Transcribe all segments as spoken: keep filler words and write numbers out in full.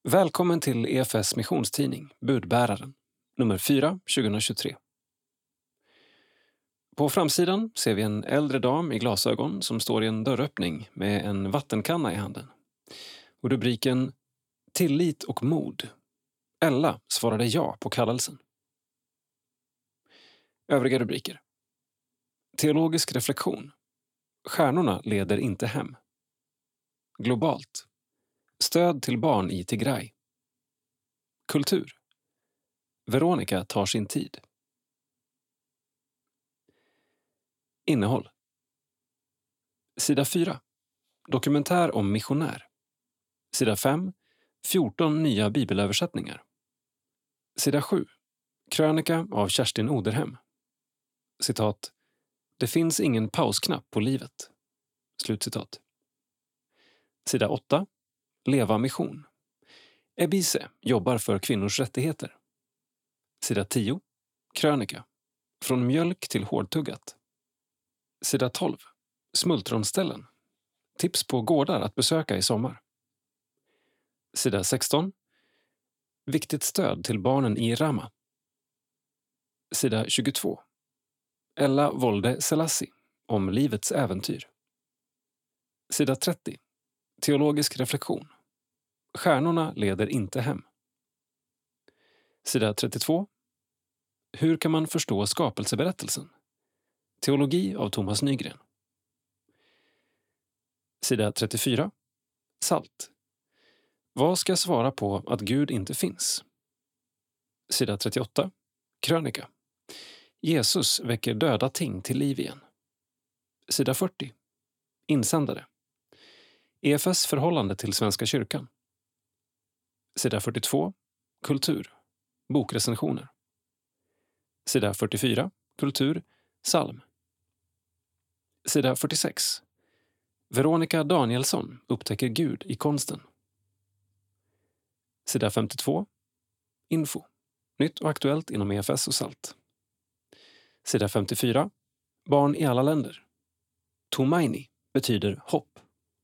Välkommen till E F S missionstidning, Budbäraren, nummer fyra, tjugohundratjugotre. På framsidan ser vi en äldre dam i glasögon som står i en dörröppning med en vattenkanna i handen. Och rubriken Tillit och mod. Ella svarade ja på kallelsen. Övriga rubriker. Teologisk reflektion. Stjärnorna leder inte hem. Globalt. Stöd till barn i Tigray. Kultur. Veronica tar sin tid. Innehåll. Sida fyra. Dokumentär om missionär. Sida fem. fjorton nya bibelöversättningar. Sida sju. Krönika av Kerstin Oderhem. Citat. Det finns ingen pausknapp på livet. Slutcitat. Sida åtta. Leva mission. Ebise jobbar för kvinnors rättigheter. Sida tio. Krönika. Från mjölk till hårdtuggat. Sida tolv. Smultronställen. Tips på gårdar att besöka i sommar. Sida sexton. Viktigt stöd till barnen i Rama. Sida tjugotvå. Ella Wolde Selassie om livets äventyr. Sida trettio. Teologisk reflektion. Stjärnorna leder inte hem. Sida trettiotvå. Hur kan man förstå skapelseberättelsen? Teologi av Thomas Nygren. Sida trettiofyra. Salt. Vad ska jag svara på att Gud inte finns? Sida trettioåtta. Krönika. Jesus väcker döda ting till liv igen. Sida fyrtio. Insändare. E F S förhållande till Svenska kyrkan. Sida fyrtiotvå. Kultur. Bokrecensioner. Sida fyrtiofyra. Kultur. Psalm. Sida fyrtiosex. Veronica Danielsson upptäcker Gud i konsten. Sida femtiotvå. Info. Nytt och aktuellt inom E F S och SALT. Sida femtiofyra. Barn i alla länder. Tumaini betyder hopp.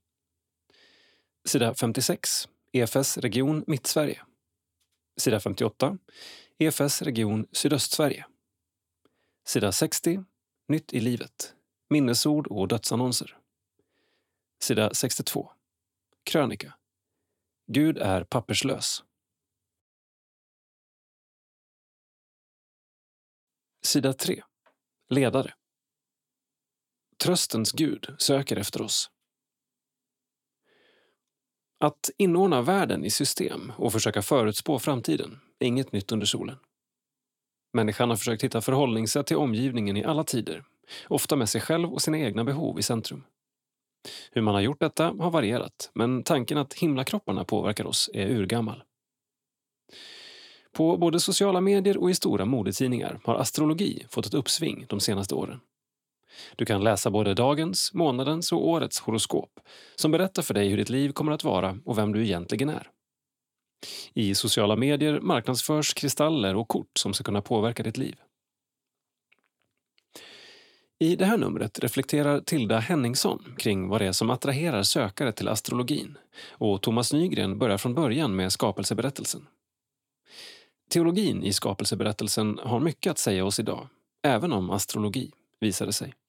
Sida femtiosex. E F S region Mittsverige. Sida femtioåtta. E F S region Sydöstsverige. Sida sextio. Nytt i livet. Minnesord och dödsannonser. Sida sextiotvå. Krönika. Gud är papperslös. Sida tre. Ledare. Tröstens Gud söker efter oss. Att inordna världen i system och försöka förutspå framtiden är inget nytt under solen. Människan har försökt hitta förhållningssätt till omgivningen i alla tider, ofta med sig själv och sina egna behov i centrum. Hur man har gjort detta har varierat, men tanken att himlakropparna påverkar oss är urgammal. På både sociala medier och i stora modetidningar har astrologi fått ett uppsving de senaste åren. Du kan läsa både dagens, månadens och årets horoskop som berättar för dig hur ditt liv kommer att vara och vem du egentligen är. I sociala medier marknadsförs kristaller och kort som ska kunna påverka ditt liv. I det här numret reflekterar Tilda Henningsson kring vad det är som attraherar sökare till astrologin, och Thomas Nygren börjar från början med skapelseberättelsen. Teologin i skapelseberättelsen har mycket att säga oss idag, även om astrologi, visar det sig.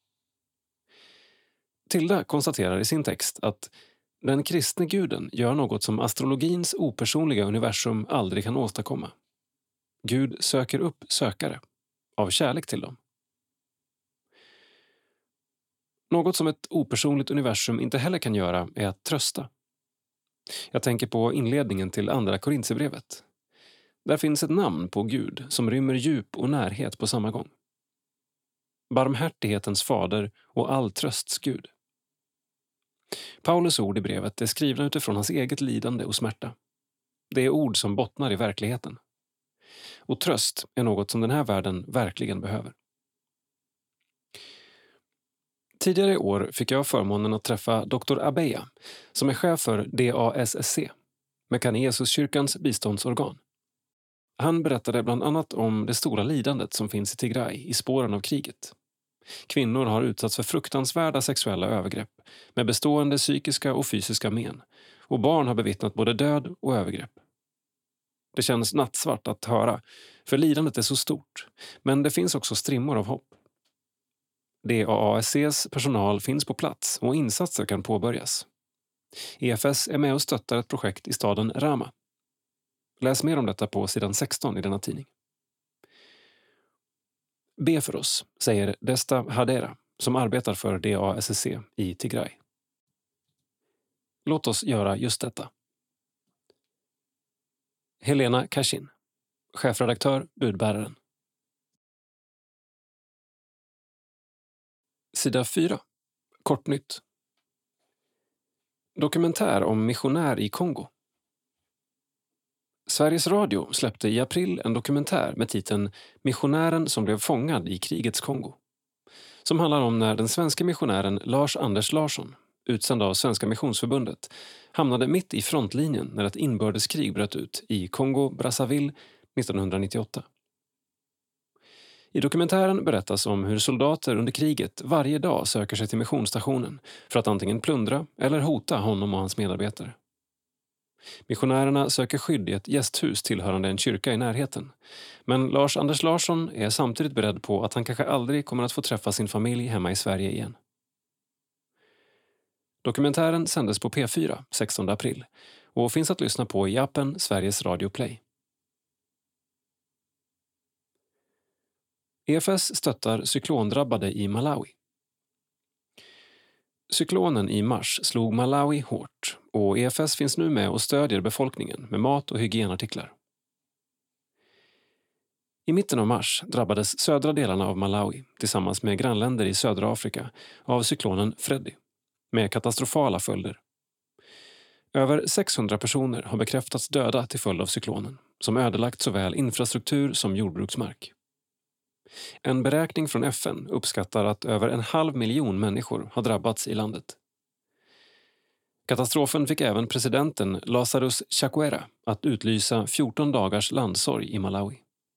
Tilda konstaterar i sin text att den kristne guden gör något som astrologins opersonliga universum aldrig kan åstadkomma. Gud söker upp sökare, av kärlek till dem. Något som ett opersonligt universum inte heller kan göra är att trösta. Jag tänker på inledningen till andra Korinthierbrevet. Där finns ett namn på Gud som rymmer djup och närhet på samma gång. Barmhärtighetens fader och all trösts Gud. Paulus ord i brevet är skrivna utifrån hans eget lidande och smärta. Det är ord som bottnar i verkligheten. Och tröst är något som den här världen verkligen behöver. Tidigare i år fick jag förmånen att träffa doktor Abeya som är chef för D A S S C, Mekanesuskyrkans biståndsorgan. Han berättade bland annat om det stora lidandet som finns i Tigray i spåren av kriget. Kvinnor har utsatts för fruktansvärda sexuella övergrepp med bestående psykiska och fysiska men, och barn har bevittnat både död och övergrepp. Det känns nattsvart att höra, för lidandet är så stort. Men det finns också strimmor av hopp. D A A S C:s personal finns på plats och insatser kan påbörjas. E F S är med och stöttar ett projekt i staden Rama. Läs mer om detta på sidan sexton i denna tidning. Be för oss, säger Desta Hadera, som arbetar för D A A S C i Tigray. Låt oss göra just detta. Helena Kashin, chefredaktör, budbäraren. Sida fyra. Kortnytt. Dokumentär om missionär i Kongo. Sveriges Radio släppte i april en dokumentär med titeln Missionären som blev fångad i krigets Kongo, som handlar om när den svenska missionären Lars Anders Larsson, utsänd av Svenska Missionsförbundet, hamnade mitt i frontlinjen när ett inbördeskrig bröt ut i Kongo-Brazzaville nittonhundranittioåtta. I dokumentären berättas om hur soldater under kriget varje dag söker sig till missionsstationen för att antingen plundra eller hota honom och hans medarbetare. Missionärerna söker skydd i ett gästhus tillhörande en kyrka i närheten. Men Lars Anders Larsson är samtidigt beredd på att han kanske aldrig kommer att få träffa sin familj hemma i Sverige igen. Dokumentären sändes på P fyra sextonde april och finns att lyssna på i appen Sveriges Radio Play. E F S stöttar cyklondrabbade i Malawi. Cyklonen i mars slog Malawi hårt och E F S finns nu med och stödjer befolkningen med mat och hygienartiklar. I mitten av mars drabbades södra delarna av Malawi tillsammans med grannländer i södra Afrika av cyklonen Freddy, med katastrofala följder. Över sexhundra personer har bekräftats döda till följd av cyklonen, som ödelagt såväl infrastruktur som jordbruksmark. En beräkning från F N uppskattar att över en halv miljon människor har drabbats i landet. Katastrofen fick även presidenten Lazarus Chakwera att utlysa fjorton dagars landsorg i Malawi.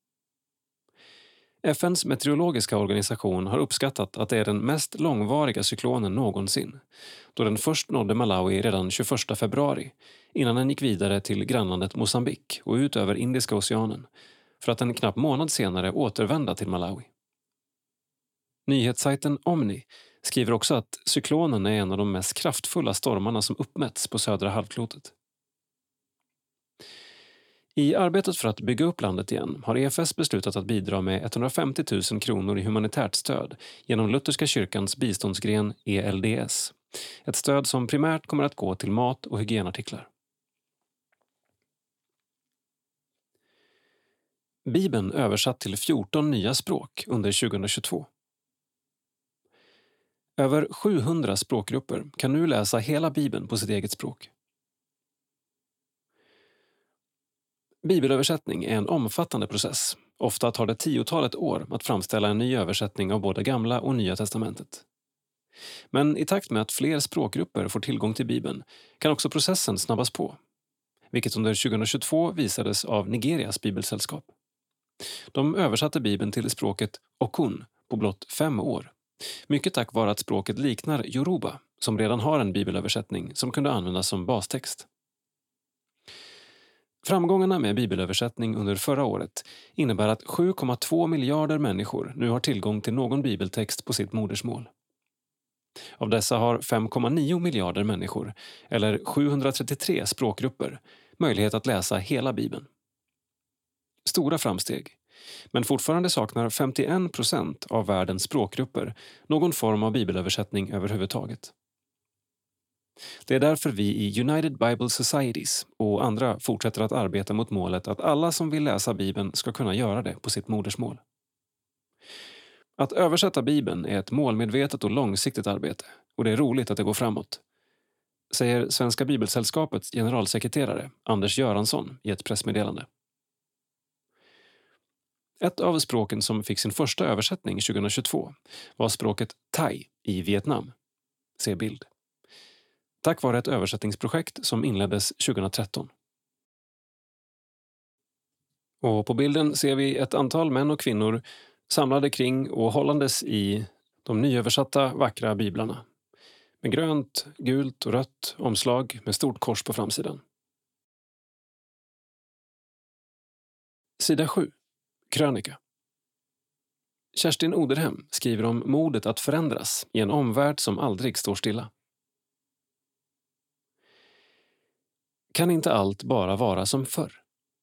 F N:s meteorologiska organisation har uppskattat att det är den mest långvariga cyklonen någonsin, då den först nådde Malawi redan tjugoförsta februari, innan den gick vidare till grannlandet Mosambik och ut över Indiska oceanen, för att en knapp månad senare återvända till Malawi. Nyhetssajten Omni skriver också att cyklonen är en av de mest kraftfulla stormarna som uppmätts på södra halvklotet. I arbetet för att bygga upp landet igen har E F S beslutat att bidra med etthundrafemtio tusen kronor i humanitärt stöd genom Lutherska kyrkans biståndsgren E L D S. Ett stöd som primärt kommer att gå till mat och hygienartiklar. Bibeln översatt till fjorton nya språk under tjugohundratjugotvå. Över sjuhundra språkgrupper kan nu läsa hela Bibeln på sitt eget språk. Bibelöversättning är en omfattande process. Ofta tar det tiotalet år att framställa en ny översättning av både Gamla och Nya testamentet. Men i takt med att fler språkgrupper får tillgång till Bibeln kan också processen snabbas på, vilket under tjugohundratjugotvå visades av Nigerias bibelsällskap. De översatte Bibeln till språket Okun på blott fem år. Mycket tack vare att språket liknar Yoruba, som redan har en bibelöversättning som kunde användas som bastext. Framgångarna med bibelöversättning under förra året innebär att sju komma två miljarder människor nu har tillgång till någon bibeltext på sitt modersmål. Av dessa har fem komma nio miljarder människor, eller sjuhundratrettiotre språkgrupper, möjlighet att läsa hela Bibeln. Stora framsteg, men fortfarande saknar femtioen procent av världens språkgrupper någon form av bibelöversättning överhuvudtaget. Det är därför vi i United Bible Societies och andra fortsätter att arbeta mot målet att alla som vill läsa Bibeln ska kunna göra det på sitt modersmål. Att översätta Bibeln är ett målmedvetet och långsiktigt arbete, och det är roligt att det går framåt, säger Svenska Bibelsällskapets generalsekreterare Anders Göransson i ett pressmeddelande. Ett av språken som fick sin första översättning tjugohundratjugotvå var språket Thai i Vietnam. Se bild. Tack vare ett översättningsprojekt som inleddes tjugohundratretton. Och på bilden ser vi ett antal män och kvinnor samlade kring och hållandes i de nyöversatta vackra biblarna. Med grönt, gult och rött omslag med stort kors på framsidan. Sida sju. Krönika. Kerstin Oderhem skriver om modet att förändras i en omvärld som aldrig står stilla. Kan inte allt bara vara som förr?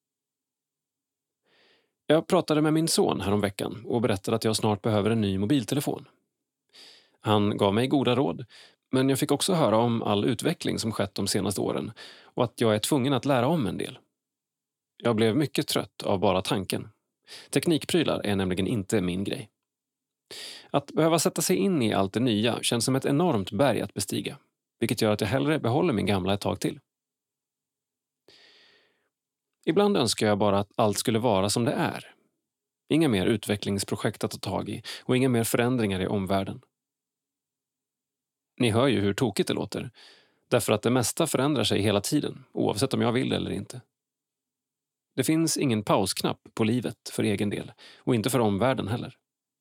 Jag pratade med min son häromveckan och berättade att jag snart behöver en ny mobiltelefon. Han gav mig goda råd, men jag fick också höra om all utveckling som skett de senaste åren och att jag är tvungen att lära om en del. Jag blev mycket trött av bara tanken. Teknikprylar är nämligen inte min grej. Att behöva sätta sig in i allt det nya känns som ett enormt berg att bestiga, vilket gör att jag hellre behåller min gamla ett tag till. Ibland önskar jag bara att allt skulle vara som det är. Inga mer utvecklingsprojekt att ta tag i och inga mer förändringar i omvärlden. Ni hör ju hur tokigt det låter, därför att det mesta förändrar sig hela tiden, oavsett om jag vill eller inte. Det finns ingen pausknapp på livet för egen del, och inte för omvärlden heller.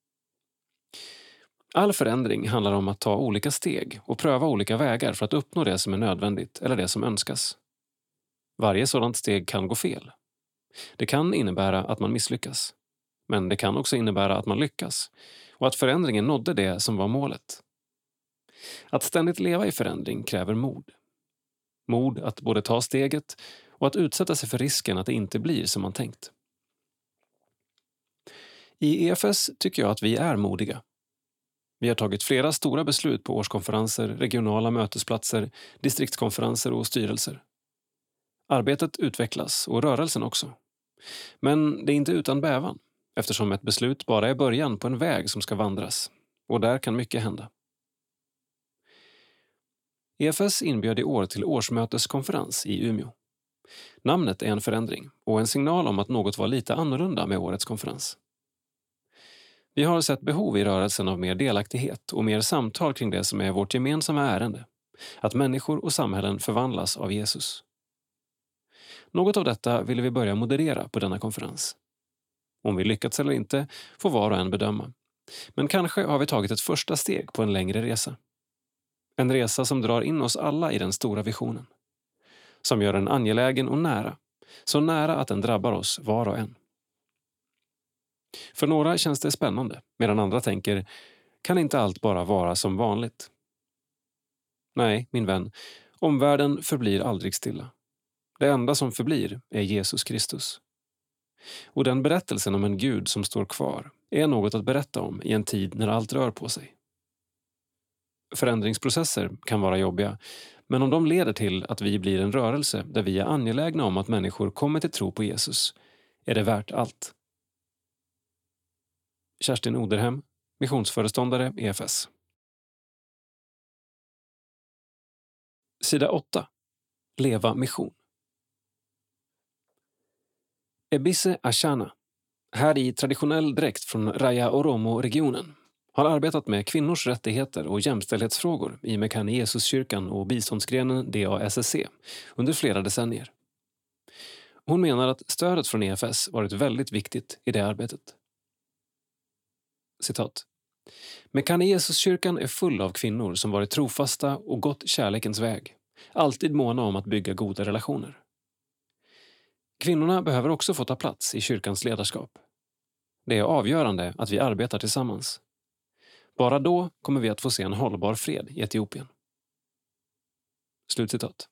All förändring handlar om att ta olika steg och pröva olika vägar för att uppnå det som är nödvändigt eller det som önskas. Varje sådant steg kan gå fel. Det kan innebära att man misslyckas. Men det kan också innebära att man lyckas och att förändringen nådde det som var målet. Att ständigt leva i förändring kräver mod. Mod att både ta steget och att utsätta sig för risken att det inte blir som man tänkt. I E F S tycker jag att vi är modiga. Vi har tagit flera stora beslut på årskonferenser, regionala mötesplatser, distriktskonferenser och styrelser. Arbetet utvecklas och rörelsen också. Men det är inte utan bävan, eftersom ett beslut bara är början på en väg som ska vandras. Och där kan mycket hända. E F S inbjöd i år till årsmöteskonferens i Umeå. Namnet är en förändring och en signal om att något var lite annorlunda med årets konferens. Vi har sett behov i rörelsen av mer delaktighet och mer samtal kring det som är vårt gemensamma ärende. Att människor och samhällen förvandlas av Jesus. Något av detta ville vi börja moderera på denna konferens. Om vi lyckats eller inte får var och en bedöma. Men kanske har vi tagit ett första steg på en längre resa. En resa som drar in oss alla i den stora visionen. Som gör den angelägen och nära. Så nära att den drabbar oss var och en. För några känns det spännande, medan andra tänker, kan inte allt bara vara som vanligt? Nej, min vän, omvärlden förblir aldrig stilla. Det enda som förblir är Jesus Kristus. Och den berättelsen om en Gud som står kvar är något att berätta om i en tid när allt rör på sig. Förändringsprocesser kan vara jobbiga, men om de leder till att vi blir en rörelse där vi är angelägna om att människor kommer till tro på Jesus, är det värt allt. Kerstin Oderhem, missionsföreståndare E F S. Sida åtta. Leva mission. Ebise Ashana, här i traditionell dräkt från Raya Oromo-regionen, har arbetat med kvinnors rättigheter och jämställdhetsfrågor i Mekane Jesuskyrkan och biståndsgrenen D A S S C under flera decennier. Hon menar att stödet från E F S varit väldigt viktigt i det arbetet. Citat. Mekane Jesuskyrkan är full av kvinnor som varit trofasta och gått kärlekens väg, alltid måna om att bygga goda relationer. Kvinnorna behöver också få ta plats i kyrkans ledarskap. Det är avgörande att vi arbetar tillsammans. Bara då kommer vi att få se en hållbar fred i Etiopien. Slutcitat.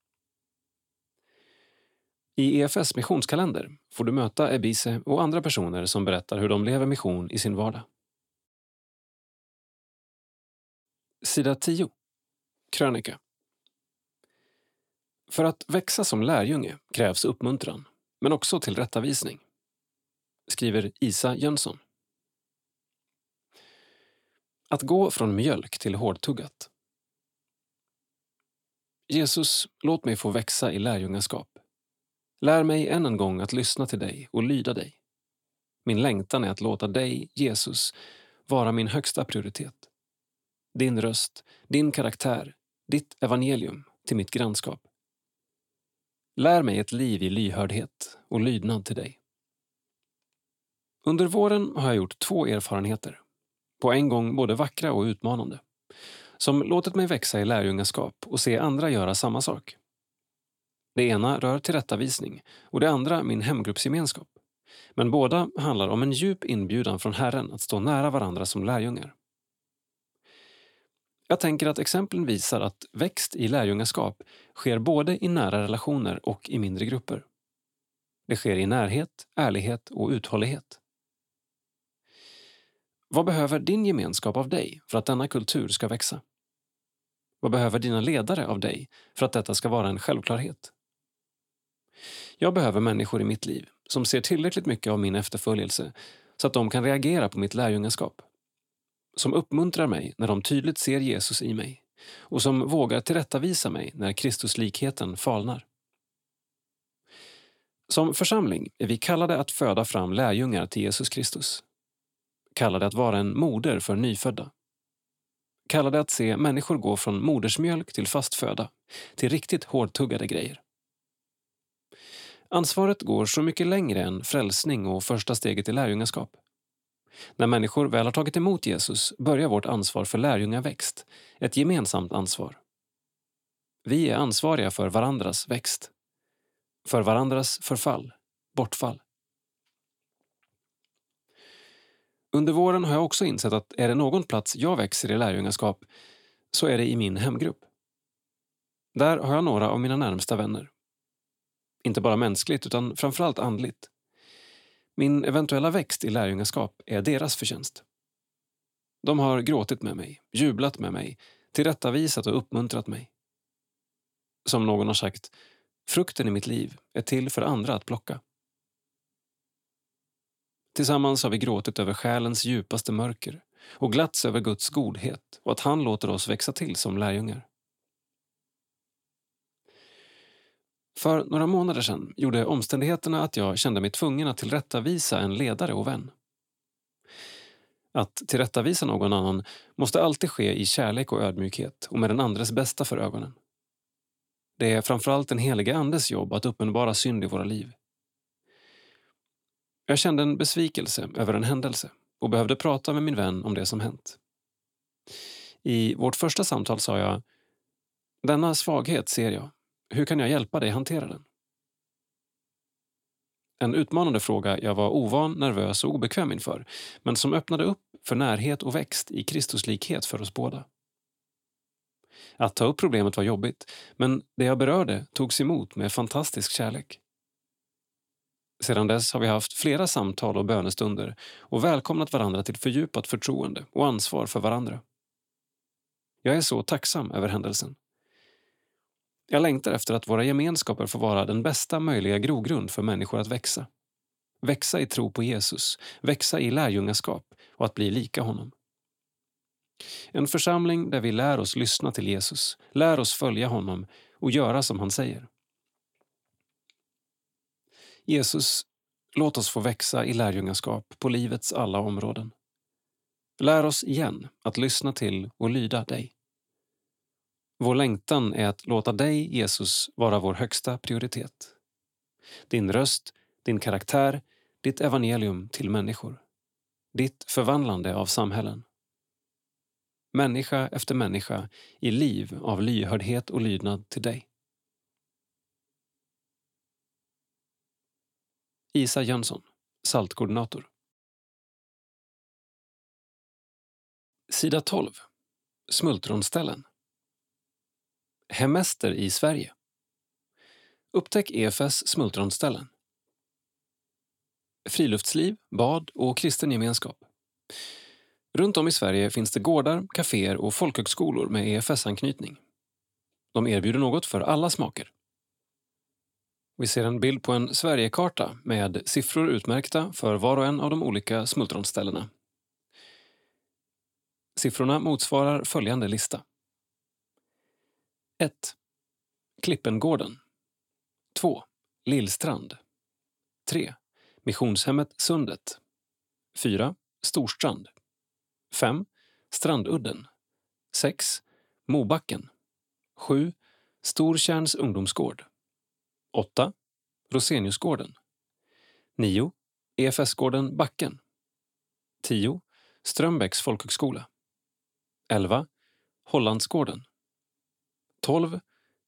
I E F S missionskalender får du möta Ebise och andra personer som berättar hur de lever mission i sin vardag. Sida tio. Krönika. För att växa som lärjunge krävs uppmuntran, men också tillrättavisning. Skriver Isa Jönsson. Att gå från mjölk till hårdtuggat. Jesus, låt mig få växa i lärjungaskap. Lär mig än en gång att lyssna till dig och lyda dig. Min längtan är att låta dig, Jesus, vara min högsta prioritet. Din röst, din karaktär, ditt evangelium till mitt grannskap. Lär mig ett liv i lyhördhet och lydnad till dig. Under våren har jag gjort två erfarenheter. På en gång både vackra och utmanande. Som låtit mig växa i lärjungaskap och se andra göra samma sak. Det ena rör tillrättavisning och det andra min hemgruppsgemenskap. Men båda handlar om en djup inbjudan från Herren att stå nära varandra som lärjungar. Jag tänker att exemplen visar att växt i lärjungaskap sker både i nära relationer och i mindre grupper. Det sker i närhet, ärlighet och uthållighet. Vad behöver din gemenskap av dig för att denna kultur ska växa? Vad behöver dina ledare av dig för att detta ska vara en självklarhet? Jag behöver människor i mitt liv som ser tillräckligt mycket av min efterföljelse så att de kan reagera på mitt lärjungaskap. Som uppmuntrar mig när de tydligt ser Jesus i mig och som vågar tillrättavisa mig när Kristuslikheten falnar. Som församling är vi kallade att föda fram lärjungar till Jesus Kristus. Kallade att vara en moder för nyfödda. Kallade att se människor gå från modersmjölk till fast föda, till riktigt hårdtuggade grejer. Ansvaret går så mycket längre än frälsning och första steget i lärjungaskap. När människor väl har tagit emot Jesus börjar vårt ansvar för lärjungaväxt, ett gemensamt ansvar. Vi är ansvariga för varandras växt. För varandras förfall, bortfall. Under våren har jag också insett att är det någon plats jag växer i lärjungaskap så är det i min hemgrupp. Där har jag några av mina närmsta vänner. Inte bara mänskligt utan framförallt andligt. Min eventuella växt i lärjungaskap är deras förtjänst. De har gråtit med mig, jublat med mig, tillrättavisat och uppmuntrat mig. Som någon har sagt, frukten i mitt liv är till för andra att plocka. Tillsammans har vi gråtit över själens djupaste mörker och glatts över Guds godhet och att han låter oss växa till som lärjungar. För några månader sedan gjorde omständigheterna att jag kände mig tvungen att tillrättavisa en ledare och vän. Att tillrättavisa någon annan måste alltid ske i kärlek och ödmjukhet och med den andres bästa för ögonen. Det är framförallt den helige andes jobb att uppenbara synd i våra liv. Jag kände en besvikelse över en händelse och behövde prata med min vän om det som hänt. I vårt första samtal sa jag, denna svaghet ser jag. Hur kan jag hjälpa dig hantera den? En utmanande fråga jag var ovan, nervös och obekväm inför, men som öppnade upp för närhet och växt i Kristuslikhet för oss båda. Att ta upp problemet var jobbigt, men det jag berörde togs emot med fantastisk kärlek. Sedan dess har vi haft flera samtal och bönestunder och välkomnat varandra till fördjupat förtroende och ansvar för varandra. Jag är så tacksam över händelsen. Jag längtar efter att våra gemenskaper får vara den bästa möjliga grogrund för människor att växa. Växa i tro på Jesus, växa i lärjungaskap och att bli lika honom. En församling där vi lär oss lyssna till Jesus, lär oss följa honom och göra som han säger. Jesus, låt oss få växa i lärjungaskap på livets alla områden. Lär oss igen att lyssna till och lyda dig. Vår längtan är att låta dig, Jesus, vara vår högsta prioritet. Din röst, din karaktär, ditt evangelium till människor. Ditt förvandlande av samhällen. Människa efter människa i liv av lyhördhet och lydnad till dig. Isa Jönsson, saltkoordinator. Sida tolv. Smultronställen. Hemester i Sverige. Upptäck E F S smultronställen. Friluftsliv, bad och kristen gemenskap. Runt om i Sverige finns det gårdar, kaféer och folkhögskolor med E F S-anknytning. De erbjuder något för alla smaker. Vi ser en bild på en Sverigekarta med siffror utmärkta för var och en av de olika smultronställena. Siffrorna motsvarar följande lista. ett. Klippengården. två. Lillstrand. tre. Missionshemmet Sundet. fyra. Storstrand. fem. Strandudden. sex. Mobacken. sju. Stortjärns ungdomsgård. åtta. Roseniusgården. nio. E F S-gården Backen. tio. Strömbäcks folkhögskola. elva. Hollandsgården. tolv.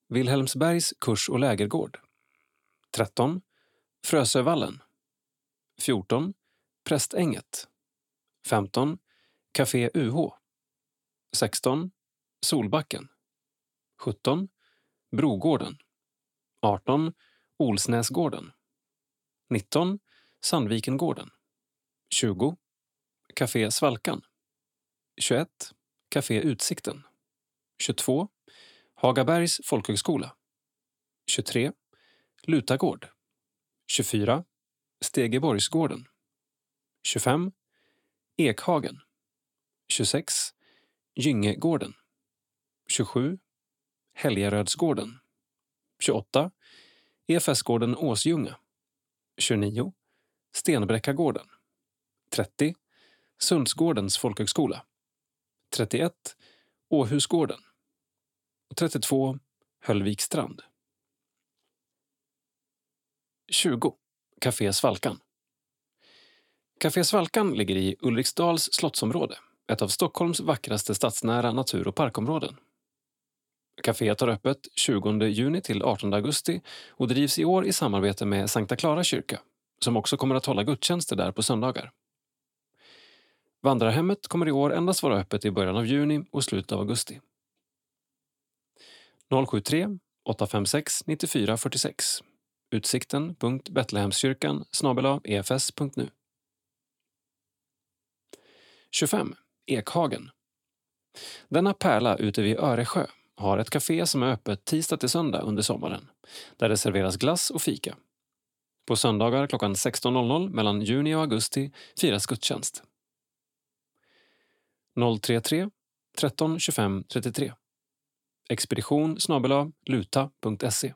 Wilhelmsbergs kurs- och lägergård. tretton. Frösövallen. fjorton. Prästänget. femton. Café U H. sexton. Solbacken. sjutton. Brogården. arton. Olsnäsgården. nitton. Sandvikengården. tjugo. Café Svalkan. tjugoett. Café Utsikten. tjugotvå. Hagabergs folkhögskola. tjugotre. Lutagård. tjugofyra. Stegeborgsgården. tjugofem. Ekhagen. tjugosex. Gyngegården. tjugosju. Helgarödsgården. tjugoåtta. E F S-gården Åsljunga. tjugonio. Stenbräckagården. trettio. Sundsgårdens folkhögskola. trettioett. Åhusgården. trettiotvå. Höllvikstrand. tjugo. Café Svalkan. Café Svalkan ligger i Ulriksdals slottsområde, ett av Stockholms vackraste stadsnära natur- och parkområden. Caféet har öppet tjugonde juni till artonde augusti och drivs i år i samarbete med Sankta Clara kyrka, som också kommer att hålla gudstjänster där på söndagar. Vandrarhemmet kommer i år endast vara öppet i början av juni och slutet av augusti. noll sju tre åtta fem sex nio fyra fyra sex. Utsikten punkt betlehemskyrkan snabel-a e f s punkt nu. tjugofem. Ekhagen. Denna pärla ute vid Öresjö har ett café som är öppet tisdag till söndag under sommaren, där det serveras glass och fika. På söndagar klockan sexton mellan juni och augusti firas gudstjänst. noll tre tre tretton tjugofem trettiotre. Expedition snabel-a luta punkt se.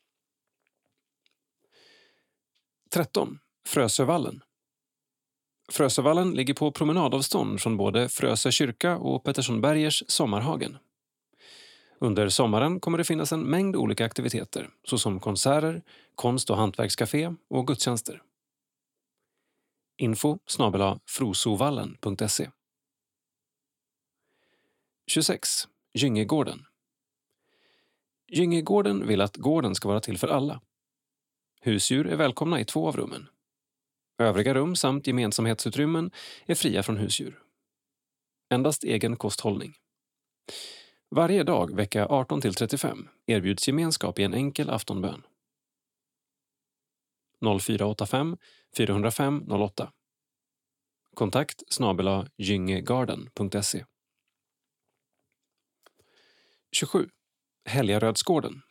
tretton. Frösövallen. Frösövallen ligger på promenadavstånd från både Frösö kyrka och Petterssonbergers Sommarhagen. Under sommaren kommer det finnas en mängd olika aktiviteter, såsom konserter, konst- och hantverkscafé och gudstjänster. Info snabel-a frosovallen punkt se. tjugosex. Gyngegården. Gyngegården vill att gården ska vara till för alla. Husdjur är välkomna i två av rummen. Övriga rum samt gemensamhetsutrymmen är fria från husdjur. Endast egen kosthållning. Varje dag vecka arton till trettiofem erbjuds gemenskap i en enkel aftonbön. noll fyra åtta fem fyra noll fem noll åtta. Kontakt snabel-a gyngegarden punkt se. tjugosju. Helgarödsgården.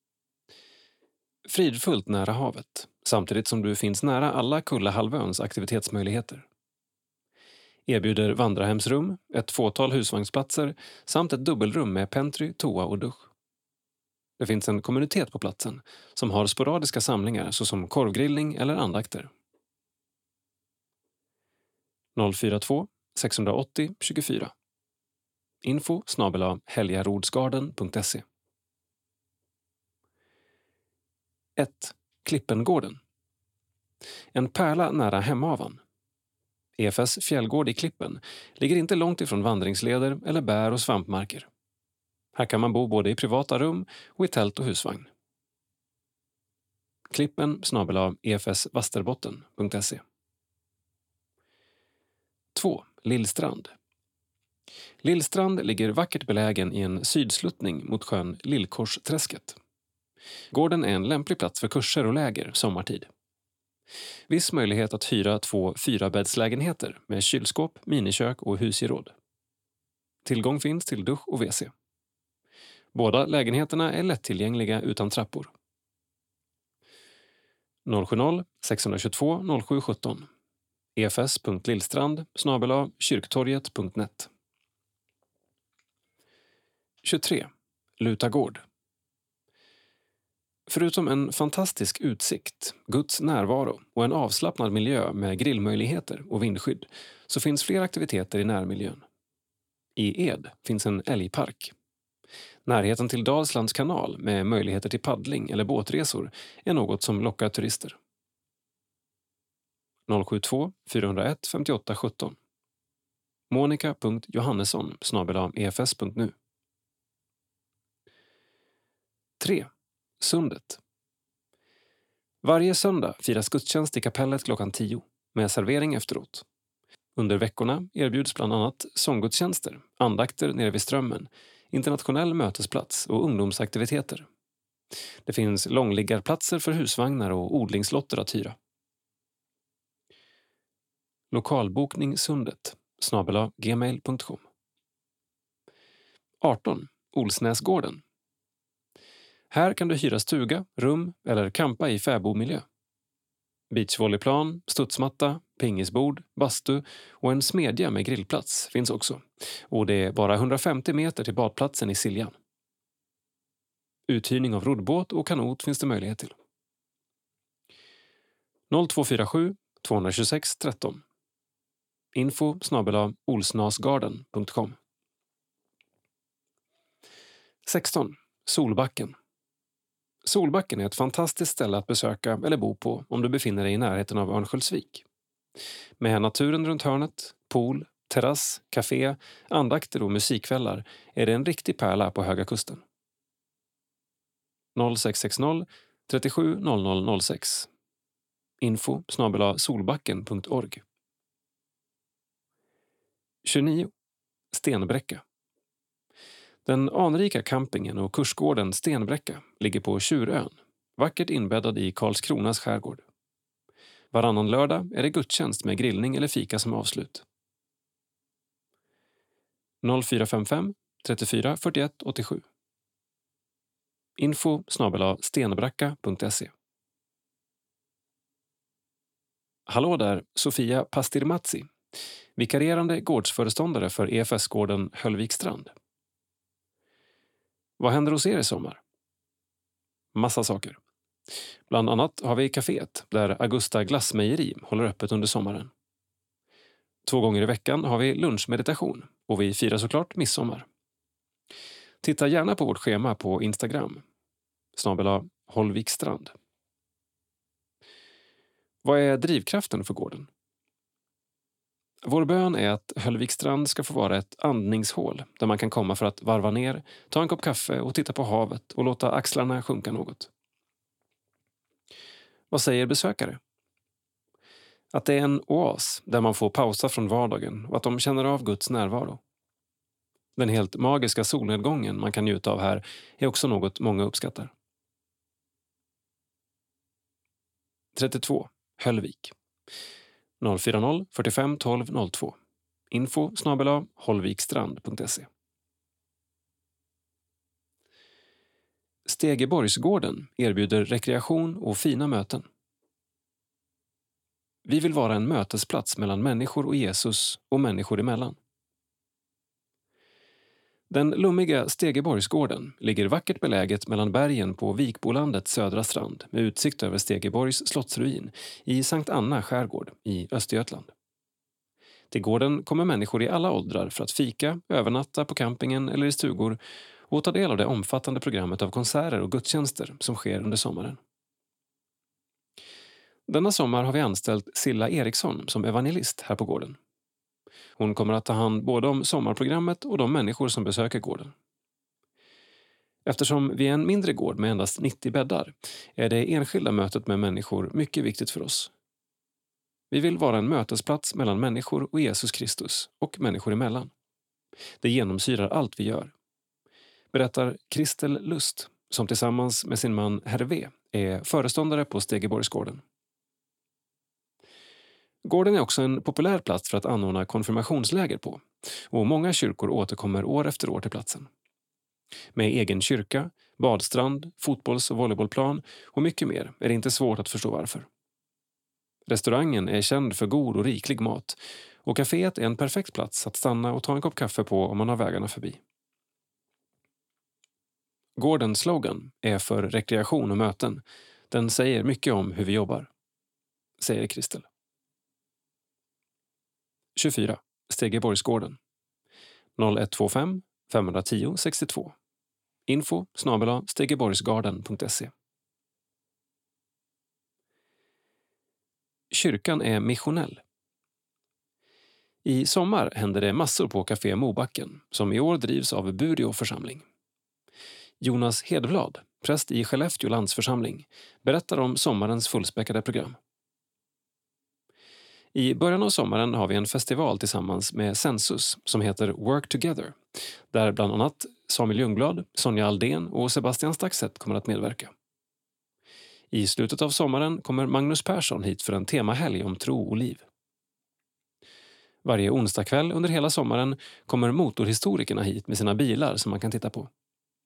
Fridfullt nära havet, samtidigt som du finns nära alla Kullahalvöns aktivitetsmöjligheter. Erbjuder vandrarhemsrum, ett fåtal husvagnsplatser samt ett dubbelrum med pentry, toa och dusch. Det finns en kommunitet på platsen som har sporadiska samlingar såsom korvgrillning eller andakter. noll fyra två sex åtta noll tjugofyra. Info snabel-a helgarodsgarden punkt se. ett. Klippengården. En pärla nära Hemavan. E F S fjällgård i Klippen ligger inte långt ifrån vandringsleder eller bär- och svampmarker. Här kan man bo både i privata rum och i tält och husvagn. Klippen snabel-a e f s vasterbotten punkt se. två. Lillstrand. Lillstrand ligger vackert belägen i en sydsluttning mot sjön Lillkorsträsket. Gården är en lämplig plats för kurser och läger sommartid. Viss möjlighet att hyra två fyrabäddslägenheter med kylskåp, minikök och husgeråd. Tillgång finns till dusch och W C. Båda lägenheterna är lättillgängliga utan trappor. noll sju noll sex två två noll sju ett sju. e f s punkt lillstrand snabel-a kyrktorget punkt net. tjugotre. Lutagård. Förutom en fantastisk utsikt, Guds närvaro och en avslappnad miljö med grillmöjligheter och vindskydd så finns fler aktiviteter i närmiljön. I Ed finns en älgpark. Närheten till Dalslands kanal med möjligheter till paddling eller båtresor är något som lockar turister. noll sju två fyra noll ett fem åtta ett sju. monica punkt johannesson snabel-a e f s punkt nu. tre. Sundet. Varje söndag firas gudstjänst i kapellet klockan tio. med servering efteråt. Under veckorna erbjuds bland annat sånggudstjänster, andakter nere vid Strömmen, internationell mötesplats och ungdomsaktiviteter. Det finns långliggarplatser för husvagnar och odlingslotter att hyra. Lokalbokning Sundet snabel-a gmail punkt com. arton. Olsnäsgården. Här kan du hyra stuga, rum eller campa i fäbodmiljö. Beachvolleyplan, studsmatta, pingisbord, bastu och en smedja med grillplats finns också. Och det är bara hundrafemtio meter till badplatsen i Siljan. Uthyrning av roddbåt och kanot finns det möjlighet till. noll två fyra sju två två sex tretton. Info snabel-a olsnasgarden punkt com. sexton. Solbacken. Solbacken är ett fantastiskt ställe att besöka eller bo på om du befinner dig i närheten av Örnsköldsvik. Med naturen runt hörnet, pool, terrass, café, andakter och musikkvällar är det en riktig pärla på Höga Kusten. noll sex sex noll tre sju noll noll noll sex. Info snabel-a solbacken punkt org. tjugonio. Stenbräcka. Den anrika campingen och kursgården Stenbräcka ligger på Tjurön, vackert inbäddad i Karlskronas skärgård. Varannan lördag är det gudstjänst med grillning eller fika som avslut. noll fyra fem fem tre fyra fyra ett åtta sju. Info snabel-a stenbracka punkt se. Hallå där, Sofia Pastirmatsi, vikarierande gårdsföreståndare för E F S-gården Höllvikstrand. Vad händer hos er i sommar? Massa saker. Bland annat har vi kaféet där Augusta glassmejeri håller öppet under sommaren. Två gånger i veckan har vi lunchmeditation och vi firar såklart midsommar. Titta gärna på vårt schema på Instagram. Snabel-a Höllvikstrand. Vad är drivkraften för gården? Vår bön är att Höllvikstrand ska få vara ett andningshål där man kan komma för att varva ner, ta en kopp kaffe och titta på havet och låta axlarna sjunka något. Vad säger besökare? Att det är en oas där man får pausa från vardagen och att de känner av Guds närvaro. Den helt magiska solnedgången man kan njuta av här är också något många uppskattar. trettiotvå. Höllvik. noll fyra noll fyrtiofem tolv noll två. Info snabel-a höllvikstrand punkt se. Stegeborgsgården erbjuder rekreation och fina möten. Vi vill vara en mötesplats mellan människor och Jesus och människor emellan. Den lummiga Stegeborgsgården ligger vackert beläget mellan bergen på Vikbolandets södra strand med utsikt över Stegeborgs slottsruin i Sankt Anna skärgård i Östergötland. Till gården kommer människor i alla åldrar för att fika, övernatta på campingen eller i stugor och ta del av det omfattande programmet av konserter och gudstjänster som sker under sommaren. Denna sommar har vi anställt Silla Eriksson som evangelist här på gården. Hon kommer att ta hand både om sommarprogrammet och de människor som besöker gården. Eftersom vi är en mindre gård med endast nittio bäddar är det enskilda mötet med människor mycket viktigt för oss. Vi vill vara en mötesplats mellan människor och Jesus Kristus och människor emellan. Det genomsyrar allt vi gör. Berättar Kristel Lust, som tillsammans med sin man Hervé är föreståndare på Stegeborgsgården. Gården är också en populär plats för att anordna konfirmationsläger på och många kyrkor återkommer år efter år till platsen. Med egen kyrka, badstrand, fotbolls- och volleybollplan och mycket mer är det inte svårt att förstå varför. Restaurangen är känd för god och riklig mat och kaféet är en perfekt plats att stanna och ta en kopp kaffe på om man har vägarna förbi. Gårdens slogan är för rekreation och möten. Den säger mycket om hur vi jobbar, säger Kristel. tjugofyra. Stegeborgsgården. noll ett två fem fem ett noll sex två. Info snabel-a stegeborgsgarden punkt se. Kyrkan är missionell. I sommar händer det massor på Café Mobacken som i år drivs av Bureå församling. Jonas Hedblad, präst i Skellefteå landsförsamling, berättar om sommarens fullspäckade program. I början av sommaren har vi en festival tillsammans med Sensus som heter Work Together, där bland annat Samuel Ljungblad, Sonja Aldén och Sebastian Staxet kommer att medverka. I slutet av sommaren kommer Magnus Persson hit för en temahelg om tro och liv. Varje onsdagkväll under hela sommaren kommer motorhistorikerna hit med sina bilar som man kan titta på.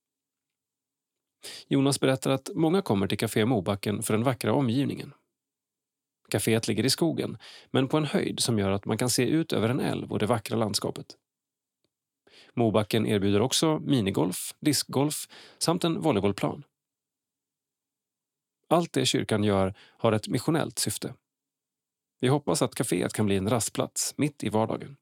Jonas berättar att många kommer till Café Mobacken för den vackra omgivningen. Caféet ligger i skogen, men på en höjd som gör att man kan se ut över en älv och det vackra landskapet. Mobacken erbjuder också minigolf, diskgolf samt en volleybollplan. Allt det kyrkan gör har ett missionellt syfte. Vi hoppas att caféet kan bli en rastplats mitt i vardagen.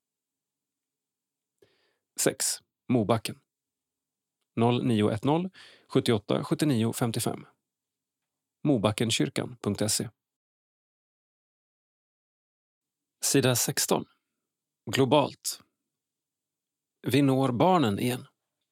sex. Mobacken. noll nio ett noll sjuttioåtta sjuttionio femtiofem. mobackenkyrkan punkt se. Sida sexton. Globalt. Vi når barnen igen.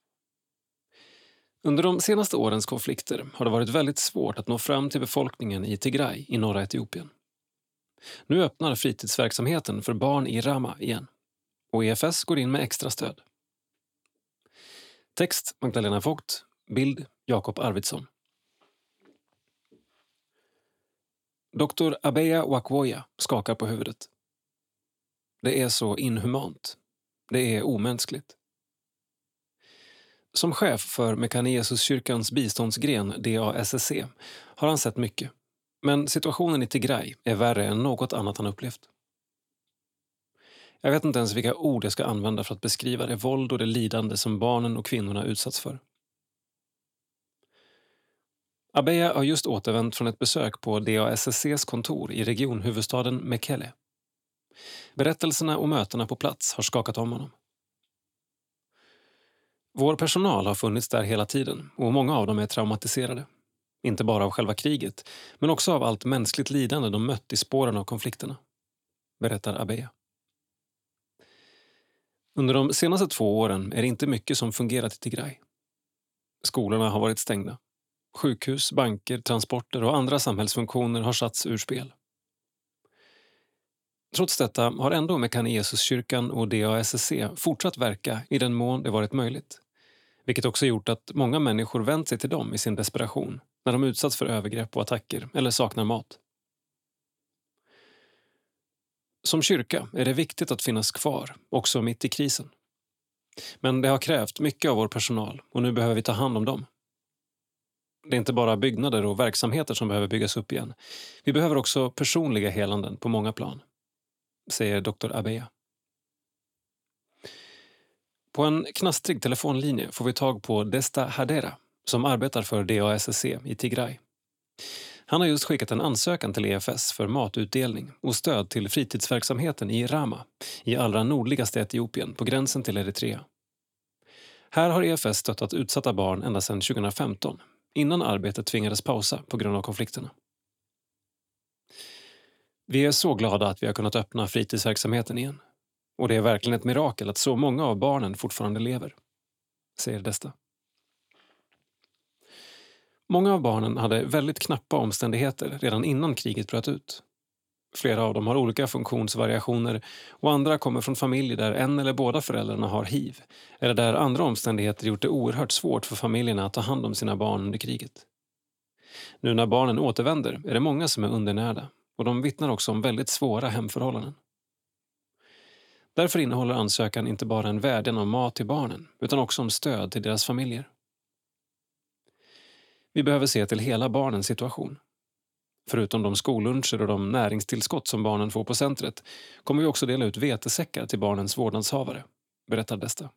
Under de senaste årens konflikter har det varit väldigt svårt att nå fram till befolkningen i Tigray i norra Etiopien. Nu öppnar fritidsverksamheten för barn i Rama igen och E F S går in med extra stöd. Text Magdalena Vogt, bild Jakob Arvidsson. doktor Abeya Wakwoya skakar på huvudet. Det är så inhumant. Det är omänskligt. Som chef för Mekanesuskyrkans biståndsgren D A S S C har han sett mycket. Men situationen i Tigray är värre än något annat han upplevt. Jag vet inte ens vilka ord jag ska använda för att beskriva det våld och det lidande som barnen och kvinnorna utsatts för. Abeya har just återvänt från ett besök på D A S S C:s kontor i regionhuvudstaden Mekelle. Berättelserna och mötena på plats har skakat om honom. Vår personal har funnits där hela tiden och många av dem är traumatiserade. Inte bara av själva kriget, men också av allt mänskligt lidande de mött i spåren av konflikterna, berättar Abeya. Under de senaste två åren är det inte mycket som fungerat i Tigray. Skolorna har varit stängda. Sjukhus, banker, transporter och andra samhällsfunktioner har satts ur spel. Trots detta har ändå Mekanesuskyrkan och D A S S C fortsatt verka i den mån det varit möjligt. Vilket också gjort att många människor vänt sig till dem i sin desperation när de utsatts för övergrepp och attacker eller saknar mat. Som kyrka är det viktigt att finnas kvar, också mitt i krisen. Men det har krävt mycket av vår personal och nu behöver vi ta hand om dem. Det är inte bara byggnader och verksamheter som behöver byggas upp igen. Vi behöver också personliga helanden på många plan, säger doktor Abeya. På en knastrig telefonlinje får vi tag på Desta Hadera som arbetar för D A S S C i Tigray. Han har just skickat en ansökan till E F S för matutdelning och stöd till fritidsverksamheten i Rama, i allra nordligaste Etiopien på gränsen till Eritrea. Här har E F S stöttat utsatta barn ända sedan tjugohundrafemton, innan arbetet tvingades pausa på grund av konflikterna. Vi är så glada att vi har kunnat öppna fritidsverksamheten igen. Och det är verkligen ett mirakel att så många av barnen fortfarande lever, säger Desta. Många av barnen hade väldigt knappa omständigheter redan innan kriget bröt ut. Flera av dem har olika funktionsvariationer och andra kommer från familjer där en eller båda föräldrarna har H I V eller där andra omständigheter gjort det oerhört svårt för familjerna att ta hand om sina barn under kriget. Nu när barnen återvänder är det många som är undernärda och de vittnar också om väldigt svåra hemförhållanden. Därför innehåller ansökan inte bara en vädjan om mat till barnen utan också om stöd till deras familjer. Vi behöver se till hela barnens situation. Förutom de skolluncher och de näringstillskott som barnen får på centret kommer vi också dela ut vetesäckar till barnens vårdnadshavare, berättar Desta.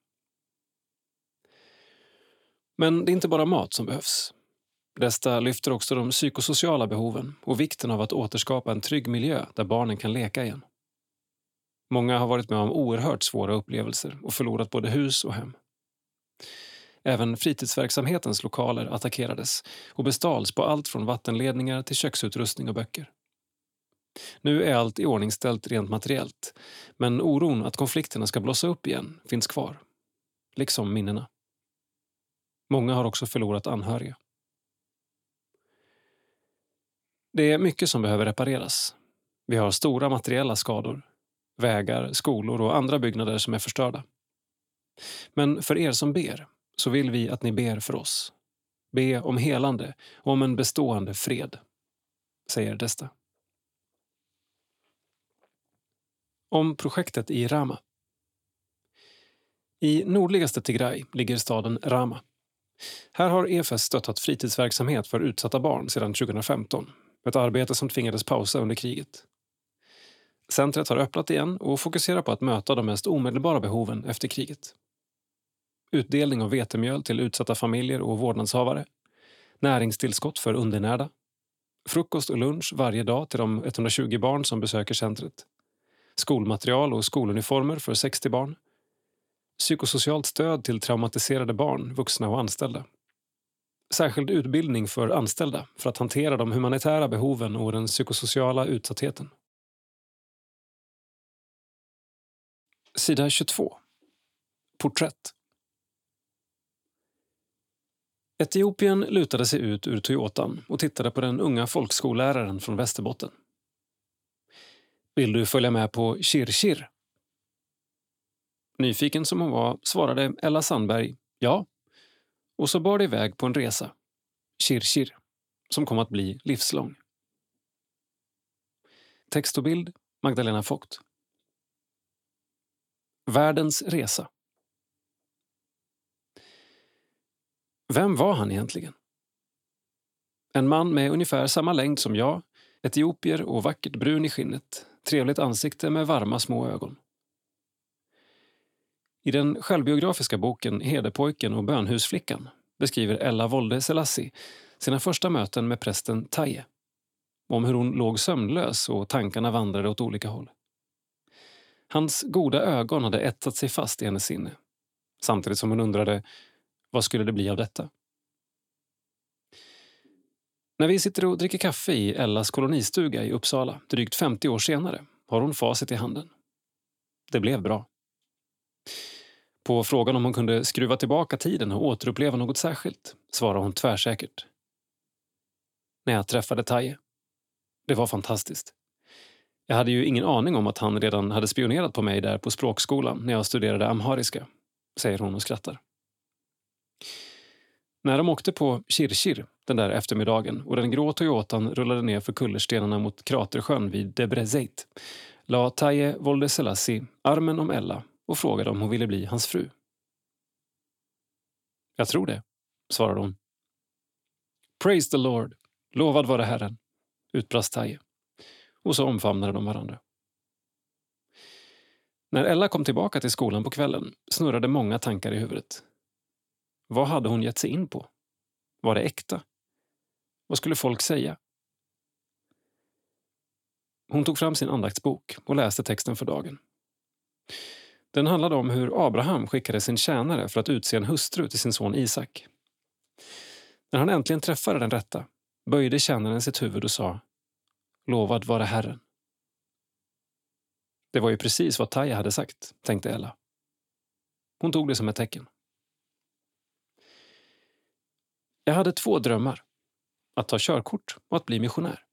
Men det är inte bara mat som behövs. Desta lyfter också de psykosociala behoven och vikten av att återskapa en trygg miljö där barnen kan leka igen. Många har varit med om oerhört svåra upplevelser och förlorat både hus och hem. Även fritidsverksamhetens lokaler attackerades och bestals på allt från vattenledningar till köksutrustning och böcker. Nu är allt iordningställt rent materiellt, men oron att konflikterna ska blossa upp igen finns kvar, liksom minnena. Många har också förlorat anhöriga. Det är mycket som behöver repareras. Vi har stora materiella skador. Vägar, skolor och andra byggnader som är förstörda. Men för er som ber så vill vi att ni ber för oss. Be om helande och om en bestående fred, säger Desta. Om projektet i Rama. I nordligaste Tigray ligger staden Rama. Här har E F S stöttat fritidsverksamhet för utsatta barn sedan tjugohundrafemton. Ett arbete som tvingades pausa under kriget. Centret har öppnat igen och fokuserar på att möta de mest omedelbara behoven efter kriget. Utdelning av vetemjöl till utsatta familjer och vårdnadshavare. Näringstillskott för undernärda. Frukost och lunch varje dag till de etthundratjugo barn som besöker centret. Skolmaterial och skoluniformer för sextio barn. Psykosocialt stöd till traumatiserade barn, vuxna och anställda. Särskild utbildning för anställda för att hantera de humanitära behoven och den psykosociala utsattheten. Sida tjugotvå. Porträtt. Etiopien lutade sig ut ur Toyotan och tittade på den unga folkskolläraren från Västerbotten. Vill du följa med på Kirkir? Nyfiken som hon var svarade Ella Sandberg ja, och så bar det iväg på en resa, Kirkir, som kom att bli livslång. Text och bild Magdalena Vogt. Världens resa. Vem var han egentligen? En man med ungefär samma längd som jag, etiopier och vackert brun i skinnet, trevligt ansikte med varma små ögon. I den självbiografiska boken Herdepojken och bönhusflickan beskriver Ella Wolde Selassie sina första möten med prästen Taye, om hur hon låg sömnlös och tankarna vandrade åt olika håll. Hans goda ögon hade etsat sig fast i hennes sinne, samtidigt som hon undrade vad skulle det bli av detta. När vi sitter och dricker kaffe i Ellas kolonistuga i Uppsala drygt femtio år senare har hon facit i handen. Det blev bra. På frågan om hon kunde skruva tillbaka tiden och återuppleva något särskilt svarar hon tvärsäkert. När jag träffade Taye. Det var fantastiskt. Jag hade ju ingen aning om att han redan hade spionerat på mig där på språkskolan när jag studerade amhariska, säger hon och skrattar. När de åkte på Kirkir den där eftermiddagen och den grå Toyotan rullade ner för kullerstenarna mot kratersjön vid Debre Zeit, la Taye Wolde Selassie armen om Ella och frågade om hon ville bli hans fru. Jag tror det, svarade hon. Praise the Lord, lovad vare Herren, utbrast Taye. Och så omfamnade de varandra. När Ella kom tillbaka till skolan på kvällen snurrade många tankar i huvudet. Vad hade hon gett sig in på? Var det äkta? Vad skulle folk säga? Hon tog fram sin andaktsbok och läste texten för dagen. Den handlade om hur Abraham skickade sin tjänare för att utse en hustru till sin son Isak. När han äntligen träffade den rätta böjde tjänaren sitt huvud och sa: Lovad vare Herren. Det var ju precis vad Taye hade sagt, tänkte Ella. Hon tog det som ett tecken. Jag hade två drömmar. Att ta körkort och att bli missionär.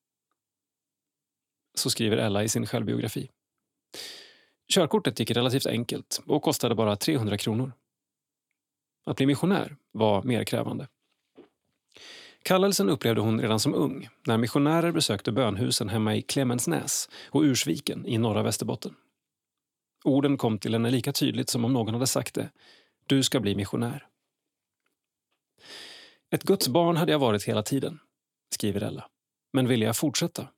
Så skriver Ella i sin självbiografi. Körkortet gick relativt enkelt och kostade bara trehundra kronor. Att bli missionär var mer krävande. Kallelsen upplevde hon redan som ung när missionärer besökte bönhusen hemma i Clemensnäs och Ursviken i norra Västerbotten. Orden kom till henne lika tydligt som om någon hade sagt det. Du ska bli missionär. Ett Guds barn hade jag varit hela tiden, skriver Ella. Men ville jag fortsätta?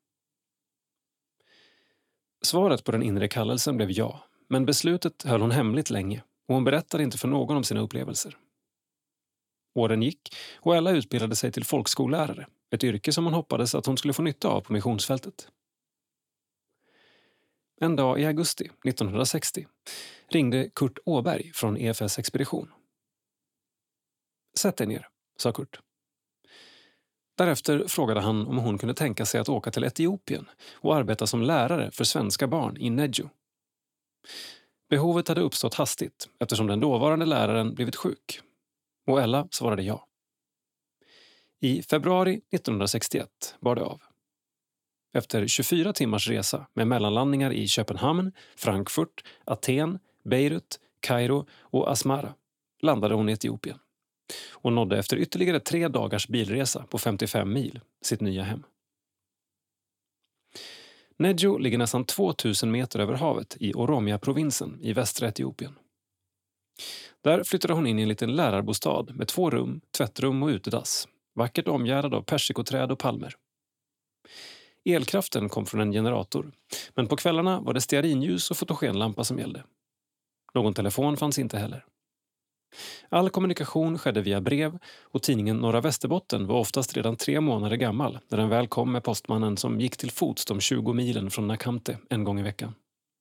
Svaret på den inre kallelsen blev ja, men beslutet höll hon hemligt länge och hon berättade inte för någon om sina upplevelser. Åren gick och Ella utbildade sig till folkskollärare, ett yrke som hon hoppades att hon skulle få nytta av på missionsfältet. En dag i augusti nittonhundrasextio ringde Kurt Åberg från E F S-expedition. Sätt dig ner, sa Kurt. Därefter frågade han om hon kunde tänka sig att åka till Etiopien och arbeta som lärare för svenska barn i Nejo. Behovet hade uppstått hastigt eftersom den dåvarande läraren blivit sjuk. Och Ella svarade ja. I februari nittonhundrasextioett bar det av. Efter tjugofyra timmars resa med mellanlandningar i Köpenhamn, Frankfurt, Aten, Beirut, Kairo och Asmara landade hon i Etiopien och nådde efter ytterligare tre dagars bilresa på femtiofem mil sitt nya hem. Nejo ligger nästan tvåtusen meter över havet i Oromia-provinsen i västra Etiopien. Där flyttade hon in i en liten lärarbostad med två rum, tvättrum och utedass, vackert omgärdad av persikoträd och palmer. Elkraften kom från en generator, men på kvällarna var det stearinljus och fotogenlampa som gällde. Någon telefon fanns inte heller. All kommunikation skedde via brev och tidningen Norra Västerbotten var oftast redan tre månader gammal när den väl kom med postmannen som gick till fots de tjugo milen från Nakamte en gång i veckan.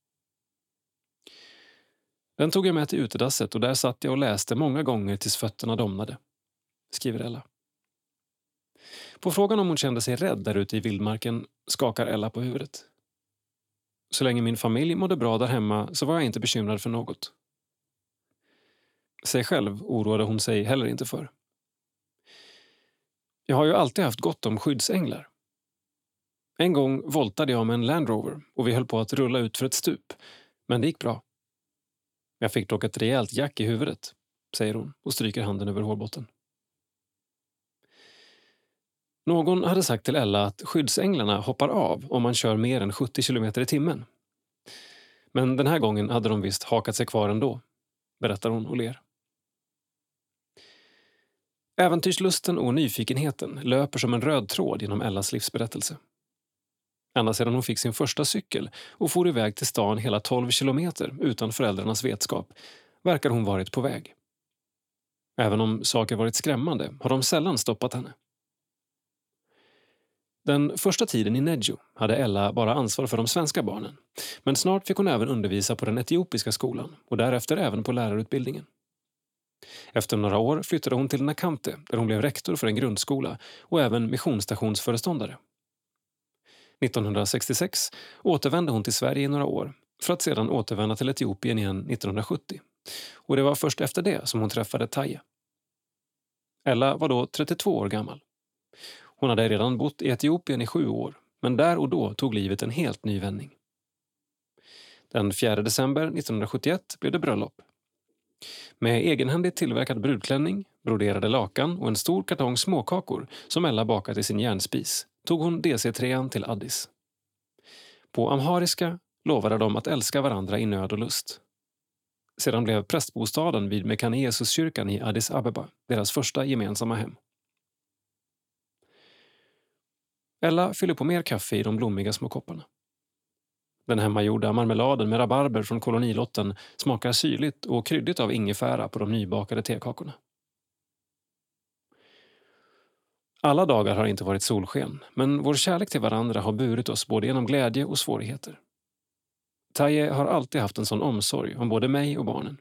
Den tog jag med till utedasset och där satt jag och läste många gånger tills fötterna domnade, skriver Ella. På frågan om hon kände sig rädd där ute i vildmarken skakar Ella på huvudet. Så länge min familj mådde bra där hemma så var jag inte bekymrad för något. Sig själv oroade hon sig heller inte för. Jag har ju alltid haft gott om skyddsänglar. En gång voltade jag med en Land Rover och vi höll på att rulla ut för ett stup, men det gick bra. Jag fick dock ett rejält jack i huvudet, säger hon och stryker handen över hårbotten. Någon hade sagt till Ella att skyddsänglarna hoppar av om man kör mer än sjuttio kilometer i timmen. Men den här gången hade de visst hakat sig kvar ändå, berättar hon och ler. Äventyrslusten och nyfikenheten löper som en röd tråd genom Ellas livsberättelse. Ända sedan hon fick sin första cykel och for iväg till stan hela tolv kilometer utan föräldrarnas vetskap verkar hon varit på väg. Även om saker varit skrämmande har de sällan stoppat henne. Den första tiden i Nejo hade Ella bara ansvar för de svenska barnen, men snart fick hon även undervisa på den etiopiska skolan och därefter även på lärarutbildningen. Efter några år flyttade hon till Nakamte där hon blev rektor för en grundskola och även missionsstationsföreståndare. nittonhundrasextiosex återvände hon till Sverige i några år för att sedan återvända till Etiopien igen nittonhundrasjuttio. Och det var först efter det som hon träffade Taye. Ella var då trettiotvå år gammal. Hon hade redan bott i Etiopien i sju år, men där och då tog livet en helt ny vändning. Den fjärde december nittonhundrasjuttioett blev det bröllop. Med egenhändigt tillverkad brudklänning, broderade lakan och en stor kartong småkakor som Ella bakat i sin järnspis tog hon D C tre till Addis. På amhariska lovade de att älska varandra i nöd och lust. Sedan blev prästbostaden vid Mekane Jesus-kyrkan i Addis Abeba deras första gemensamma hem. Ella fyller på mer kaffe i de blommiga små kopparna. Den hemmagjorda marmeladen med rabarber från kolonilotten smakar syrligt och kryddigt av ingefära på de nybakade tekakorna. Alla dagar har inte varit solsken, men vår kärlek till varandra har burit oss både genom glädje och svårigheter. Taye har alltid haft en sån omsorg om både mig och barnen.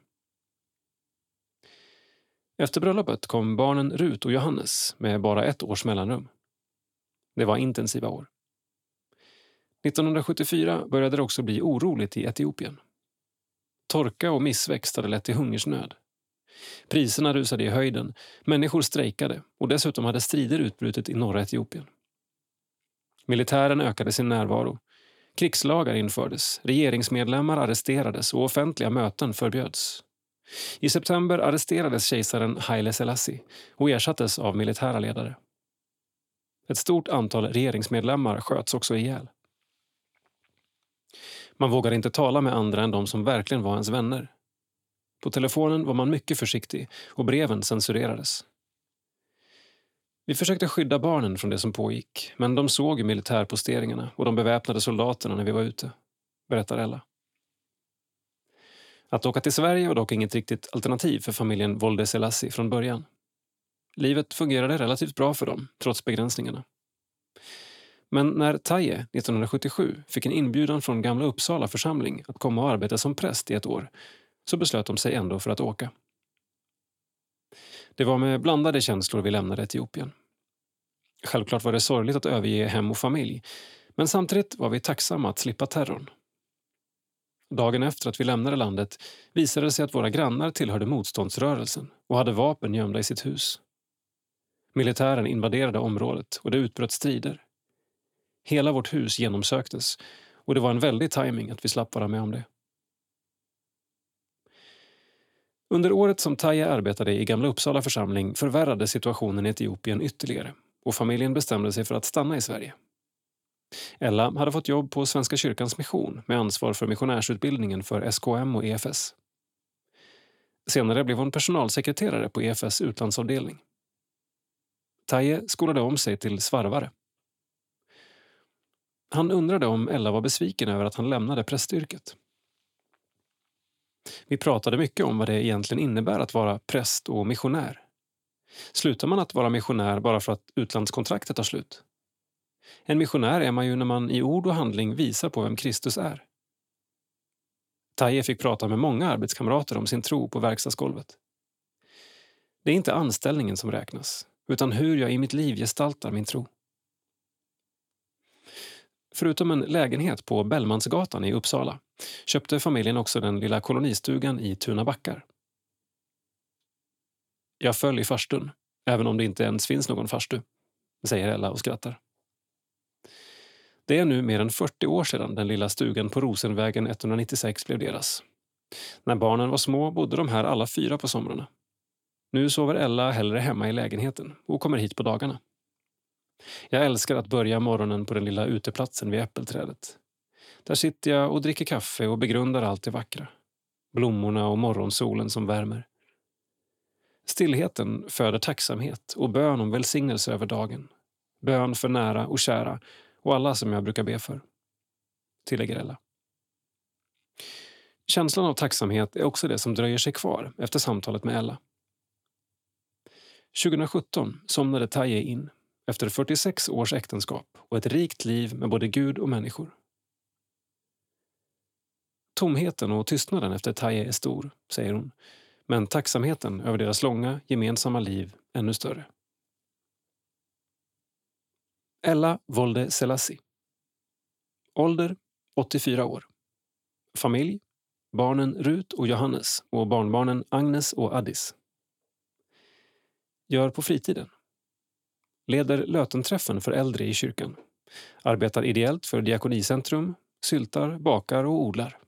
Efter bröllopet kom barnen Rut och Johannes med bara ett års mellanrum. Det var intensiva år. nittonhundrasjuttiofyra började det också bli oroligt i Etiopien. Torka och missväxt hade lett till hungersnöd. Priserna rusade i höjden, människor strejkade och dessutom hade strider utbrutit i norra Etiopien. Militären ökade sin närvaro. Krigslagar infördes, regeringsmedlemmar arresterades och offentliga möten förbjöds. I september arresterades kejsaren Haile Selassie och ersattes av militära ledare. Ett stort antal regeringsmedlemmar sköts också ihjäl. Man vågade inte tala med andra än de som verkligen var ens vänner. På telefonen var man mycket försiktig och breven censurerades. Vi försökte skydda barnen från det som pågick, men de såg ju militärposteringarna och de beväpnade soldaterna när vi var ute, berättar Ella. Att åka till Sverige var dock inget riktigt alternativ för familjen Wolde Selassie från början. Livet fungerade relativt bra för dem, trots begränsningarna. Men när Taye nittonhundrasjuttiosju fick en inbjudan från Gamla Uppsala församling att komma och arbeta som präst i ett år, så beslöt de sig ändå för att åka. Det var med blandade känslor vi lämnade Etiopien. Självklart var det sorgligt att överge hem och familj, men samtidigt var vi tacksamma att slippa terrorn. Dagen efter att vi lämnade landet visade det sig att våra grannar tillhörde motståndsrörelsen och hade vapen gömda i sitt hus. Militären invaderade området och det utbröt strider. Hela vårt hus genomsöktes och det var en väldig timing att vi slapp vara med om det. Under året som Taye arbetade i Gamla Uppsala församling förvärrade situationen i Etiopien ytterligare och familjen bestämde sig för att stanna i Sverige. Ella hade fått jobb på Svenska kyrkans mission med ansvar för missionärsutbildningen för S K M och E F S. Senare blev hon personalsekreterare på E F S utlandsavdelning. Taye skolade om sig till svarvare. Han undrade om Ella var besviken över att han lämnade prästyrket. Vi pratade mycket om vad det egentligen innebär att vara präst och missionär. Slutar man att vara missionär bara för att utlandskontraktet tar slut? En missionär är man ju när man i ord och handling visar på vem Kristus är. Taye fick prata med många arbetskamrater om sin tro på verkstadsgolvet. Det är inte anställningen som räknas, utan hur jag i mitt liv gestaltar min tro. Förutom en lägenhet på Bellmansgatan i Uppsala köpte familjen också den lilla kolonistugan i Tuna backar. Jag föll i farstun, även om det inte ens finns någon farstu, säger Ella och skrattar. Det är nu mer än fyrtio år sedan den lilla stugan på Rosenvägen etthundranittiosex blev deras. När barnen var små bodde de här alla fyra på somrarna. Nu sover Ella hellre hemma i lägenheten och kommer hit på dagarna. Jag älskar att börja morgonen på den lilla uteplatsen vid äppelträdet. Där sitter jag och dricker kaffe och begrundar allt det vackra. Blommorna och morgonsolen som värmer. Stillheten föder tacksamhet och bön om välsignelse över dagen. Bön för nära och kära och alla som jag brukar be för, tillägger Ella. Känslan av tacksamhet är också det som dröjer sig kvar efter samtalet med Ella. tjugohundrasjutton somnade Taye in efter fyrtiosex års äktenskap och ett rikt liv med både Gud och människor. Tomheten och tystnaden efter Taye är stor, säger hon, men tacksamheten över deras långa, gemensamma liv ännu större. Ella Wolde Selassie. Ålder åttiofyra år. Familj, barnen Rut och Johannes och barnbarnen Agnes och Addis. Gör på fritiden. Leder lötenträffen för äldre i kyrkan. Arbetar ideellt för Diakonicentrum, syltar, bakar och odlar.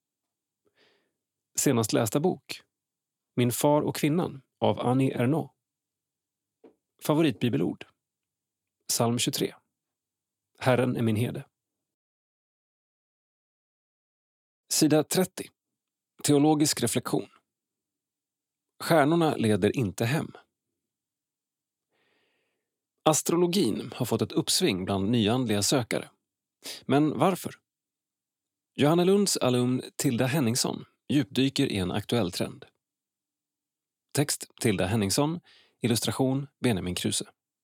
Senast lästa bok. Min far och kvinnan av Annie Ernaux. Favoritbibelord. Psalm tjugotre. Herren är min herde. Sida trettio. Teologisk reflektion. Stjärnorna leder inte hem. Astrologin har fått ett uppsving bland nyandliga sökare. Men varför? Johannelunds alumn Tilda Henningsson djupdyker i en aktuell trend. Text Tilda Henningsson, illustration Benjamin Kruse.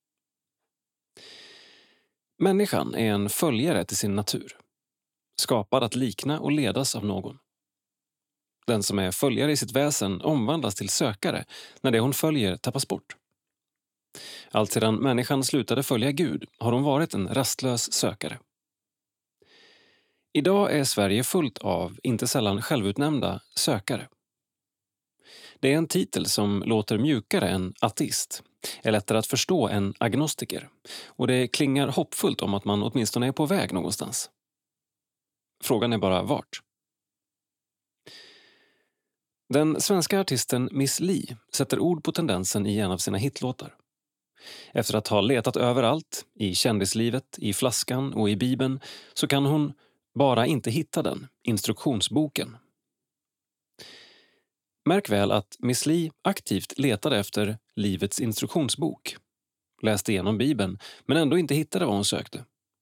Människan är en följare till sin natur, skapad att likna och ledas av någon. Den som är följare i sitt väsen omvandlas till sökare när det hon följer tappas bort. Allt sedan människan slutade följa Gud har hon varit en rastlös sökare. Idag är Sverige fullt av, inte sällan självutnämnda, sökare. Det är en titel som låter mjukare än ateist, är lättare att förstå än agnostiker, och det klingar hoppfullt om att man åtminstone är på väg någonstans. Frågan är bara vart. Den svenska artisten Miss Li sätter ord på tendensen i en av sina hitlåtar. Efter att ha letat överallt, i kändislivet, i flaskan och i Bibeln, så kan hon bara inte hitta den, instruktionsboken. Märk väl att Miss Li aktivt letade efter livets instruktionsbok. Läste igenom Bibeln, men ändå inte hittade vad hon sökte.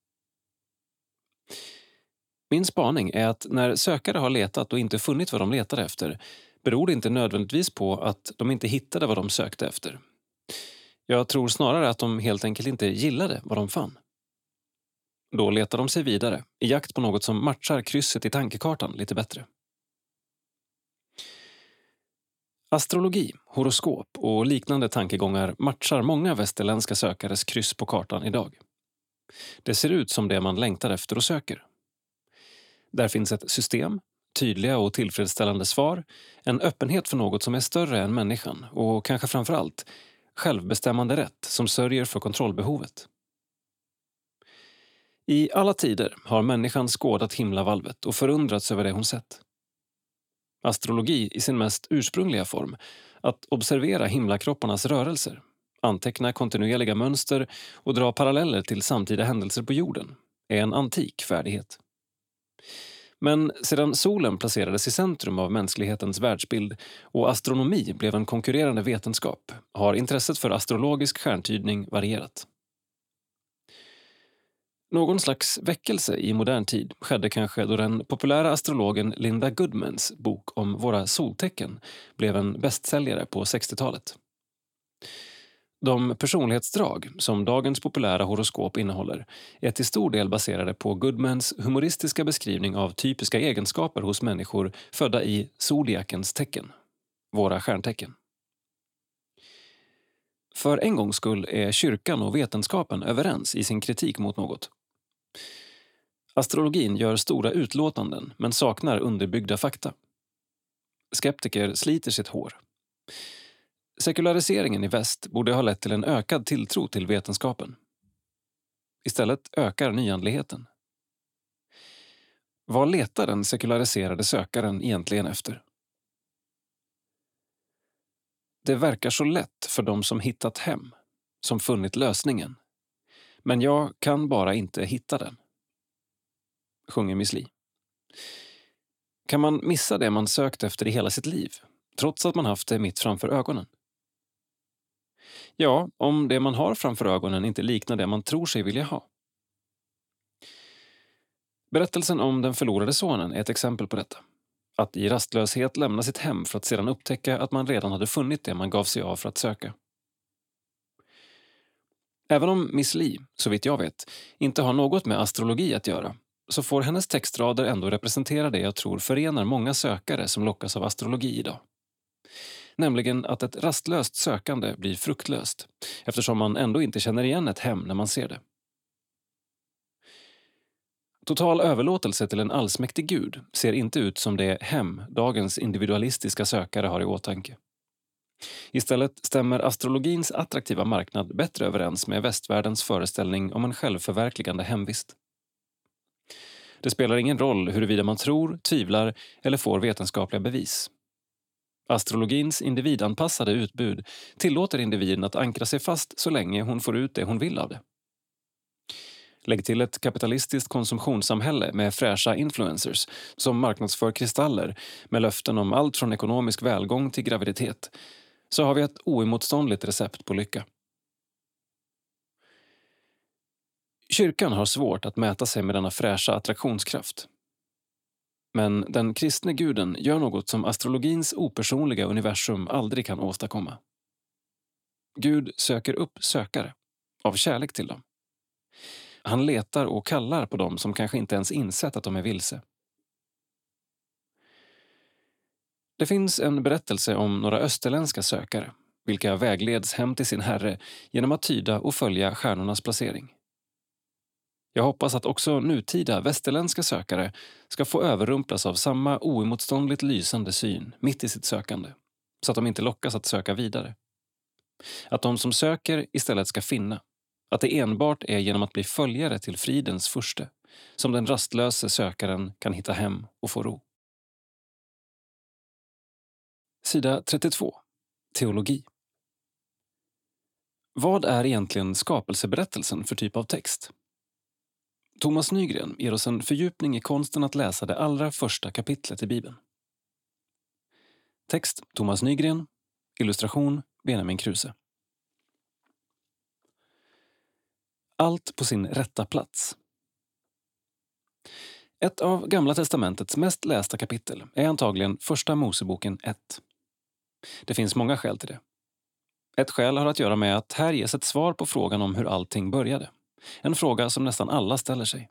Min spaning är att när sökare har letat och inte funnit vad de letade efter, beror det inte nödvändigtvis på att de inte hittade vad de sökte efter. Jag tror snarare att de helt enkelt inte gillade vad de fann. Då letar de sig vidare, i jakt på något som matchar krysset i tankekartan lite bättre. Astrologi, horoskop och liknande tankegångar matchar många västerländska sökares kryss på kartan idag. Det ser ut som det man längtar efter och söker. Där finns ett system, tydliga och tillfredsställande svar, en öppenhet för något som är större än människan och kanske framförallt självbestämmande rätt som sörjer för kontrollbehovet. I alla tider har människan skådat himlavalvet och förundrats över det hon sett. Astrologi i sin mest ursprungliga form, att observera himlakropparnas rörelser, anteckna kontinuerliga mönster och dra paralleller till samtida händelser på jorden, är en antik färdighet. Men sedan solen placerades i centrum av mänsklighetens världsbild och astronomi blev en konkurrerande vetenskap har intresset för astrologisk stjärntydning varierat. Någon slags väckelse i modern tid skedde kanske då den populära astrologen Linda Goodmans bok om våra soltecken blev en bästsäljare på sextiotalet. De personlighetsdrag som dagens populära horoskop innehåller är till stor del baserade på Goodmans humoristiska beskrivning av typiska egenskaper hos människor födda i zodiakens tecken, våra stjärntecken. För en gångs skull är kyrkan och vetenskapen överens i sin kritik mot något. Astrologin gör stora utlåtanden men saknar underbyggda fakta. Skeptiker sliter sitt hår. Sekulariseringen i väst borde ha lett till en ökad tilltro till vetenskapen. Istället ökar nyandligheten. Vad letar den sekulariserade sökaren egentligen efter? Det verkar så lätt för de som hittat hem, som funnit lösningen. Men jag kan bara inte hitta den. Sjunger Miss Li. Kan man missa det man sökt efter i hela sitt liv, trots att man haft det mitt framför ögonen? Ja, om det man har framför ögonen inte liknar det man tror sig vilja ha. Berättelsen om den förlorade sonen är ett exempel på detta. Att i rastlöshet lämna sitt hem för att sedan upptäcka att man redan hade funnit det man gav sig av för att söka. Även om Miss Li, så vitt jag vet, inte har något med astrologi att göra, så får hennes textrader ändå representera det jag tror förenar många sökare som lockas av astrologi idag. Nämligen att ett rastlöst sökande blir fruktlöst, eftersom man ändå inte känner igen ett hem när man ser det. Total överlåtelse till en allsmäktig gud ser inte ut som det hem dagens individualistiska sökare har i åtanke. Istället stämmer astrologins attraktiva marknad bättre överens med västvärldens föreställning om en självförverkligande hemvist. Det spelar ingen roll huruvida man tror, tvivlar eller får vetenskapliga bevis. Astrologins individanpassade utbud tillåter individen att ankra sig fast så länge hon får ut det hon vill av det. Lägg till ett kapitalistiskt konsumtionssamhälle med fräscha influencers som marknadsför kristaller med löften om allt från ekonomisk välgång till graviditet, så har vi ett oemotståndligt recept på lycka. Kyrkan har svårt att mäta sig med denna fräscha attraktionskraft. Men den kristne guden gör något som astrologins opersonliga universum aldrig kan åstadkomma. Gud söker upp sökare, av kärlek till dem. Han letar och kallar på dem som kanske inte ens insett att de är vilse. Det finns en berättelse om några österländska sökare, vilka vägleds hem till sin herre genom att tyda och följa stjärnornas placering. Jag hoppas att också nutida västerländska sökare ska få överrumplas av samma oemotståndligt lysande syn mitt i sitt sökande, så att de inte lockas att söka vidare. Att de som söker istället ska finna, att det enbart är genom att bli följare till fridens furste som den rastlöse sökaren kan hitta hem och få ro. Sida trettiotvå. Teologi. Vad är egentligen skapelseberättelsen för typ av text? Thomas Nygren ger oss en fördjupning i konsten att läsa det allra första kapitlet i Bibeln. Text Thomas Nygren, illustration Benjamin Kruse. Allt på sin rätta plats. Ett av Gamla testamentets mest lästa kapitel är antagligen Första Moseboken ett. Det finns många skäl till det. Ett skäl har att göra med att här ges ett svar på frågan om hur allting började. En fråga som nästan alla ställer sig.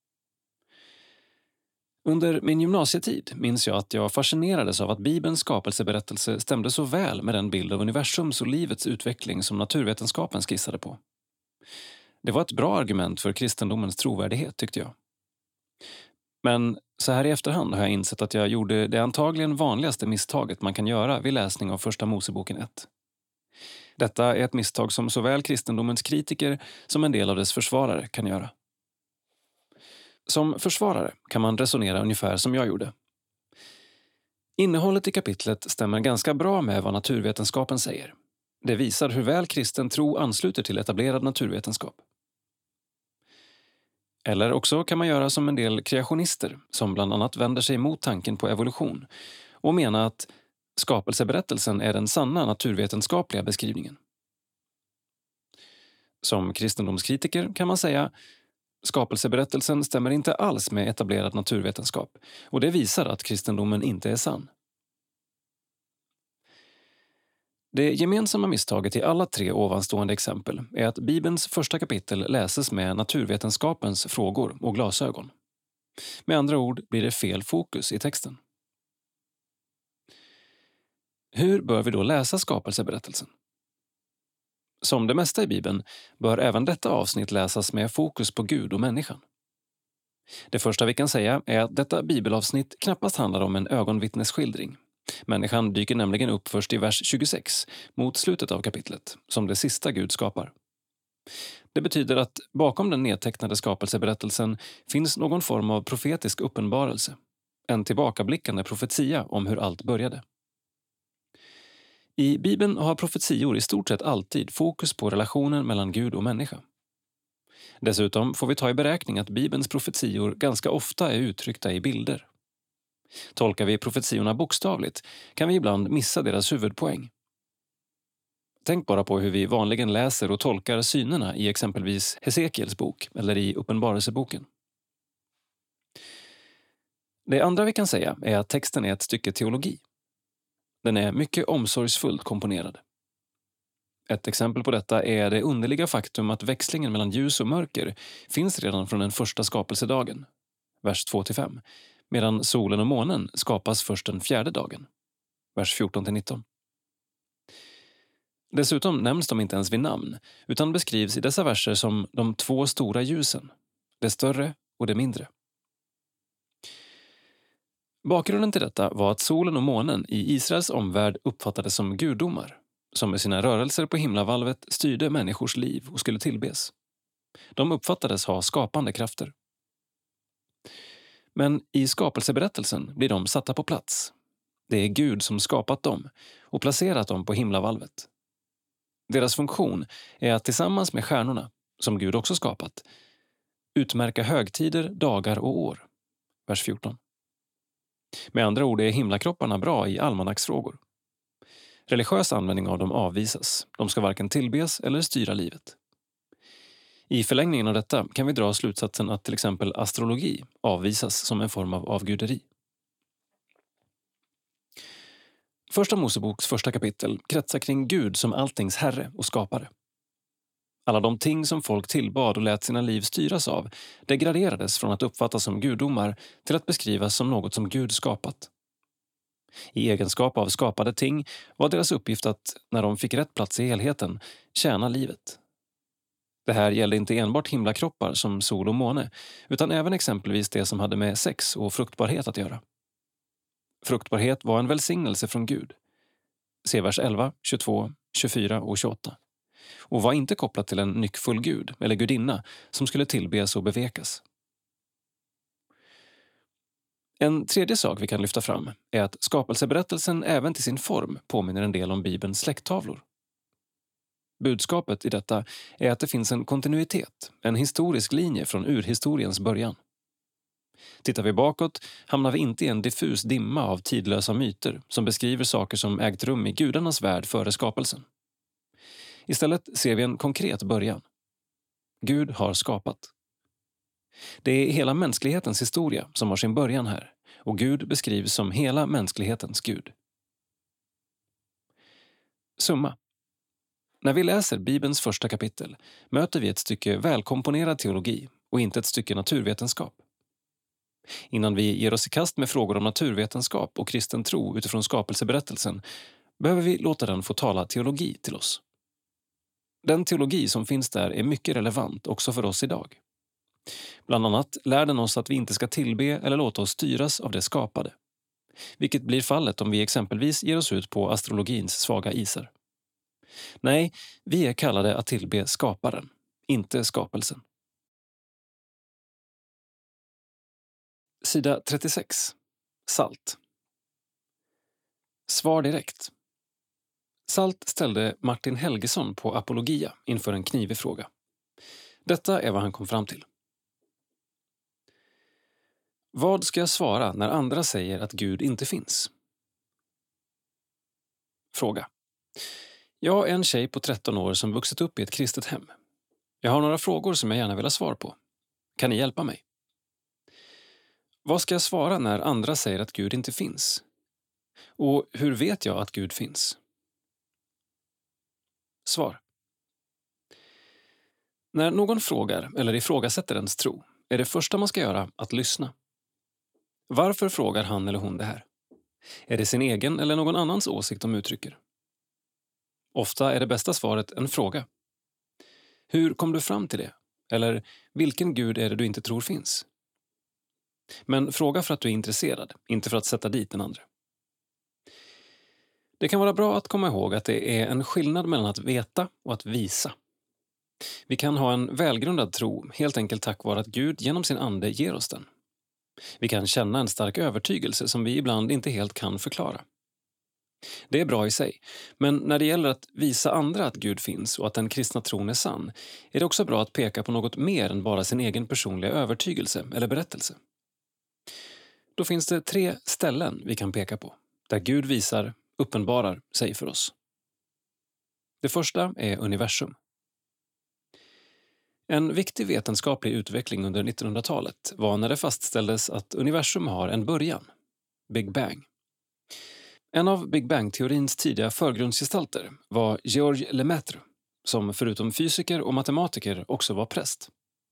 Under min gymnasietid minns jag att jag fascinerades av att Bibelns skapelseberättelse stämde så väl med den bild av universums och livets utveckling som naturvetenskapen skissade på. Det var ett bra argument för kristendomens trovärdighet, tyckte jag. Men så här i efterhand har jag insett att jag gjorde det antagligen vanligaste misstaget man kan göra vid läsning av Första Moseboken ett. Detta är ett misstag som såväl kristendomens kritiker som en del av dess försvarare kan göra. Som försvarare kan man resonera ungefär som jag gjorde. Innehållet i kapitlet stämmer ganska bra med vad naturvetenskapen säger. Det visar hur väl kristen tro ansluter till etablerad naturvetenskap. Eller också kan man göra som en del kreationister som bland annat vänder sig mot tanken på evolution och menar att skapelseberättelsen är den sanna naturvetenskapliga beskrivningen. Som kristendomskritiker kan man säga skapelseberättelsen stämmer inte alls med etablerad naturvetenskap och det visar att kristendomen inte är sann. Det gemensamma misstaget i alla tre ovanstående exempel är att Bibelns första kapitel läses med naturvetenskapens frågor och glasögon. Med andra ord blir det fel fokus i texten. Hur bör vi då läsa skapelseberättelsen? Som det mesta i Bibeln bör även detta avsnitt läsas med fokus på Gud och människan. Det första vi kan säga är att detta bibelavsnitt knappast handlar om en ögonvittnesskildring. Människan dyker nämligen upp först i vers tjugosex, mot slutet av kapitlet, som det sista Gud skapar. Det betyder att bakom den nedtecknade skapelseberättelsen finns någon form av profetisk uppenbarelse, en tillbakablickande profetia om hur allt började. I Bibeln har profetior i stort sett alltid fokus på relationen mellan Gud och människa. Dessutom får vi ta i beräkning att Bibelns profetior ganska ofta är uttryckta i bilder. Tolkar vi profetiorna bokstavligt kan vi ibland missa deras huvudpoäng. Tänk bara på hur vi vanligen läser och tolkar synerna i exempelvis Hesekiels bok eller i Uppenbarelseboken. Det andra vi kan säga är att texten är ett stycke teologi. Den är mycket omsorgsfullt komponerad. Ett exempel på detta är det underliga faktum att växlingen mellan ljus och mörker finns redan från den första skapelsedagen, vers två till fem, medan solen och månen skapas först den fjärde dagen, vers fjorton till nitton. Dessutom nämns de inte ens vid namn, utan beskrivs i dessa verser som de två stora ljusen, det större och det mindre. Bakgrunden till detta var att solen och månen i Israels omvärld uppfattades som gudomar, som med sina rörelser på himlavalvet styrde människors liv och skulle tillbes. De uppfattades ha skapande krafter. Men i skapelseberättelsen blir de satta på plats. Det är Gud som skapat dem och placerat dem på himlavalvet. Deras funktion är att tillsammans med stjärnorna, som Gud också skapat, utmärka högtider, dagar och år. Vers fjorton. Med andra ord är himlakropparna bra i almanacksfrågor. Religiös användning av dem avvisas. De ska varken tillbes eller styra livet. I förlängningen av detta kan vi dra slutsatsen att till exempel astrologi avvisas som en form av avguderi. Första Moseboks första kapitel kretsar kring Gud som alltings herre och skapare. Alla de ting som folk tillbad och lät sina liv styras av degraderades från att uppfattas som gudomar till att beskrivas som något som Gud skapat. I egenskap av skapade ting var deras uppgift att, när de fick rätt plats i helheten, tjäna livet. Det här gällde inte enbart himlakroppar som sol och måne, utan även exempelvis det som hade med sex och fruktbarhet att göra. Fruktbarhet var en välsignelse från Gud. Se vers elva, tjugotvå, tjugofyra och tjugoåtta. Och var inte kopplat till en nyckfull gud eller gudinna som skulle tillbes och bevekas. En tredje sak vi kan lyfta fram är att skapelseberättelsen även till sin form påminner en del om Bibelns släkttavlor. Budskapet i detta är att det finns en kontinuitet, en historisk linje från urhistoriens början. Tittar vi bakåt hamnar vi inte i en diffus dimma av tidlösa myter som beskriver saker som ägt rum i gudarnas värld före skapelsen. Istället ser vi en konkret början. Gud har skapat. Det är hela mänsklighetens historia som har sin början här, och Gud beskrivs som hela mänsklighetens Gud. Summa. När vi läser Bibelns första kapitel möter vi ett stycke välkomponerad teologi och inte ett stycke naturvetenskap. Innan vi ger oss i kast med frågor om naturvetenskap och kristen tro utifrån skapelseberättelsen behöver vi låta den få tala teologi till oss. Den teologi som finns där är mycket relevant också för oss idag. Bland annat lär den oss att vi inte ska tillbe eller låta oss styras av det skapade. Vilket blir fallet om vi exempelvis ger oss ut på astrologins svaga isar. Nej, vi är kallade att tillbe skaparen, inte skapelsen. Sida trettiosex. Salt. Svar direkt. Salt ställde Martin Helgesson på Apologia inför en knivig fråga. Detta är vad han kom fram till. Vad ska jag svara när andra säger att Gud inte finns? Fråga. Jag är en tjej på tretton år som vuxit upp i ett kristet hem. Jag har några frågor som jag gärna vill ha svar på. Kan ni hjälpa mig? Vad ska jag svara när andra säger att Gud inte finns? Och hur vet jag att Gud finns? Svar. När någon frågar eller ifrågasätter ens tro är det första man ska göra att lyssna. Varför frågar han eller hon det här? Är det sin egen eller någon annans åsikt de uttrycker? Ofta är det bästa svaret en fråga. Hur kom du fram till det? Eller vilken Gud är det du inte tror finns? Men fråga för att du är intresserad, inte för att sätta dit den andra. Det kan vara bra att komma ihåg att det är en skillnad mellan att veta och att visa. Vi kan ha en välgrundad tro helt enkelt tack vare att Gud genom sin ande ger oss den. Vi kan känna en stark övertygelse som vi ibland inte helt kan förklara. Det är bra i sig, men när det gäller att visa andra att Gud finns och att den kristna tron är sann är det också bra att peka på något mer än bara sin egen personliga övertygelse eller berättelse. Då finns det tre ställen vi kan peka på, där Gud visar, uppenbarar sig för oss. Det första är universum. En viktig vetenskaplig utveckling under nittonhundratalet var när det fastställdes att universum har en början, Big Bang. En av Big Bang-teorins tidiga förgrundsgestalter var Georges Lemaitre, som förutom fysiker och matematiker också var präst.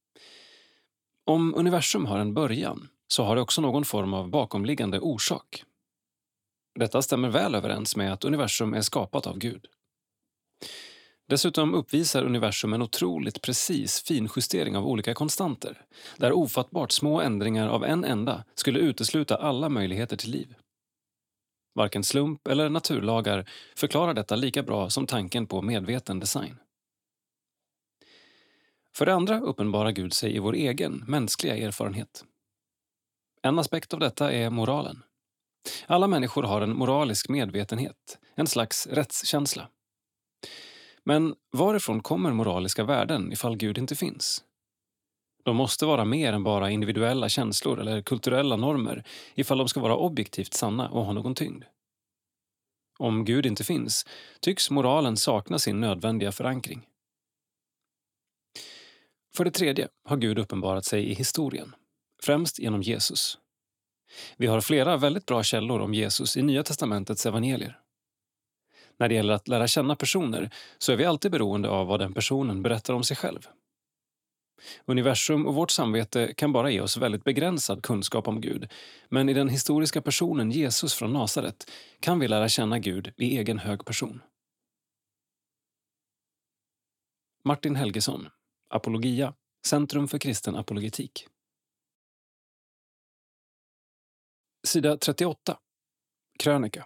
Om universum har en början så har det också någon form av bakomliggande orsak. Detta stämmer väl överens med att universum är skapat av Gud. Dessutom uppvisar universum en otroligt precis finjustering av olika konstanter, där ofattbart små ändringar av en enda skulle utesluta alla möjligheter till liv. Varken slump eller naturlagar förklarar detta lika bra som tanken på medveten design. För det andra uppenbarar Gud sig i vår egen mänskliga erfarenhet. En aspekt av detta är moralen. Alla människor har en moralisk medvetenhet, en slags rättskänsla. Men varifrån kommer moraliska värden ifall Gud inte finns? De måste vara mer än bara individuella känslor eller kulturella normer ifall de ska vara objektivt sanna och ha någon tyngd. Om Gud inte finns tycks moralen sakna sin nödvändiga förankring. För det tredje har Gud uppenbarat sig i historien, främst genom Jesus. Vi har flera väldigt bra källor om Jesus i Nya testamentets evangelier. När det gäller att lära känna personer så är vi alltid beroende av vad den personen berättar om sig själv. Universum och vårt samvete kan bara ge oss väldigt begränsad kunskap om Gud, men i den historiska personen Jesus från Nasaret kan vi lära känna Gud i egen hög person. Martin Helgesson, Apologia, Centrum för kristen apologetik. Sida trettioåtta. Krönika.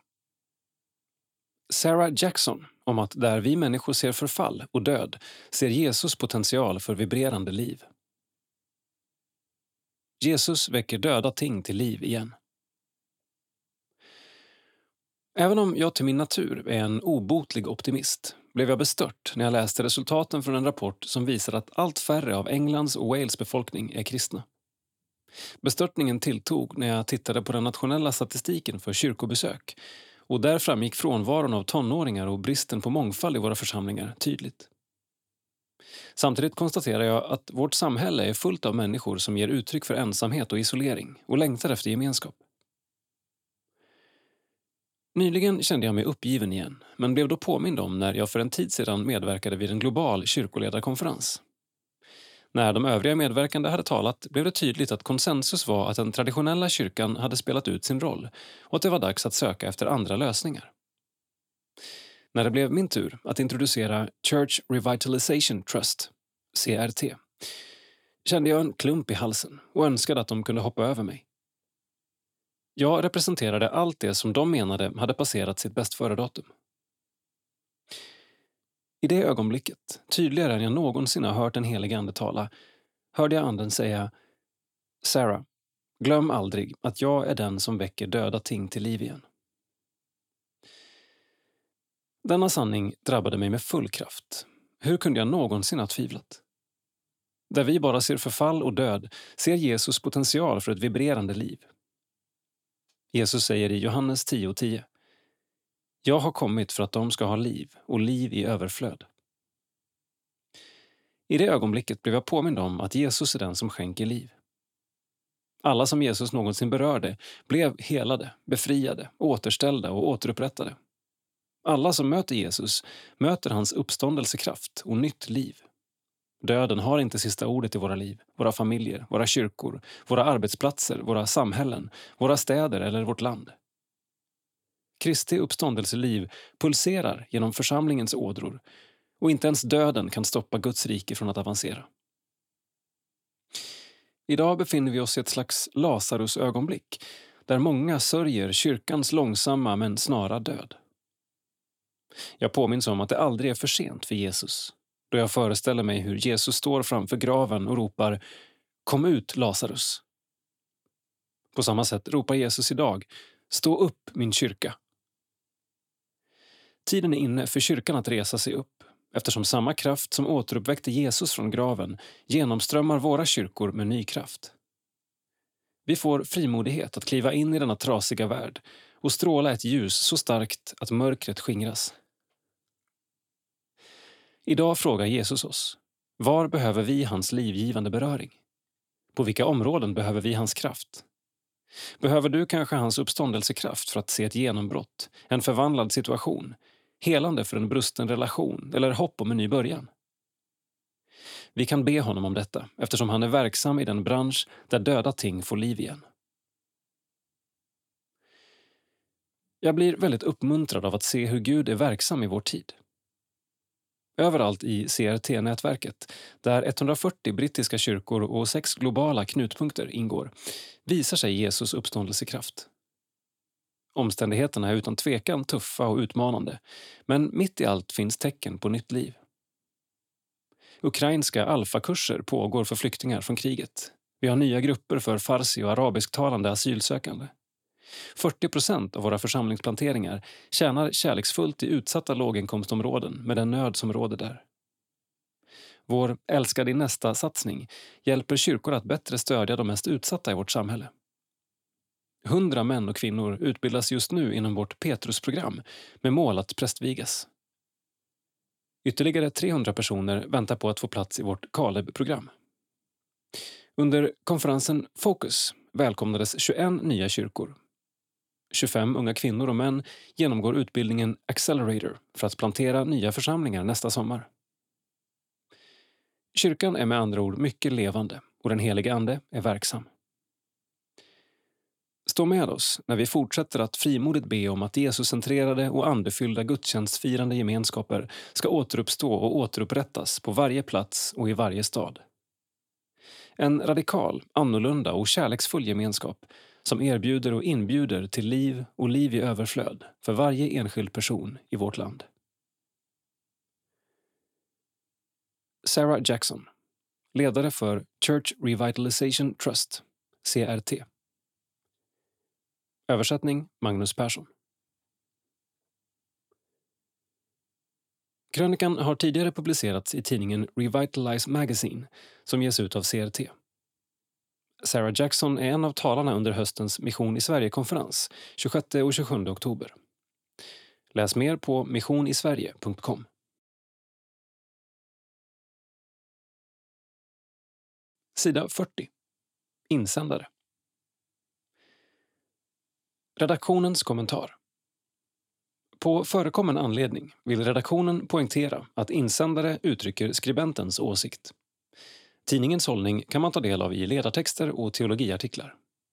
Sarah Jackson om att där vi människor ser förfall och död ser Jesus potential för vibrerande liv. Jesus väcker döda ting till liv igen. Även om jag till min natur är en obotlig optimist blev jag bestört när jag läste resultaten från en rapport som visar att allt färre av Englands och Wales befolkning är kristna. Bestörtningen tilltog när jag tittade på den nationella statistiken för kyrkobesök och där framgick frånvaron av tonåringar och bristen på mångfald i våra församlingar tydligt. Samtidigt konstaterar jag att vårt samhälle är fullt av människor som ger uttryck för ensamhet och isolering och längtar efter gemenskap. Nyligen kände jag mig uppgiven igen, men blev då påmind om när jag för en tid sedan medverkade vid en global kyrkoledarkonferens. När de övriga medverkande hade talat blev det tydligt att konsensus var att den traditionella kyrkan hade spelat ut sin roll och att det var dags att söka efter andra lösningar. När det blev min tur att introducera Church Revitalization Trust, C R T, kände jag en klump i halsen och önskade att de kunde hoppa över mig. Jag representerade allt det som de menade hade passerat sitt bästföredatum. I det ögonblicket, tydligare än jag någonsin har hört en helig ande tala, hörde jag anden säga: Sarah, Glöm aldrig att jag är den som väcker döda ting till liv igen. Denna sanning drabbade mig med full kraft. Hur kunde jag någonsin ha tvivlat? Där vi bara ser förfall och död ser Jesus potential för ett vibrerande liv. Jesus säger i Johannes tio tio: Jag har kommit för att de ska ha liv och liv i överflöd. I det ögonblicket blev jag påmind om att Jesus är den som skänker liv. Alla som Jesus någonsin berörde blev helade, befriade, återställda och återupprättade. Alla som möter Jesus möter hans uppståndelsekraft och nytt liv. Döden har inte sista ordet i våra liv, våra familjer, våra kyrkor, våra arbetsplatser, våra samhällen, våra städer eller vårt land. Kristi uppståndelseliv pulserar genom församlingens ådror och inte ens döden kan stoppa Guds rike från att avancera. Idag befinner vi oss i ett slags Lazarus-ögonblick där många sörjer kyrkans långsamma men snara död. Jag påminns om att det aldrig är för sent för Jesus, då jag föreställer mig hur Jesus står framför graven och ropar: Kom ut, Lazarus! På samma sätt ropar Jesus idag: Stå upp, min kyrka! Tiden är inne för kyrkan att resa sig upp, eftersom samma kraft som återuppväckte Jesus från graven genomströmmar våra kyrkor med ny kraft. Vi får frimodighet att kliva in i denna trasiga värld och stråla ett ljus så starkt att mörkret skingras. Idag frågar Jesus oss: var behöver vi hans livgivande beröring? På vilka områden behöver vi hans kraft? Behöver du kanske hans uppståndelsekraft för att se ett genombrott, en förvandlad situation, helande för en brusten relation eller hopp om en ny början? Vi kan be honom om detta eftersom han är verksam i den bransch där döda ting får liv igen. Jag blir väldigt uppmuntrad av att se hur Gud är verksam i vår tid. Överallt i C R T-nätverket, där etthundrafyrtio brittiska kyrkor och sex globala knutpunkter ingår, visar sig Jesus uppståndelsekraft. Omständigheterna är utan tvekan tuffa och utmanande, men mitt i allt finns tecken på nytt liv. Ukrainska alfakurser pågår för flyktingar från kriget. Vi har nya grupper för farsi- och arabisktalande asylsökande. fyrtio procent av våra församlingsplanteringar tjänar kärleksfullt i utsatta låginkomstområden med den nöd som råder där. Vår Älska din nästa-satsning hjälper kyrkor att bättre stödja de mest utsatta i vårt samhälle. Hundra män och kvinnor utbildas just nu inom vårt Petrus-program med mål att prästvigas. Ytterligare trehundra personer väntar på att få plats i vårt Kaleb-program. Under konferensen Focus välkomnades tjugoett nya kyrkor. tjugofem unga kvinnor och män genomgår utbildningen Accelerator för att plantera nya församlingar nästa sommar. Kyrkan är med andra ord mycket levande och den helige ande är verksam. Stå med oss när vi fortsätter att frimodigt be om att Jesuscentrerade och andefyllda gudstjänstfirande gemenskaper ska återuppstå och återupprättas på varje plats och i varje stad. En radikal, annorlunda och kärleksfull gemenskap som erbjuder och inbjuder till liv och liv i överflöd för varje enskild person i vårt land. Sarah Jackson, ledare för Church Revitalization Trust, C R T. Översättning Magnus Persson. Krönikan har tidigare publicerats i tidningen Revitalize Magazine som ges ut av C R T. Sarah Jackson är en av talarna under höstens Mission i Sverige-konferens tjugosjätte och tjugosjunde oktober. Läs mer på mission i sverige punkt com. Sida fyrtio. Insändare. Redaktionens kommentar. På förekommen anledning vill redaktionen poängtera att insändare uttrycker skribentens åsikt. Tidningens hållning kan man ta del av i ledartexter och teologiartiklar.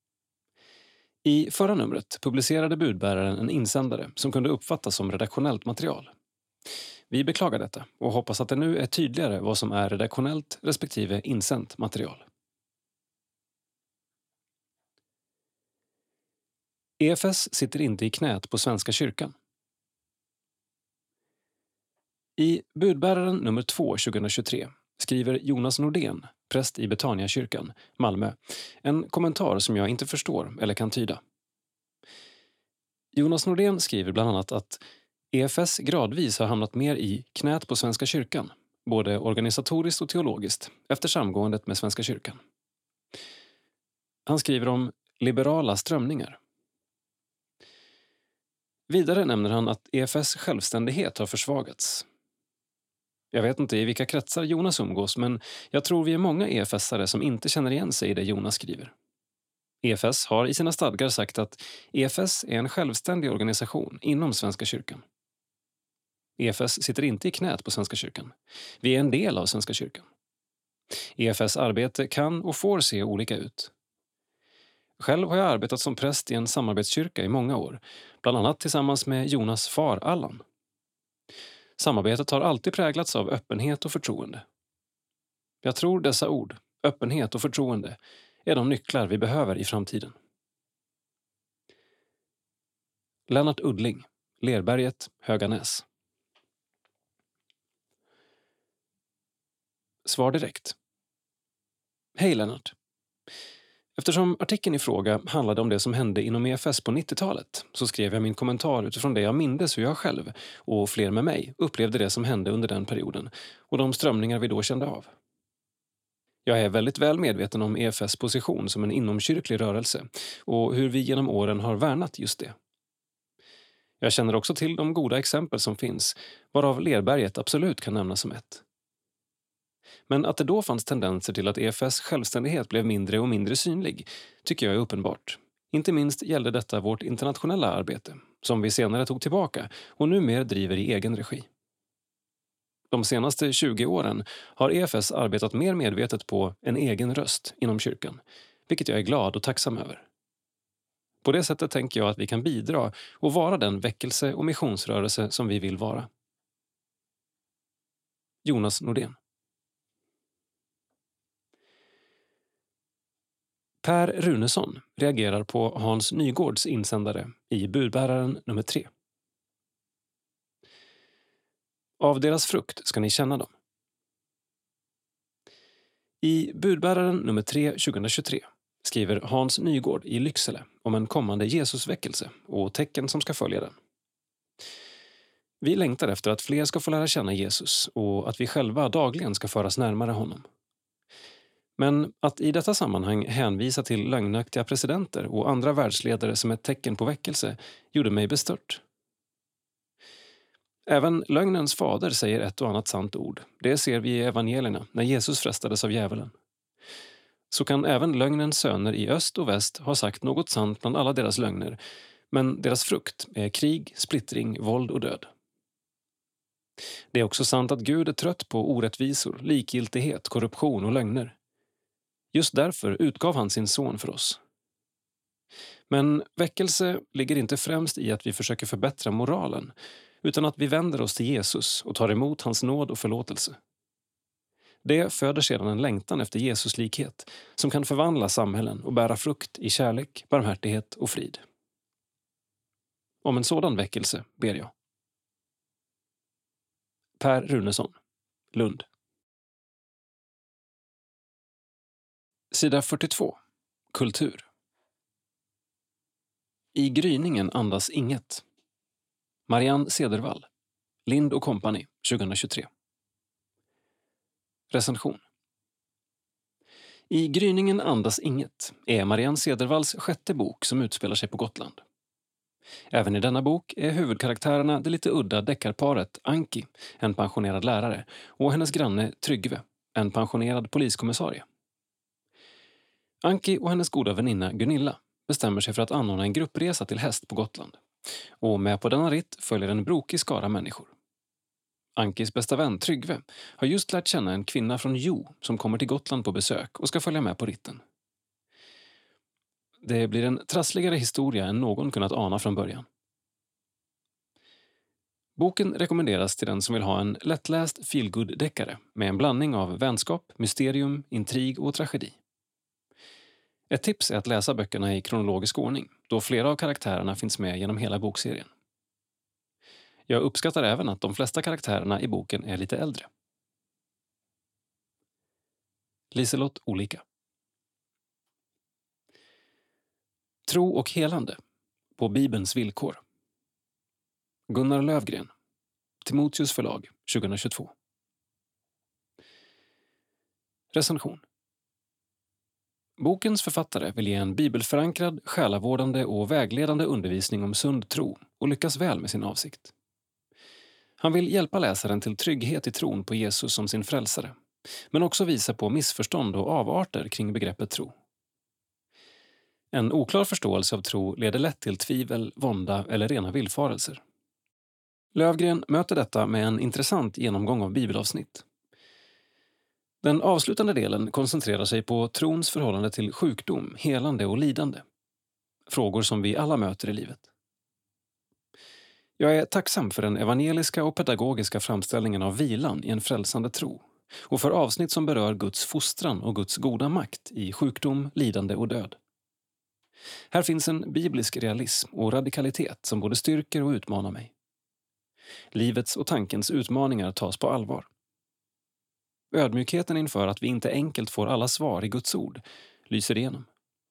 I förra numret publicerade budbäraren en insändare som kunde uppfattas som redaktionellt material. Vi beklagar detta och hoppas att det nu är tydligare vad som är redaktionellt respektive insänt material. E F S sitter inte i knät på Svenska kyrkan. I budbäraren nummer två tjugohundratjugotre skriver Jonas Nordén, präst i Betaniakyrkan, Malmö, en kommentar som jag inte förstår eller kan tyda. Jonas Nordén skriver bland annat att E F S gradvis har hamnat mer i knät på Svenska kyrkan, både organisatoriskt och teologiskt, efter samgåendet med Svenska kyrkan. Han skriver om liberala strömningar. Vidare nämner han att E F S självständighet har försvagats. Jag vet inte i vilka kretsar Jonas umgås, men jag tror vi är många E F S-are som inte känner igen sig i det Jonas skriver. E F S har i sina stadgar sagt att E F S är en självständig organisation inom Svenska kyrkan. E F S sitter inte i knät på Svenska kyrkan. Vi är en del av Svenska kyrkan. E F S arbete kan och får se olika ut. Själv har jag arbetat som präst i en samarbetskyrka i många år, bland annat tillsammans med Jonas far Allan. Samarbetet har alltid präglats av öppenhet och förtroende. Jag tror dessa ord, öppenhet och förtroende, är de nycklar vi behöver i framtiden. Lennart Uddling, Lerberget, Höganäs. Svar direkt. Hej Lennart. Eftersom artikeln i fråga handlade om det som hände inom E F S på nittiotalet så skrev jag min kommentar utifrån det jag mindes hur jag själv och fler med mig upplevde det som hände under den perioden och de strömningar vi då kände av. Jag är väldigt väl medveten om E F S position som en inomkyrklig rörelse och hur vi genom åren har värnat just det. Jag känner också till de goda exempel som finns, varav Lerberget absolut kan nämnas som ett. Men att det då fanns tendenser till att E F S självständighet blev mindre och mindre synlig tycker jag är uppenbart. Inte minst gällde detta vårt internationella arbete, som vi senare tog tillbaka och numera driver i egen regi. De senaste tjugo åren har E F S arbetat mer medvetet på en egen röst inom kyrkan, vilket jag är glad och tacksam över. På det sättet tänker jag att vi kan bidra och vara den väckelse- och missionsrörelse som vi vill vara. Jonas Nordén. Per Runesson reagerar på Hans Nygårds insändare i Budbäraren nummer tre. Av deras frukt ska ni känna dem. I Budbäraren nummer tre tjugohundratjugotre skriver Hans Nygård i Lycksele om en kommande Jesusväckelse och tecken som ska följa den. Vi längtar efter att fler ska få lära känna Jesus och att vi själva dagligen ska föras närmare honom. Men att i detta sammanhang hänvisa till lögnaktiga presidenter och andra världsledare som ett tecken på väckelse gjorde mig bestört. Även lögnens fader säger ett och annat sant ord. Det ser vi i evangelierna när Jesus frestades av djävulen. Så kan även lögnens söner i öst och väst ha sagt något sant bland alla deras lögner, men deras frukt är krig, splittring, våld och död. Det är också sant att Gud är trött på orättvisor, likgiltighet, korruption och lögner. Just därför utgav han sin son för oss. Men väckelse ligger inte främst i att vi försöker förbättra moralen, utan att vi vänder oss till Jesus och tar emot hans nåd och förlåtelse. Det föder sedan en längtan efter Jesus likhet som kan förvandla samhällen och bära frukt i kärlek, barmhärtighet och frid. Om en sådan väckelse ber jag. Per Runesson, Lund. Sida fyrtiotvå. Kultur. I gryningen andas inget. Marianne Cedervall, Lind och Company, tjugohundratjugotre. Recension. I gryningen andas inget är Marianne Cedervalls sjätte bok som utspelar sig på Gotland. Även i denna bok är huvudkaraktärerna det lite udda deckarparet Anki, en pensionerad lärare, och hennes granne Tryggve, en pensionerad poliskommissarie. Anki och hennes goda väninna Gunilla bestämmer sig för att anordna en gruppresa till häst på Gotland. Och med på denna ritt följer en brokig skara människor. Ankis bästa vän Tryggve har just lärt känna en kvinna från Jo som kommer till Gotland på besök och ska följa med på ritten. Det blir en trassligare historia än någon kunnat ana från början. Boken rekommenderas till den som vill ha en lättläst feelgood-deckare med en blandning av vänskap, mysterium, intrig och tragedi. Ett tips är att läsa böckerna i kronologisk ordning, då flera av karaktärerna finns med genom hela bokserien. Jag uppskattar även att de flesta karaktärerna i boken är lite äldre. Liselott Olika. Tro och helande på Bibelns villkor. Gunnar Lövgren. Timoteus förlag tjugohundratjugotvå. Recension. Bokens författare vill ge en bibelförankrad, själavårdande och vägledande undervisning om sund tro och lyckas väl med sin avsikt. Han vill hjälpa läsaren till trygghet i tron på Jesus som sin frälsare, men också visa på missförstånd och avarter kring begreppet tro. En oklar förståelse av tro leder lätt till tvivel, vånda eller rena villfarelser. Lövgren möter detta med en intressant genomgång av bibelavsnitt. Den avslutande delen koncentrerar sig på trons förhållande till sjukdom, helande och lidande. Frågor som vi alla möter i livet. Jag är tacksam för den evangeliska och pedagogiska framställningen av vilan i en frälsande tro och för avsnitt som berör Guds fostran och Guds goda makt i sjukdom, lidande och död. Här finns en biblisk realism och radikalitet som både styrker och utmanar mig. Livets och tankens utmaningar tas på allvar. Ödmjukheten inför att vi inte enkelt får alla svar i Guds ord lyser igenom.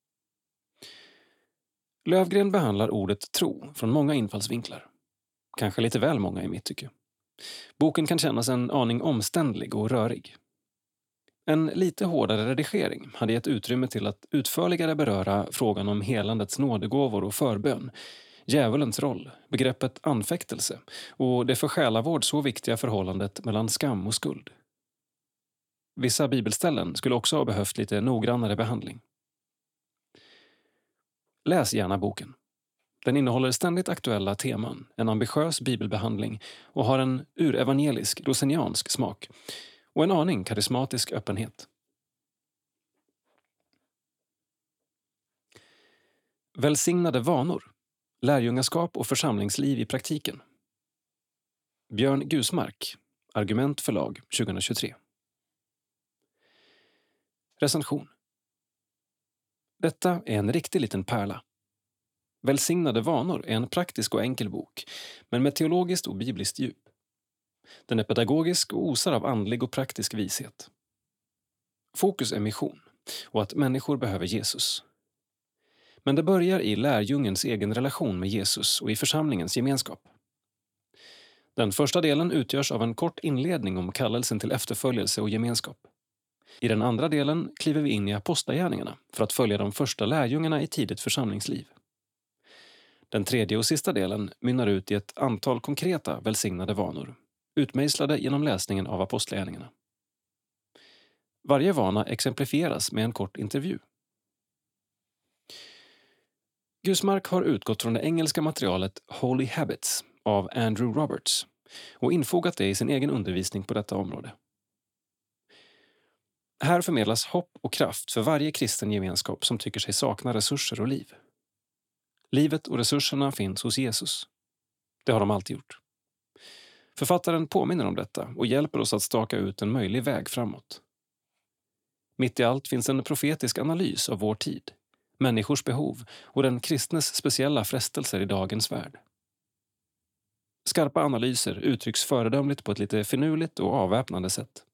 Lövgren behandlar ordet tro från många infallsvinklar. Kanske lite väl många i mitt tycke. Boken kan kännas en aning omständlig och rörig. En lite hårdare redigering hade gett utrymme till att utförligare beröra frågan om helandets nådegåvor och förbön, djävulens roll, begreppet anfäktelse och det för själavård så viktiga förhållandet mellan skam och skuld. Vissa bibelställen skulle också ha behövt lite noggrannare behandling. Läs gärna boken. Den innehåller ständigt aktuella teman, en ambitiös bibelbehandling och har en urevangelisk, roseniansk smak och en aning karismatisk öppenhet. Välsignade vanor, lärjungaskap och församlingsliv i praktiken. Björn Gusmark, Argument förlag tjugohundratjugotre. Recension. Detta är en riktig liten pärla. Välsignade vanor är en praktisk och enkel bok, men med teologiskt och bibliskt djup. Den är pedagogisk och osar av andlig och praktisk vishet. Fokus är mission och att människor behöver Jesus. Men det börjar i lärjungens egen relation med Jesus och i församlingens gemenskap. Den första delen utgörs av en kort inledning om kallelsen till efterföljelse och gemenskap. I den andra delen kliver vi in i apostlagärningarna för att följa de första lärjungarna i tidigt församlingsliv. Den tredje och sista delen mynnar ut i ett antal konkreta välsignade vanor, utmejslade genom läsningen av apostlagärningarna. Varje vana exemplifieras med en kort intervju. Gusmark har utgått från det engelska materialet Holy Habits av Andrew Roberts och infogat det i sin egen undervisning på detta område. Här förmedlas hopp och kraft för varje kristen gemenskap som tycker sig sakna resurser och liv. Livet och resurserna finns hos Jesus. Det har de alltid gjort. Författaren påminner om detta och hjälper oss att staka ut en möjlig väg framåt. Mitt i allt finns en profetisk analys av vår tid, människors behov och den kristnes speciella frestelser i dagens värld. Skarpa analyser uttrycks föredömligt på ett lite finurligt och avväpnande sätt.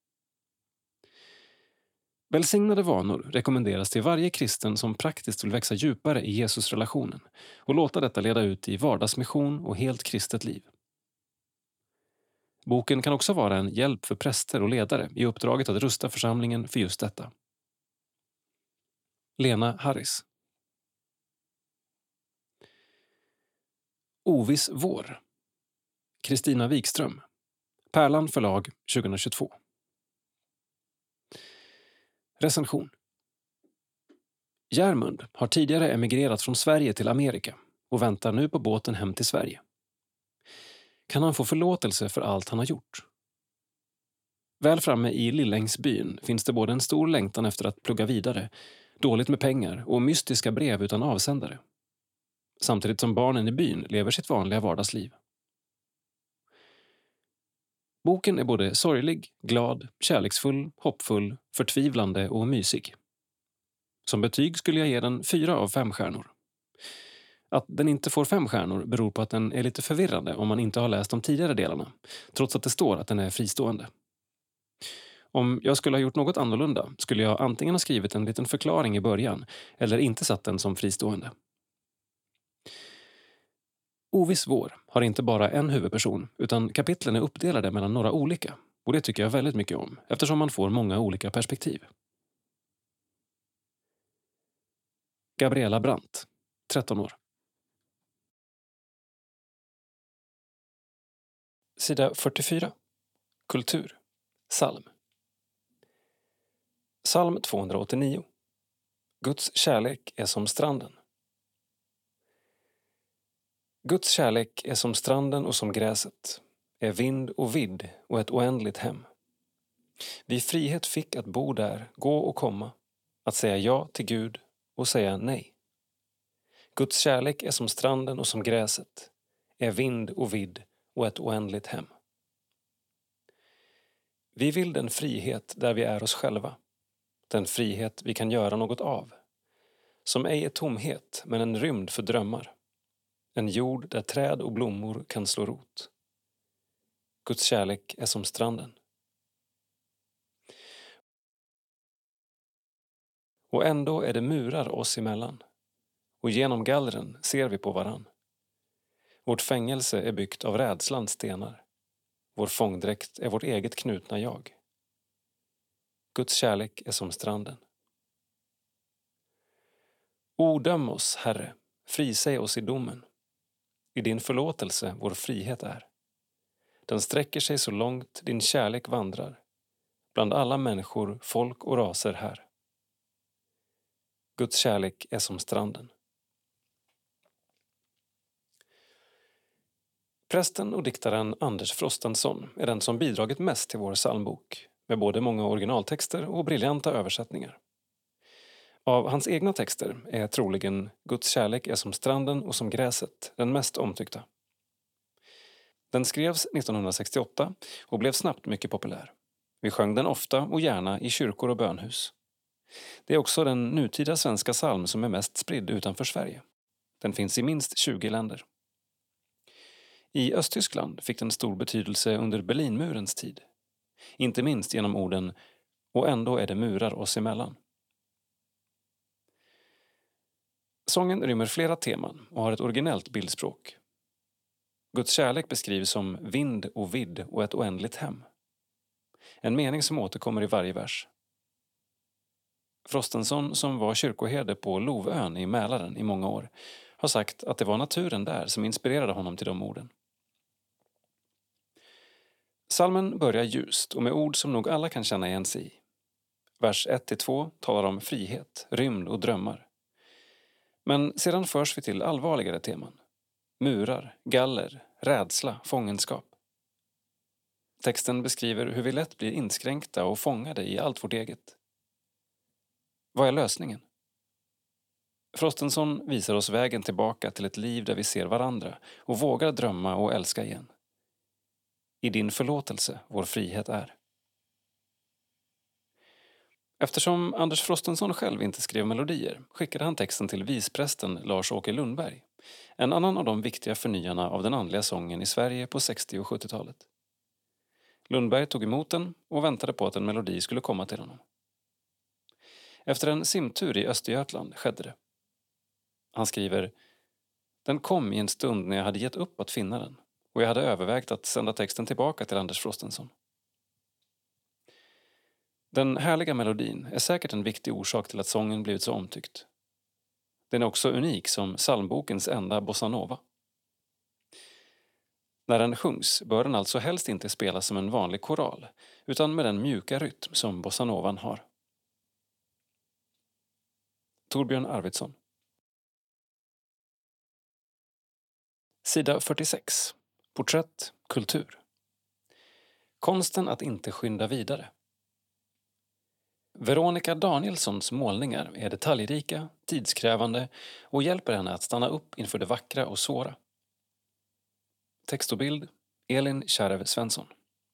Välsignade vanor rekommenderas till varje kristen som praktiskt vill växa djupare i Jesus-relationen och låta detta leda ut i vardagsmission och helt kristet liv. Boken kan också vara en hjälp för präster och ledare i uppdraget att rusta församlingen för just detta. Lena Harris. Oviss vår. Kristina Wikström. Pärlan förlag tjugohundratjugotvå. Recension. Järmund har tidigare emigrerat från Sverige till Amerika och väntar nu på båten hem till Sverige. Kan han få förlåtelse för allt han har gjort? Väl framme i Lillängsbyn finns det både en stor längtan efter att plugga vidare, dåligt med pengar och mystiska brev utan avsändare. Samtidigt som barnen i byn lever sitt vanliga vardagsliv. Boken är både sorglig, glad, kärleksfull, hoppfull, förtvivlande och mysig. Som betyg skulle jag ge den fyra av fem stjärnor. Att den inte får fem stjärnor beror på att den är lite förvirrande om man inte har läst de tidigare delarna, trots att det står att den är fristående. Om jag skulle ha gjort något annorlunda skulle jag antingen ha skrivit en liten förklaring i början eller inte satt den som fristående. Oviss vår har inte bara en huvudperson utan kapitlen är uppdelade mellan några olika, och det tycker jag väldigt mycket om eftersom man får många olika perspektiv. Gabriella Brandt, tretton år. Sida fyrtiofyra. Kultur. Psalm. Psalm tvåhundraåttionio. Guds kärlek är som stranden. Guds kärlek är som stranden och som gräset, är vind och vidd och ett oändligt hem. Vi frihet fick att bo där, gå och komma, att säga ja till Gud och säga nej. Guds kärlek är som stranden och som gräset, är vind och vidd och ett oändligt hem. Vi vill den frihet där vi är oss själva, den frihet vi kan göra något av, som ej är tomhet men en rymd för drömmar, en jord där träd och blommor kan slå rot. Guds kärlek är som stranden. Och ändå är det murar oss emellan, och genom gallren ser vi på varann. Vårt fängelse är byggt av rädslans stenar. Vår fångdräkt är vårt eget knutna jag. Guds kärlek är som stranden. O, döm oss, Herre, frisäg oss i domen. I din förlåtelse vår frihet är. Den sträcker sig så långt din kärlek vandrar, bland alla människor, folk och raser här. Guds kärlek är som stranden. Prästen och diktaren Anders Frostenson är den som bidragit mest till vår psalmbok, med både många originaltexter och briljanta översättningar. Av hans egna texter är troligen Guds kärlek är som stranden och som gräset den mest omtyckta. Den skrevs nittonhundrasextioåtta och blev snabbt mycket populär. Vi sjöng den ofta och gärna i kyrkor och bönhus. Det är också den nutida svenska psalm som är mest spridd utanför Sverige. Den finns i minst tjugo länder. I Östtyskland fick den stor betydelse under Berlinmurens tid. Inte minst genom orden "och ändå är det murar oss emellan". Sången rymmer flera teman och har ett originellt bildspråk. Guds kärlek beskrivs som vind och vidd och ett oändligt hem. En mening som återkommer i varje vers. Frostenson, som var kyrkoherde på Lovön i Mälaren i många år, har sagt att det var naturen där som inspirerade honom till de orden. Psalmen börjar ljust och med ord som nog alla kan känna igen sig i. Vers ett till två talar om frihet, rymd och drömmar. Men sedan förs vi till allvarligare teman. Murar, galler, rädsla, fångenskap. Texten beskriver hur vi lätt blir inskränkta och fångade i allt vårt eget. Vad är lösningen? Frostenson visar oss vägen tillbaka till ett liv där vi ser varandra och vågar drömma och älska igen. I din förlåtelse vår frihet är. Eftersom Anders Frostenson själv inte skrev melodier skickade han texten till visprästen Lars-Åke Lundberg, en annan av de viktiga förnyarna av den andliga sången i Sverige på sextio- och sjuttiotalet. Lundberg tog emot den och väntade på att en melodi skulle komma till honom. Efter en simtur i Östergötland skedde det. Han skriver: "Den kom i en stund när jag hade gett upp att finna den, och jag hade övervägt att sända texten tillbaka till Anders Frostenson." Den härliga melodin är säkert en viktig orsak till att sången blivit så omtyckt. Den är också unik som psalmbokens enda bossanova. När den sjungs bör den alltså helst inte spelas som en vanlig koral, utan med den mjuka rytm som bossanovan har. Torbjörn Arvidsson. Sida fyrtiosex. Porträtt, kultur. Konsten att inte skynda vidare. Veronica Danielssons målningar är detaljrika, tidskrävande och hjälper henne att stanna upp inför det vackra och svåra. Text och bild Elin Kärv Svensson.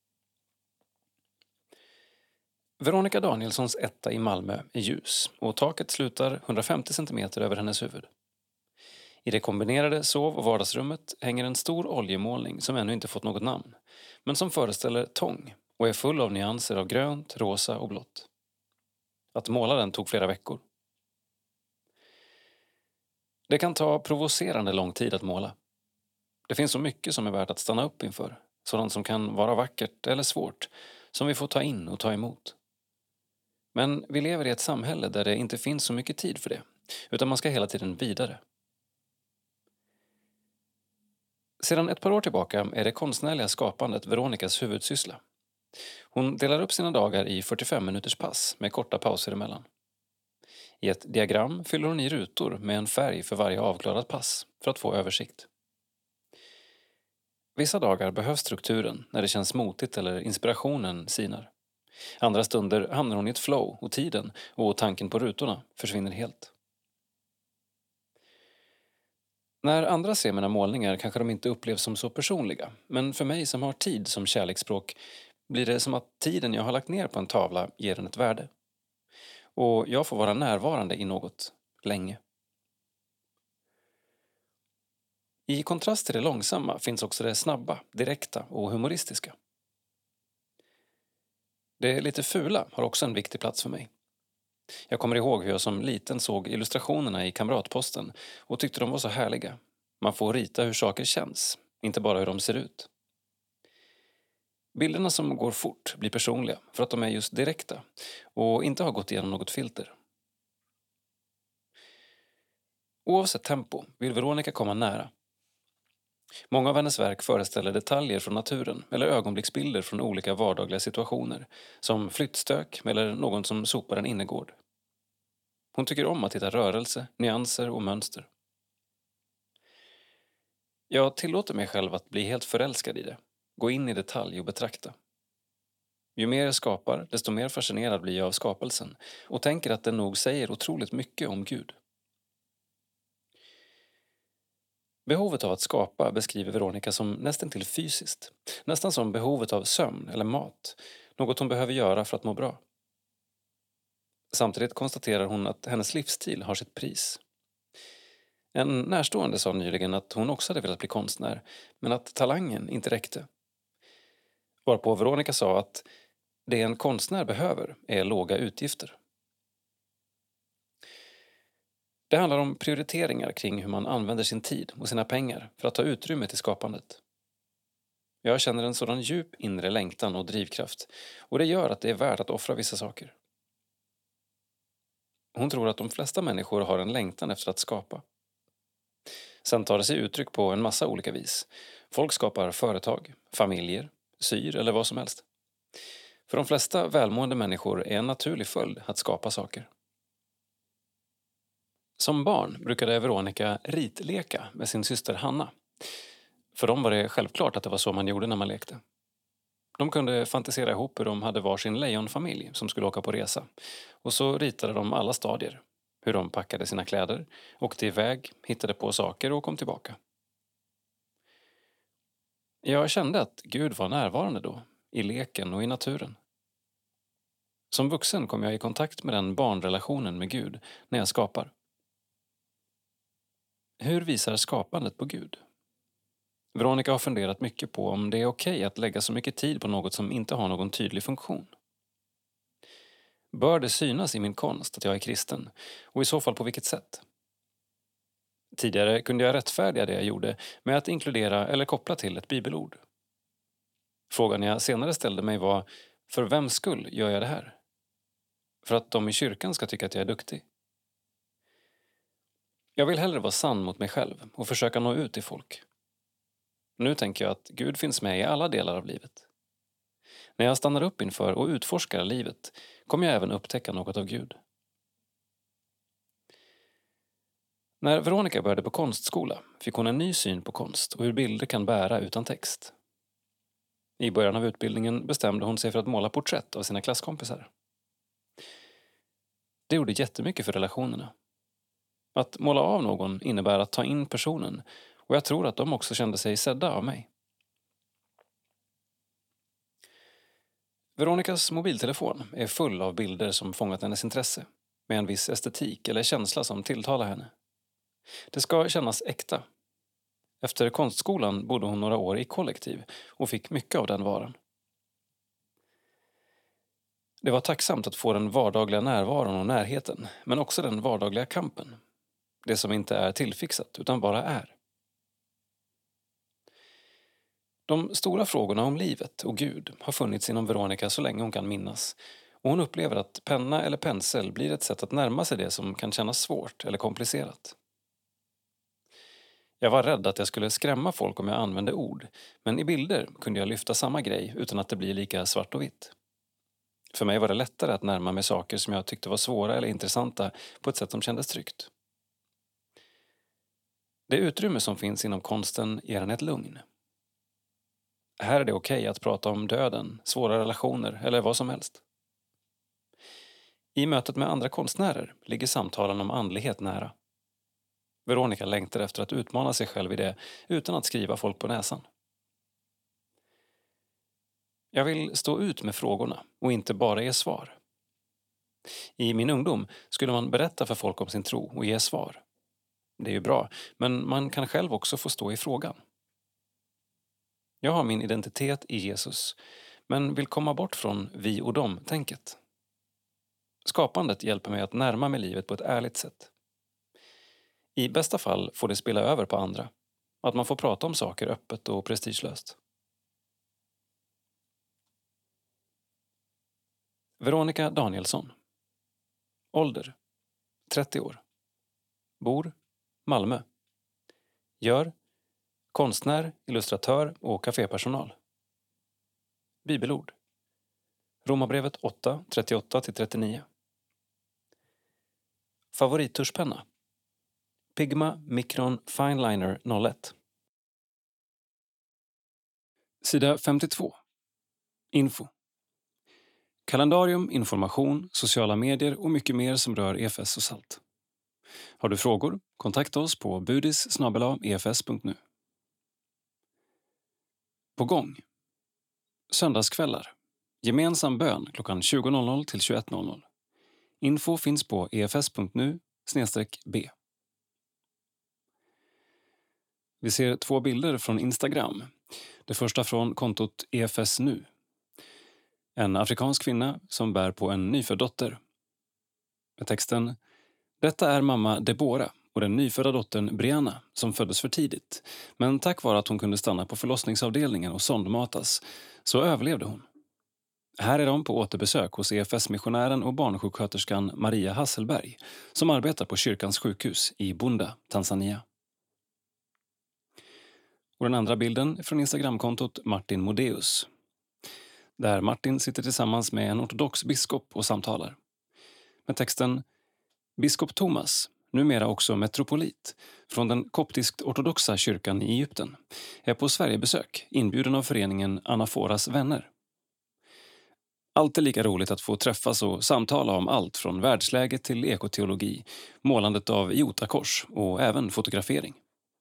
Veronica Danielssons etta i Malmö är ljus och taket slutar hundrafemtio centimeter över hennes huvud. I det kombinerade sov- och vardagsrummet hänger en stor oljemålning som ännu inte fått något namn, men som föreställer tång, och är full av nyanser av grönt, rosa och blått. Att måla den tog flera veckor. Det kan ta provocerande lång tid att måla. Det finns så mycket som är värt att stanna upp inför, sådant som kan vara vackert eller svårt, som vi får ta in och ta emot. Men vi lever i ett samhälle där det inte finns så mycket tid för det, utan man ska hela tiden vidare. Sedan ett par år tillbaka är det konstnärliga skapandet Veronicas huvudsyssla. Hon delar upp sina dagar i fyrtiofem minuters pass med korta pauser emellan. I ett diagram fyller hon i rutor med en färg för varje avklarat pass för att få översikt. Vissa dagar behövs strukturen när det känns motigt eller inspirationen sinar. Andra stunder hamnar hon i ett flow och tiden och tanken på rutorna försvinner helt. När andra ser mina målningar kanske de inte upplevs som så personliga, men för mig som har tid som kärleksspråk blir det som att tiden jag har lagt ner på en tavla ger den ett värde. Och jag får vara närvarande i något länge. I kontrast till det långsamma finns också det snabba, direkta och humoristiska. Det lite fula har också en viktig plats för mig. Jag kommer ihåg hur jag som liten såg illustrationerna i Kamratposten och tyckte de var så härliga. Man får rita hur saker känns, inte bara hur de ser ut. Bilderna som går fort blir personliga för att de är just direkta och inte har gått igenom något filter. Oavsett tempo vill Veronica komma nära. Många av hennes verk föreställer detaljer från naturen eller ögonblicksbilder från olika vardagliga situationer, som flyttstök eller någon som sopar en innergård. Hon tycker om att hitta rörelse, nyanser och mönster. Jag tillåter mig själv att bli helt förälskad i det, gå in i detalj och betrakta. Ju mer jag skapar, desto mer fascinerad blir jag av skapelsen och tänker att den nog säger otroligt mycket om Gud. Behovet av att skapa beskriver Veronica som nästan till fysiskt, nästan som behovet av sömn eller mat, något hon behöver göra för att må bra. Samtidigt konstaterar hon att hennes livsstil har sitt pris. En närstående sa nyligen att hon också hade velat bli konstnär, men att talangen inte räckte. Varpå Veronica sa att det en konstnär behöver är låga utgifter. Det handlar om prioriteringar kring hur man använder sin tid och sina pengar för att ta utrymme till skapandet. Jag känner en sådan djup inre längtan och drivkraft, och det gör att det är värt att offra vissa saker. Hon tror att de flesta människor har en längtan efter att skapa. Sen tar det sig uttryck på en massa olika vis. Folk skapar företag, familjer, syr eller vad som helst. För de flesta välmående människor är en naturlig följd att skapa saker. Som barn brukade Veronica ritleka med sin syster Hanna. För dem var det självklart att det var så man gjorde när man lekte. De kunde fantisera ihop hur de hade varsin lejonfamilj som skulle åka på resa. Och så ritade de alla stadier. Hur de packade sina kläder, åkte iväg, hittade på saker och kom tillbaka. Jag kände att Gud var närvarande då, i leken och i naturen. Som vuxen kom jag i kontakt med den barnrelationen med Gud när jag skapar. Hur visar skapandet på Gud? Veronica har funderat mycket på om det är okej att lägga så mycket tid på något som inte har någon tydlig funktion. Bör det synas i min konst att jag är kristen, och i så fall på vilket sätt? Tidigare kunde jag rättfärdiga det jag gjorde med att inkludera eller koppla till ett bibelord. Frågan jag senare ställde mig var, för vems skull gör jag det här? För att de i kyrkan ska tycka att jag är duktig? Jag vill hellre vara sann mot mig själv och försöka nå ut till folk. Nu tänker jag att Gud finns med i alla delar av livet. När jag stannar upp inför och utforskar livet kommer jag även upptäcka något av Gud. När Veronica började på konstskola fick hon en ny syn på konst och hur bilder kan bära utan text. I början av utbildningen bestämde hon sig för att måla porträtt av sina klasskompisar. Det gjorde jättemycket för relationerna. Att måla av någon innebär att ta in personen, och jag tror att de också kände sig sedda av mig. Veronicas mobiltelefon är full av bilder som fångat hennes intresse, med en viss estetik eller känsla som tilltalar henne. Det ska kännas äkta. Efter konstskolan bodde hon några år i kollektiv och fick mycket av den varan. Det var tacksamt att få den vardagliga närvaron och närheten, men också den vardagliga kampen. Det som inte är tillfixat utan bara är. De stora frågorna om livet och Gud har funnits inom Veronica så länge hon kan minnas, och hon upplever att penna eller pensel blir ett sätt att närma sig det som kan kännas svårt eller komplicerat. Jag var rädd att jag skulle skrämma folk om jag använde ord, men i bilder kunde jag lyfta samma grej utan att det blir lika svart och vitt. För mig var det lättare att närma mig saker som jag tyckte var svåra eller intressanta på ett sätt som kändes tryggt. Det utrymme som finns inom konsten ger en ett lugn. Här är det okej att prata om döden, svåra relationer eller vad som helst. I mötet med andra konstnärer ligger samtalen om andlighet nära. Veronica längtar efter att utmana sig själv i det utan att skriva folk på näsan. Jag vill stå ut med frågorna och inte bara ge svar. I min ungdom skulle man berätta för folk om sin tro och ge svar. Det är ju bra, men man kan själv också få stå i frågan. Jag har min identitet i Jesus, men vill komma bort från vi och dem-tänket. Skapandet hjälper mig att närma mig livet på ett ärligt sätt. I bästa fall får det spela över på andra, att man får prata om saker öppet och prestigelöst. Veronica Danielsson. Ålder: trettio år. Bor: Malmö. Gör: konstnär, illustratör och kafépersonal. Bibelord: Romarbrevet åtta, trettioåtta till trettionio. Favorittuschpenna: Pigma Micron Fineliner noll ett. Sida femtiotvå. Info. Kalendarium, information, sociala medier och mycket mer som rör E F S och SALT. Har du frågor? Kontakta oss på budis snabel-a e f s punkt nu. På gång. Söndagskvällar. Gemensam bön klockan tjugo till tjugoett. Info finns på e f s punkt nu snedstreck b. Vi ser två bilder från Instagram. Det första från kontot E F S nu. En afrikansk kvinna som bär på en nyfödd dotter. Med texten: Detta är mamma Deborah och den nyfödda dottern Brianna som föddes för tidigt. Men tack vare att hon kunde stanna på förlossningsavdelningen och sondmatas så överlevde hon. Här är de på återbesök hos E F S-missionären och barnsjuksköterskan Maria Hasselberg som arbetar på kyrkans sjukhus i Bunda, Tanzania. Och den andra bilden är från Instagramkontot Martin Modeus. Där Martin sitter tillsammans med en ortodox biskop och samtalar. Med texten: Biskop Thomas, numera också metropolit, från den koptisk-ortodoxa kyrkan i Egypten, är på Sverigebesök inbjuden av föreningen Anaforas vänner. Alltid lika roligt att få träffas och samtala om allt från världsläget till ekoteologi, målandet av iotakors och även fotografering.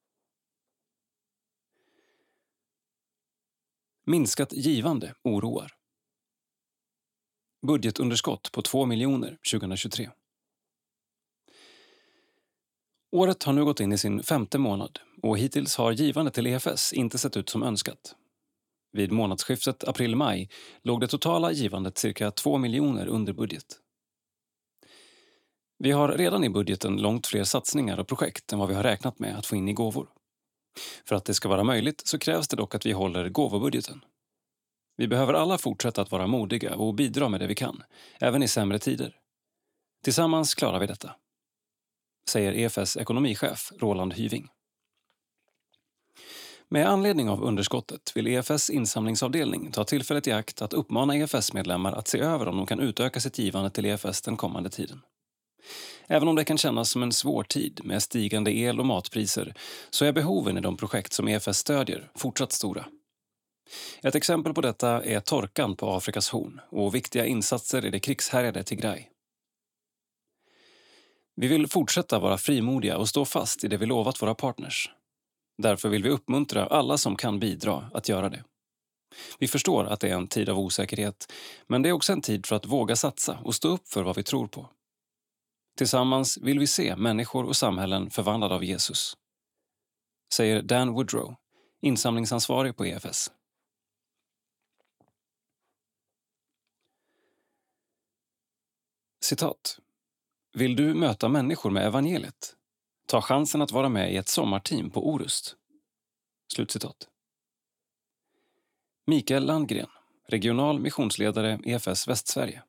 Minskat givande oroar. Budgetunderskott på två miljoner tjugohundratjugotre. Året har nu gått in i sin femte månad och hittills har givande till E F S inte sett ut som önskat. Vid månadsskiftet april-maj låg det totala givandet cirka två miljoner under budget. Vi har redan i budgeten långt fler satsningar och projekt än vad vi har räknat med att få in i gåvor. För att det ska vara möjligt så krävs det dock att vi håller gåvobudgeten. Vi behöver alla fortsätta att vara modiga och bidra med det vi kan, även i sämre tider. Tillsammans klarar vi detta, säger E F S ekonomichef Roland Hyving. Med anledning av underskottet vill E F S insamlingsavdelning ta tillfället i akt att uppmana E F S-medlemmar att se över om de kan utöka sitt givande till E F S den kommande tiden. Även om det kan kännas som en svår tid med stigande el- och matpriser så är behoven i de projekt som E F S stödjer fortsatt stora. Ett exempel på detta är torkan på Afrikas horn och viktiga insatser i det krigshärjade Tigray. Vi vill fortsätta vara frimodiga och stå fast i det vi lovat våra partners. Därför vill vi uppmuntra alla som kan bidra att göra det. Vi förstår att det är en tid av osäkerhet, men det är också en tid för att våga satsa och stå upp för vad vi tror på. Tillsammans vill vi se människor och samhällen förvandlade av Jesus, säger Dan Woodrow, insamlingsansvarig på E F S. Citat. Vill du möta människor med evangeliet? Ta chansen att vara med i ett sommarteam på Orust. Slutcitat. Mikael Landgren, regional missionsledare E F S Västsverige.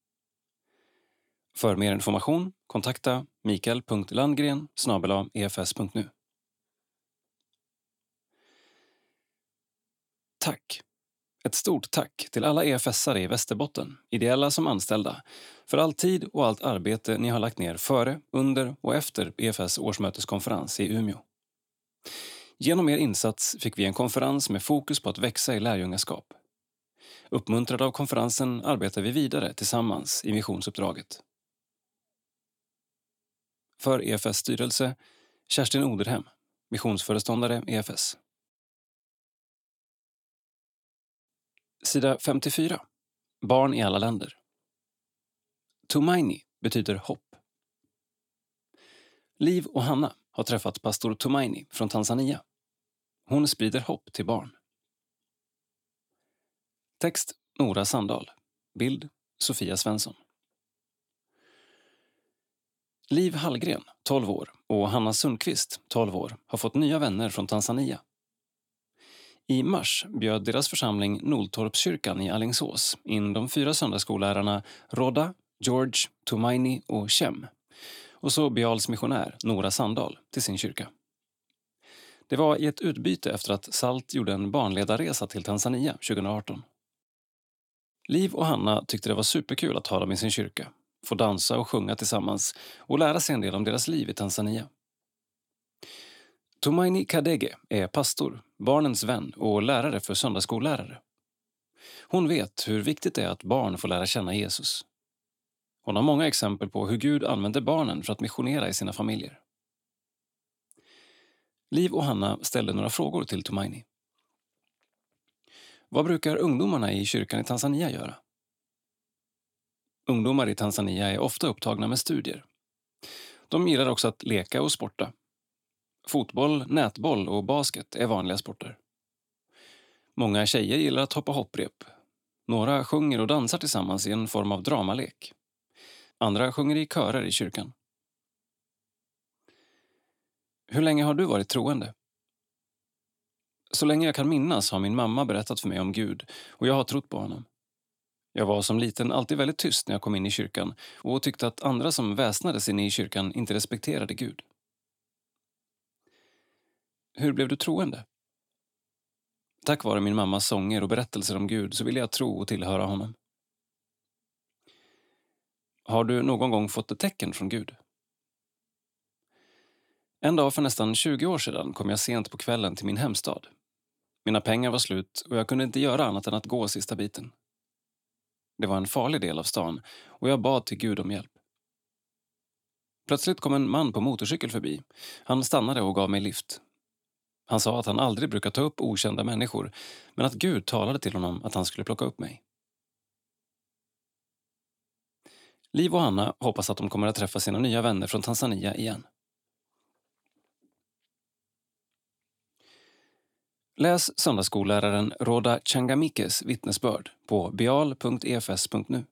För mer information kontakta mikael punkt landgren snabel-a e f s punkt nu. Tack! Ett stort tack till alla E F S-are i Västerbotten, ideella som anställda, för all tid och allt arbete ni har lagt ner före, under och efter E F S årsmöteskonferens i Umeå. Genom er insats fick vi en konferens med fokus på att växa i lärjungaskap. Uppmuntrade av konferensen arbetar vi vidare tillsammans i missionsuppdraget. För E F S styrelse, Kerstin Oderhem, missionsföreståndare E F S. Sida femtiofyra. Barn i alla länder. Tumaini betyder hopp. Liv och Hanna har träffat pastor Tumaini från Tanzania. Hon sprider hopp till barn. Text Nora Sandahl. Bild Sofia Svensson. Liv Hallgren, tolv år, och Hanna Sundqvist, tolv år, har fått nya vänner från Tanzania. I mars bjöd deras församling Noltorpskyrkan i Alingsås in de fyra söndagsskollärarna Rodda, George, Tumaini och Chem, och så Bials missionär Nora Sandahl till sin kyrka. Det var i ett utbyte efter att Salt gjorde en barnledarresa till Tanzania tjugoarton. Liv och Hanna tyckte det var superkul att ha dem i sin kyrka, få dansa och sjunga tillsammans och lära sig en del om deras liv i Tanzania. Tumaini Kadege är pastor, barnens vän och lärare för söndagsskollärare. Hon vet hur viktigt det är att barn får lära känna Jesus. Hon har många exempel på hur Gud använder barnen för att missionera i sina familjer. Liv och Hanna ställde några frågor till Tumaini. Vad brukar ungdomarna i kyrkan i Tanzania göra? Ungdomar i Tanzania är ofta upptagna med studier. De gillar också att leka och sporta. Fotboll, nätboll och basket är vanliga sporter. Många tjejer gillar att hoppa hopprep. Några sjunger och dansar tillsammans i en form av dramalek. Andra sjunger i körer i kyrkan. Hur länge har du varit troende? Så länge jag kan minnas har min mamma berättat för mig om Gud och jag har trott på honom. Jag var som liten alltid väldigt tyst när jag kom in i kyrkan och tyckte att andra som väsnades inne i kyrkan inte respekterade Gud. Hur blev du troende? Tack vare min mammas sånger och berättelser om Gud så ville jag tro och tillhöra honom. Har du någon gång fått ett tecken från Gud? En dag för nästan tjugo år sedan kom jag sent på kvällen till min hemstad. Mina pengar var slut och jag kunde inte göra annat än att gå sista biten. Det var en farlig del av stan och jag bad till Gud om hjälp. Plötsligt kom en man på motorcykel förbi. Han stannade och gav mig lift. Han sa att han aldrig brukar ta upp okända människor, men att Gud talade till honom att han skulle plocka upp mig. Liv och Hanna hoppas att de kommer att träffa sina nya vänner från Tanzania igen. Läs söndagsskolläraren Roda Changamikes vittnesbörd på bial punkt e f s punkt nu.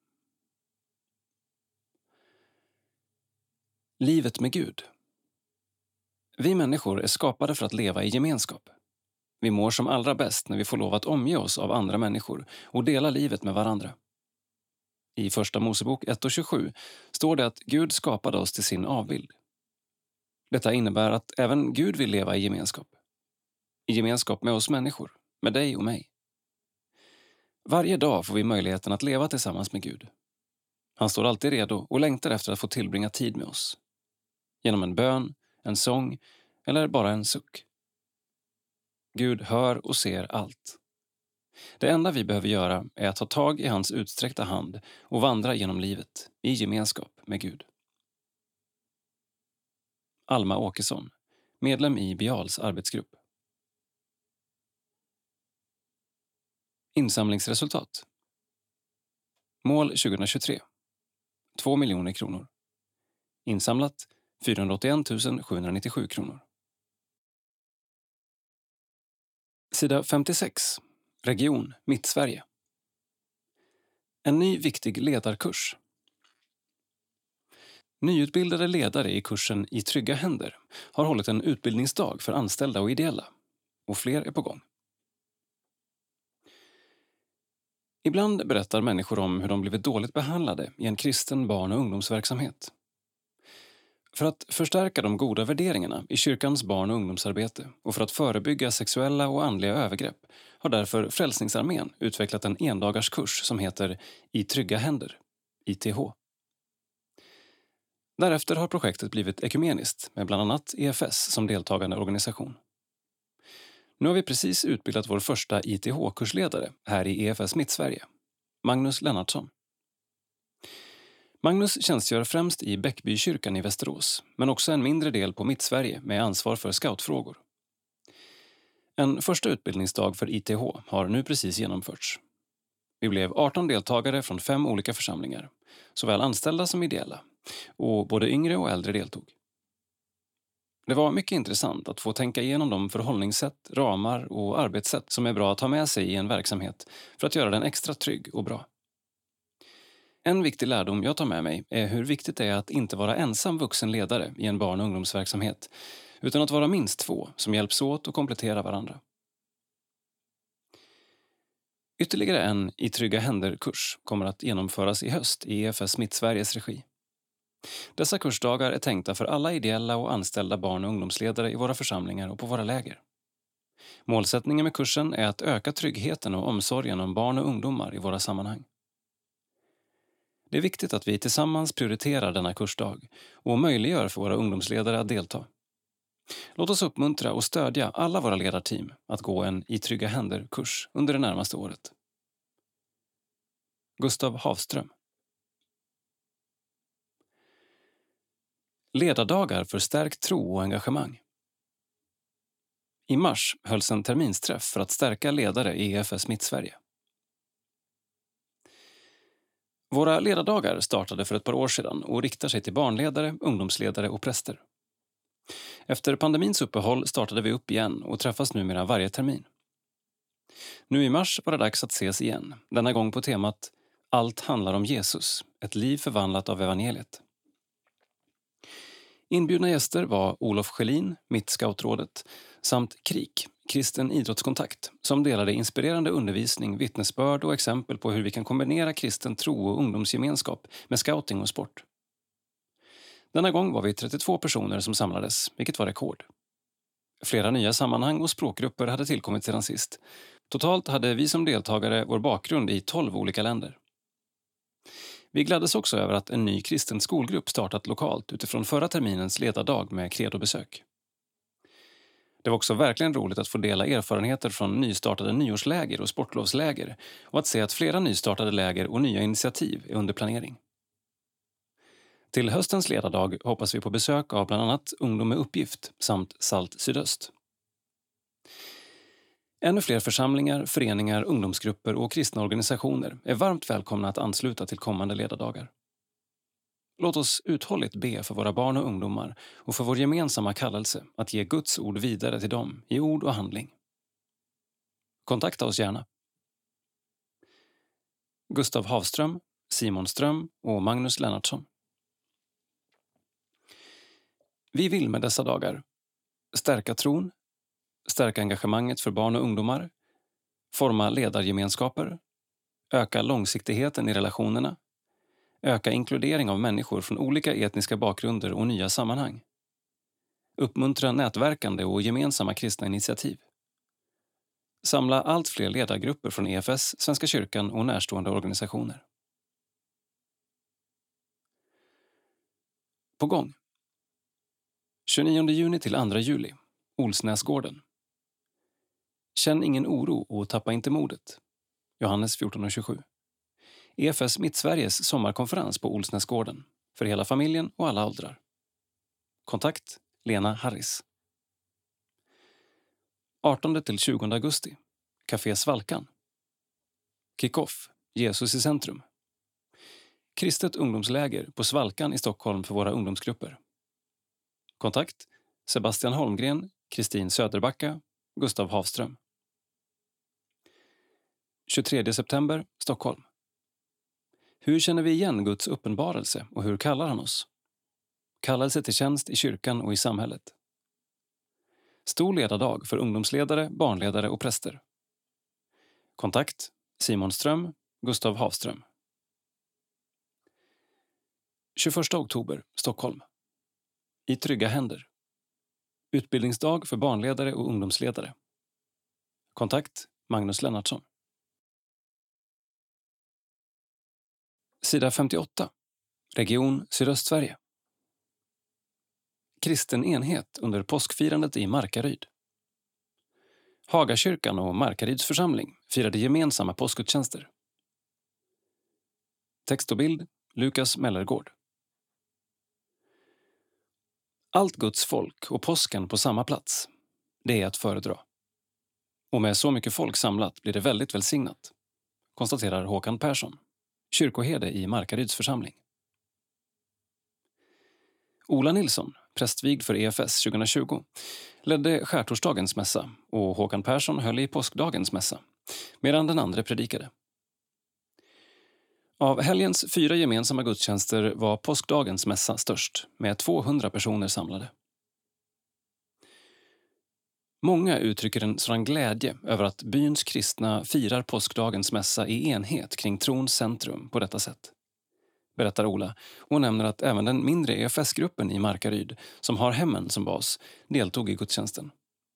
Livet med Gud. Vi människor är skapade för att leva i gemenskap. Vi mår som allra bäst när vi får lov att omge oss av andra människor och dela livet med varandra. I första Mosebok ett och tjugosju står det att Gud skapade oss till sin avbild. Detta innebär att även Gud vill leva i gemenskap. I gemenskap med oss människor, med dig och mig. Varje dag får vi möjligheten att leva tillsammans med Gud. Han står alltid redo och längtar efter att få tillbringa tid med oss. Genom en bön, en sång eller bara en suck. Gud hör och ser allt. Det enda vi behöver göra är att ta tag i hans utsträckta hand och vandra genom livet i gemenskap med Gud. Alma Åkesson, medlem i Bials arbetsgrupp. Insamlingsresultat. Mål tjugohundratjugotre. två miljoner kronor. Insamlat fyrahundraåttioett tusen sjuhundranittiosju kronor. Sida femtiosex. Region Mittsverige. En ny viktig ledarkurs. Nyutbildade ledare i kursen I trygga händer har hållit en utbildningsdag för anställda och ideella. Och fler är på gång. Ibland berättar människor om hur de blivit dåligt behandlade i en kristen barn- och ungdomsverksamhet. För att förstärka de goda värderingarna i kyrkans barn- och ungdomsarbete och för att förebygga sexuella och andliga övergrepp har därför Frälsningsarmén utvecklat en endagarskurs som heter I trygga händer, I T H. Därefter har projektet blivit ekumeniskt med bland annat E F S som deltagande organisation. Nu har vi precis utbildat vår första I T H-kursledare här i E F S Mittsverige, Magnus Lennartsson. Magnus tjänstgör främst i Bäckbykyrkan i Västerås, men också en mindre del på Mittsverige med ansvar för scoutfrågor. En första utbildningsdag för I T H har nu precis genomförts. Vi blev arton deltagare från fem olika församlingar, såväl anställda som ideella, och både yngre och äldre deltog. Det var mycket intressant att få tänka igenom de förhållningssätt, ramar och arbetssätt som är bra att ha med sig i en verksamhet för att göra den extra trygg och bra. En viktig lärdom jag tar med mig är hur viktigt det är att inte vara ensam vuxen ledare i en barn- och ungdomsverksamhet, utan att vara minst två som hjälps åt och kompletterar varandra. Ytterligare en I trygga händer-kurs kommer att genomföras i höst i E F S Mittsveriges regi. Dessa kursdagar är tänkta för alla ideella och anställda barn- och ungdomsledare i våra församlingar och på våra läger. Målsättningen med kursen är att öka tryggheten och omsorgen om barn och ungdomar i våra sammanhang. Det är viktigt att vi tillsammans prioriterar denna kursdag och möjliggör för våra ungdomsledare att delta. Låt oss uppmuntra och stödja alla våra ledarteam att gå en I trygga händer-kurs under det närmaste året. Gustav Havström. Ledardagar för stärkt tro och engagemang. I mars hölls en terminsträff för att stärka ledare i E F S Mittsverige. Våra ledardagar startade för ett par år sedan och riktar sig till barnledare, ungdomsledare och präster. Efter pandemins uppehåll startade vi upp igen och träffas numera varje termin. Nu i mars var det dags att ses igen, denna gång på temat Allt handlar om Jesus, ett liv förvandlat av evangeliet. Inbjudna gäster var Olof Schelin, Mittscoutrådet, samt KRIK, Kristen idrottskontakt, som delade inspirerande undervisning, vittnesbörd och exempel på hur vi kan kombinera kristen tro och ungdomsgemenskap med scouting och sport. Denna gång var vi trettiotvå personer som samlades, vilket var rekord. Flera nya sammanhang och språkgrupper hade tillkommit sedan sist. Totalt hade vi som deltagare vår bakgrund i tolv olika länder. Vi gladdes också över att en ny kristen skolgrupp startat lokalt utifrån förra terminens ledardag med Credo-besök. Det var också verkligen roligt att få dela erfarenheter från nystartade nyårsläger och sportlovsläger och att se att flera nystartade läger och nya initiativ är under planering. Till höstens ledardag hoppas vi på besök av bland annat Ungdom med uppgift samt Salt Sydöst. Ännu fler församlingar, föreningar, ungdomsgrupper och kristna organisationer är varmt välkomna att ansluta till kommande ledardagar. Låt oss uthålligt be för våra barn och ungdomar och för vår gemensamma kallelse att ge Guds ord vidare till dem i ord och handling. Kontakta oss gärna. Gustav Havström, Simon Ström och Magnus Lennartsson. Vi vill med dessa dagar stärka tron, stärka engagemanget för barn och ungdomar, forma ledargemenskaper, öka långsiktigheten i relationerna, öka inkludering av människor från olika etniska bakgrunder och nya sammanhang, uppmuntra nätverkande och gemensamma kristna initiativ, samla allt fler ledargrupper från E F S, Svenska kyrkan och närstående organisationer. På gång. tjugonionde juni till andra juli, Olsnäsgården. Känn ingen oro och tappa inte modet. Johannes fjorton och tjugosju. E F S Mittsveriges sommarkonferens på Olsnäsgården. För hela familjen och alla åldrar. Kontakt Lena Harris. artonde till tjugonde augusti. Café Svalkan. Kick-off. Jesus i centrum. Kristet ungdomsläger på Svalkan i Stockholm för våra ungdomsgrupper. Kontakt Sebastian Holmgren, Kristin Söderbacka, Gustav Havström. tjugotredje september, Stockholm. Hur känner vi igen Guds uppenbarelse och hur kallar han oss? Kallelse till tjänst i kyrkan och i samhället. Stor ledardag för ungdomsledare, barnledare och präster. Kontakt: Simon Ström, Gustav Havström. tjugoförsta oktober, Stockholm. I trygga händer. Utbildningsdag för barnledare och ungdomsledare. Kontakt: Magnus Lennartsson. Sida femtioåtta. Region Sydöstsverige. Kristen enhet under påskfirandet i Markaryd. Hagakyrkan och Markaryds församling firade gemensamma påskgudstjänster. Text och bild: Lukas Mellergård. Allt Guds folk och påsken på samma plats, det är att föredra. Och med så mycket folk samlat blir det väldigt välsignat, konstaterar Håkan Persson, kyrkoherde i Markaryds församling. Ola Nilsson, prästvigd för E F S tjugohundratjugo, ledde skärtorsdagens mässa och Håkan Persson höll i påskdagens mässa, medan den andra predikade. Av helgens fyra gemensamma gudstjänster var påskdagens mässa störst, med tvåhundra personer samlade. Många uttrycker en sådan glädje över att byns kristna firar påskdagens mässa i enhet kring trons centrum på detta sätt, berättar Ola, och nämner att även den mindre E F S-gruppen i Markaryd, som har hemmen som bas, deltog i gudstjänsten.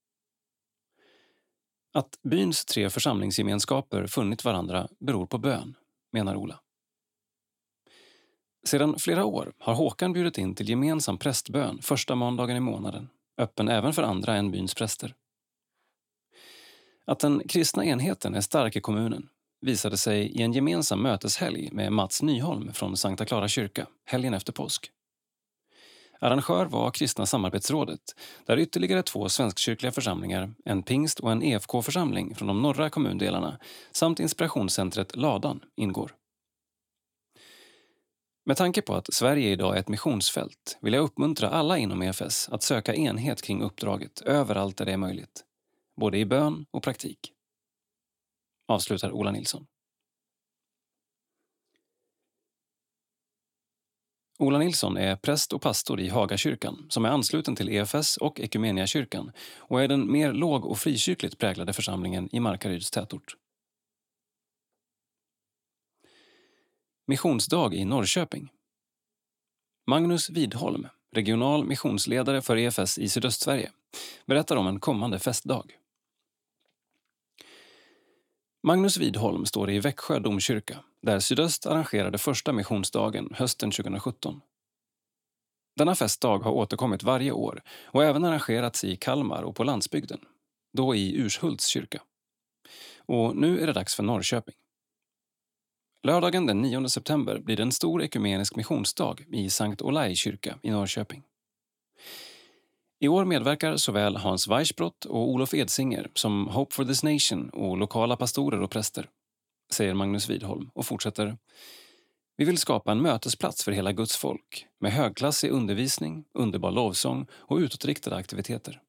Att byns tre församlingsgemenskaper funnit varandra beror på bön, menar Ola. Sedan flera år har Håkan bjudit in till gemensam prästbön första måndagen i månaden, öppen även för andra än byns präster. Att den kristna enheten är stark i kommunen visade sig i en gemensam möteshelg med Mats Nyholm från Sankta Clara kyrka, helgen efter påsk. Arrangör var Kristna samarbetsrådet, där ytterligare två svenskkyrkliga församlingar, en pingst och en E F K-församling från de norra kommundelarna samt inspirationscentret Ladan ingår. Med tanke på att Sverige idag är ett missionsfält vill jag uppmuntra alla inom E F S att söka enhet kring uppdraget överallt där det är möjligt, både i bön och praktik. Avslutar Ola Nilsson. Ola Nilsson är präst och pastor i Hagakyrkan som är ansluten till E F S och Ekumeniakyrkan och är den mer låg- och frikyrkligt präglade församlingen i Markaryds tätort. Missionsdag i Norrköping. Magnus Widholm, regional missionsledare för E F S i Sydöstsverige, berättar om en kommande festdag. Magnus Widholm står i Växjö domkyrka, där Sydöst arrangerade första missionsdagen hösten tjugohundrasjutton. Denna festdag har återkommit varje år och även arrangerats i Kalmar och på landsbygden, då i Urshults kyrka. Och nu är det dags för Norrköping. Lördagen den nionde september blir det en stor ekumenisk missionsdag i Sankt Olai kyrka i Norrköping. I år medverkar såväl Hans Weissbrott och Olof Edsinger som Hope for this Nation och lokala pastorer och präster, säger Magnus Widholm och fortsätter. Vi vill skapa en mötesplats för hela Guds folk med högklassig undervisning, underbar lovsång och utåtriktade aktiviteter.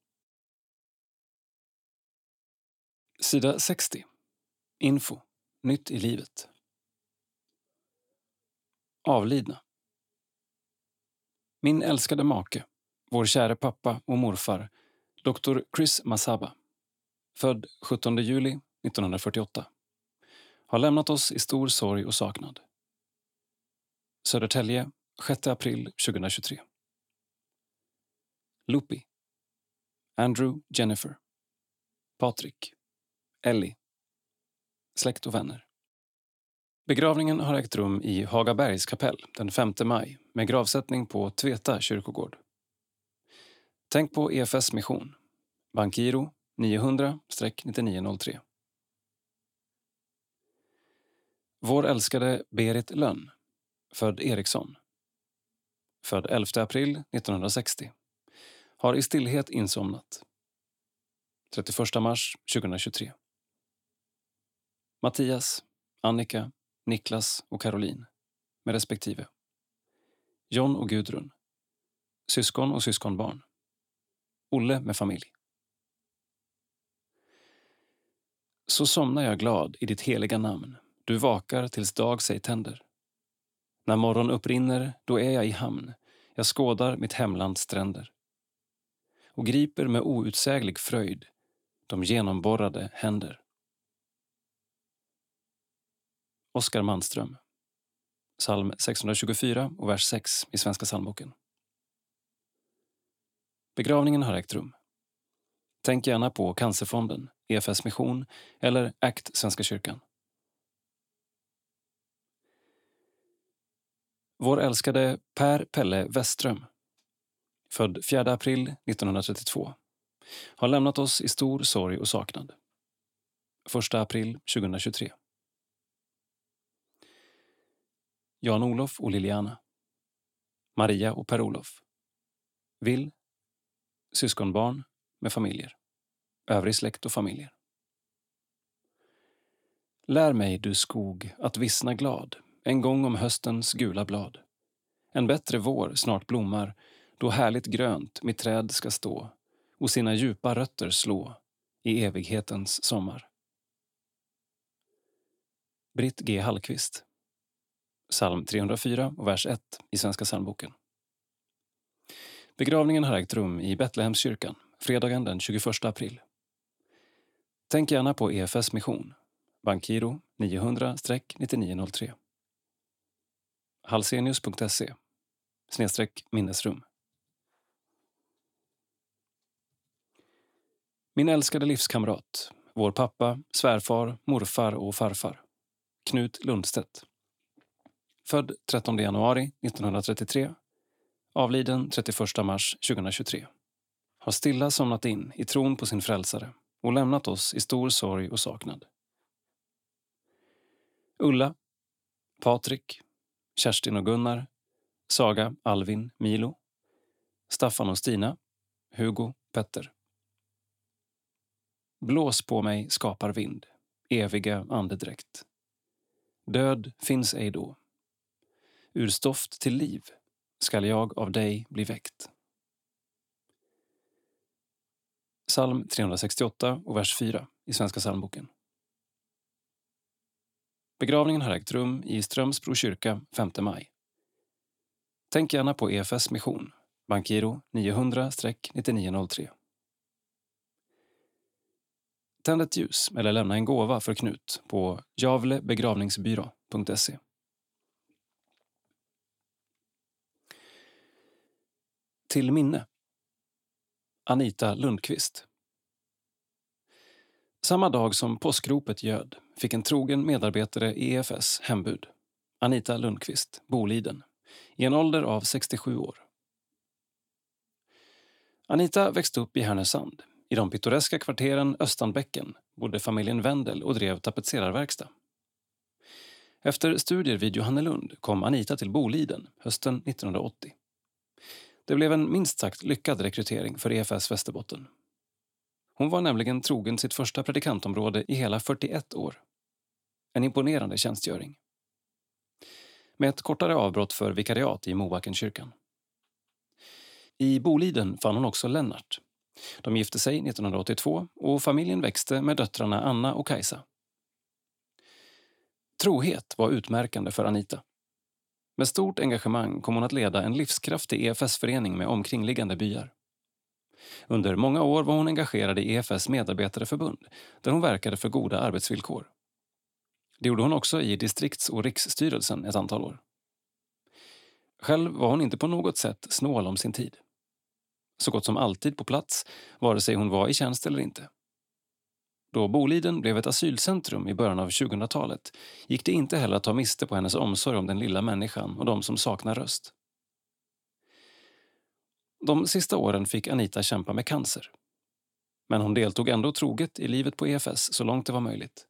Sida sextio. Info. Nytt i livet. Avlidna. Min älskade make, vår käre pappa och morfar, doktor Chris Masaba, född sjuttonde juli nittonhundrafyrtioåtta, har lämnat oss i stor sorg och saknad. Södertälje, sjätte april tjugohundratjugotre. Lupi, Andrew, Jennifer, Patrik, Ellie, släkt och vänner. Begravningen har ägt rum i Hagabergs kapell den femte maj med gravsättning på Tveta kyrkogård. Tänk på E F S mission. Bankiro niohundra nittionio noll tre. Vår älskade Berit Lönn, född Eriksson, född elfte april nittonhundrasextio, har i stillhet insomnat. trettioförsta mars tjugohundratjugotre. Mattias, Annika, Niklas och Caroline, med respektive. John och Gudrun. Syskon och syskonbarn. Olle med familj. Så somnar jag glad i ditt heliga namn. Du vakar tills dag sig tänder. När morgon upprinner, då är jag i hamn. Jag skådar mitt hemlands stränder och griper med outsäglig fröjd de genomborrade händer. Oskar Manström. Psalm sexhundratjugofyra och vers sex i Svenska psalmboken. Begravningen har ägt rum. Tänk gärna på Cancerfonden, E F S Mission eller A C T Svenska kyrkan. Vår älskade Per Pelle Westström, född fjärde april nittonhundratrettiotvå, har lämnat oss i stor sorg och saknad. första april tjugohundratjugotre. Jan-Olof och Liliana. Maria och Per-Olof. Vill. Syskonbarn med familjer. Övrig släkt och familjer. Lär mig, du skog, att vissna glad, en gång om höstens gula blad. En bättre vår snart blommar, då härligt grönt mitt träd ska stå och sina djupa rötter slå i evighetens sommar. Britt G. Hallqvist. Psalm trehundrafyra och vers ett i Svenska psalmboken. Begravningen har ägt rum i Betlehemskyrkan, fredagen den tjugoförsta april. Tänk gärna på E F S Mission, bankgiro niohundra nittionio noll tre. halsenius punkt se snedstreck minnesrum. Min älskade livskamrat, vår pappa, svärfar, morfar och farfar, Knut Lundstedt. Född trettonde januari nittonhundratrettiotre, avliden trettioförsta mars tjugohundratjugotre. Har stilla somnat in i tron på sin frälsare och lämnat oss i stor sorg och saknad. Ulla, Patrik, Kerstin och Gunnar, Saga, Alvin, Milo, Staffan och Stina, Hugo, Petter. Blås på mig skapar vind, eviga andedräkt. Död finns ej då. Ur stoft till liv skall jag av dig bli väckt. Psalm trehundrasextioåtta och vers fyra i Svenska psalmboken. Begravningen har ägt rum i Strömsbro kyrka femte maj. Tänk gärna på E F S Mission, bankgiro niohundra nittionio noll tre. Tänd ett ljus eller lämna en gåva för Knut på javlebegravningsbyrå punkt se. Till minne. Anita Lundqvist. Samma dag som påskropet göd fick en trogen medarbetare i E F S hembud, Anita Lundqvist, Boliden, i en ålder av sextiosju år. Anita växte upp i Härnösand. I de pittoreska kvarteren Östanbäcken bodde familjen Wendel och drev tapetserarverkstad. Efter studier vid Johannelund kom Anita till Boliden hösten nittonhundraåttio. Det blev en minst sagt lyckad rekrytering för E F S Västerbotten. Hon var nämligen trogen sitt första predikantområde i hela fyrtioett år. En imponerande tjänstgöring. Med ett kortare avbrott för vikariat i Mobackenkyrkan. I Boliden fann hon också Lennart. De gifte sig nittonhundraåttiotvå och familjen växte med döttrarna Anna och Kajsa. Trohet var utmärkande för Anita. Med stort engagemang kom hon att leda en livskraftig E F S-förening med omkringliggande byar. Under många år var hon engagerad i E F S medarbetareförbund där hon verkade för goda arbetsvillkor. Det gjorde hon också i distrikts- och riksstyrelsen ett antal år. Själv var hon inte på något sätt snål om sin tid. Så gott som alltid på plats, vare sig hon var i tjänst eller inte. Då Boliden blev ett asylcentrum i början av tjugohundratalet gick det inte heller att ta miste på hennes omsorg om den lilla människan och de som saknar röst. De sista åren fick Anita kämpa med cancer. Men hon deltog ändå troget i livet på E F S så långt det var möjligt.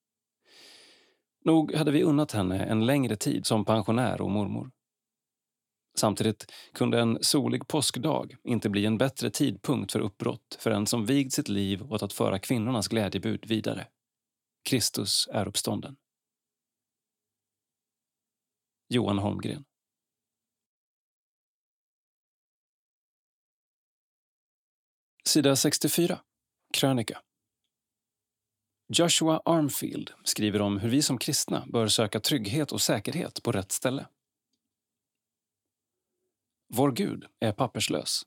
Nog hade vi unnat henne en längre tid som pensionär och mormor. Samtidigt kunde en solig påskdag inte bli en bättre tidpunkt för uppbrott för en som vigd sitt liv åt att föra kvinnornas glädjebud vidare. Kristus är uppstånden. Johan Holmgren. Sida sextiofyra. Krönika. Joshua Armfield skriver om hur vi som kristna bör söka trygghet och säkerhet på rätt ställe. Vår Gud är papperslös.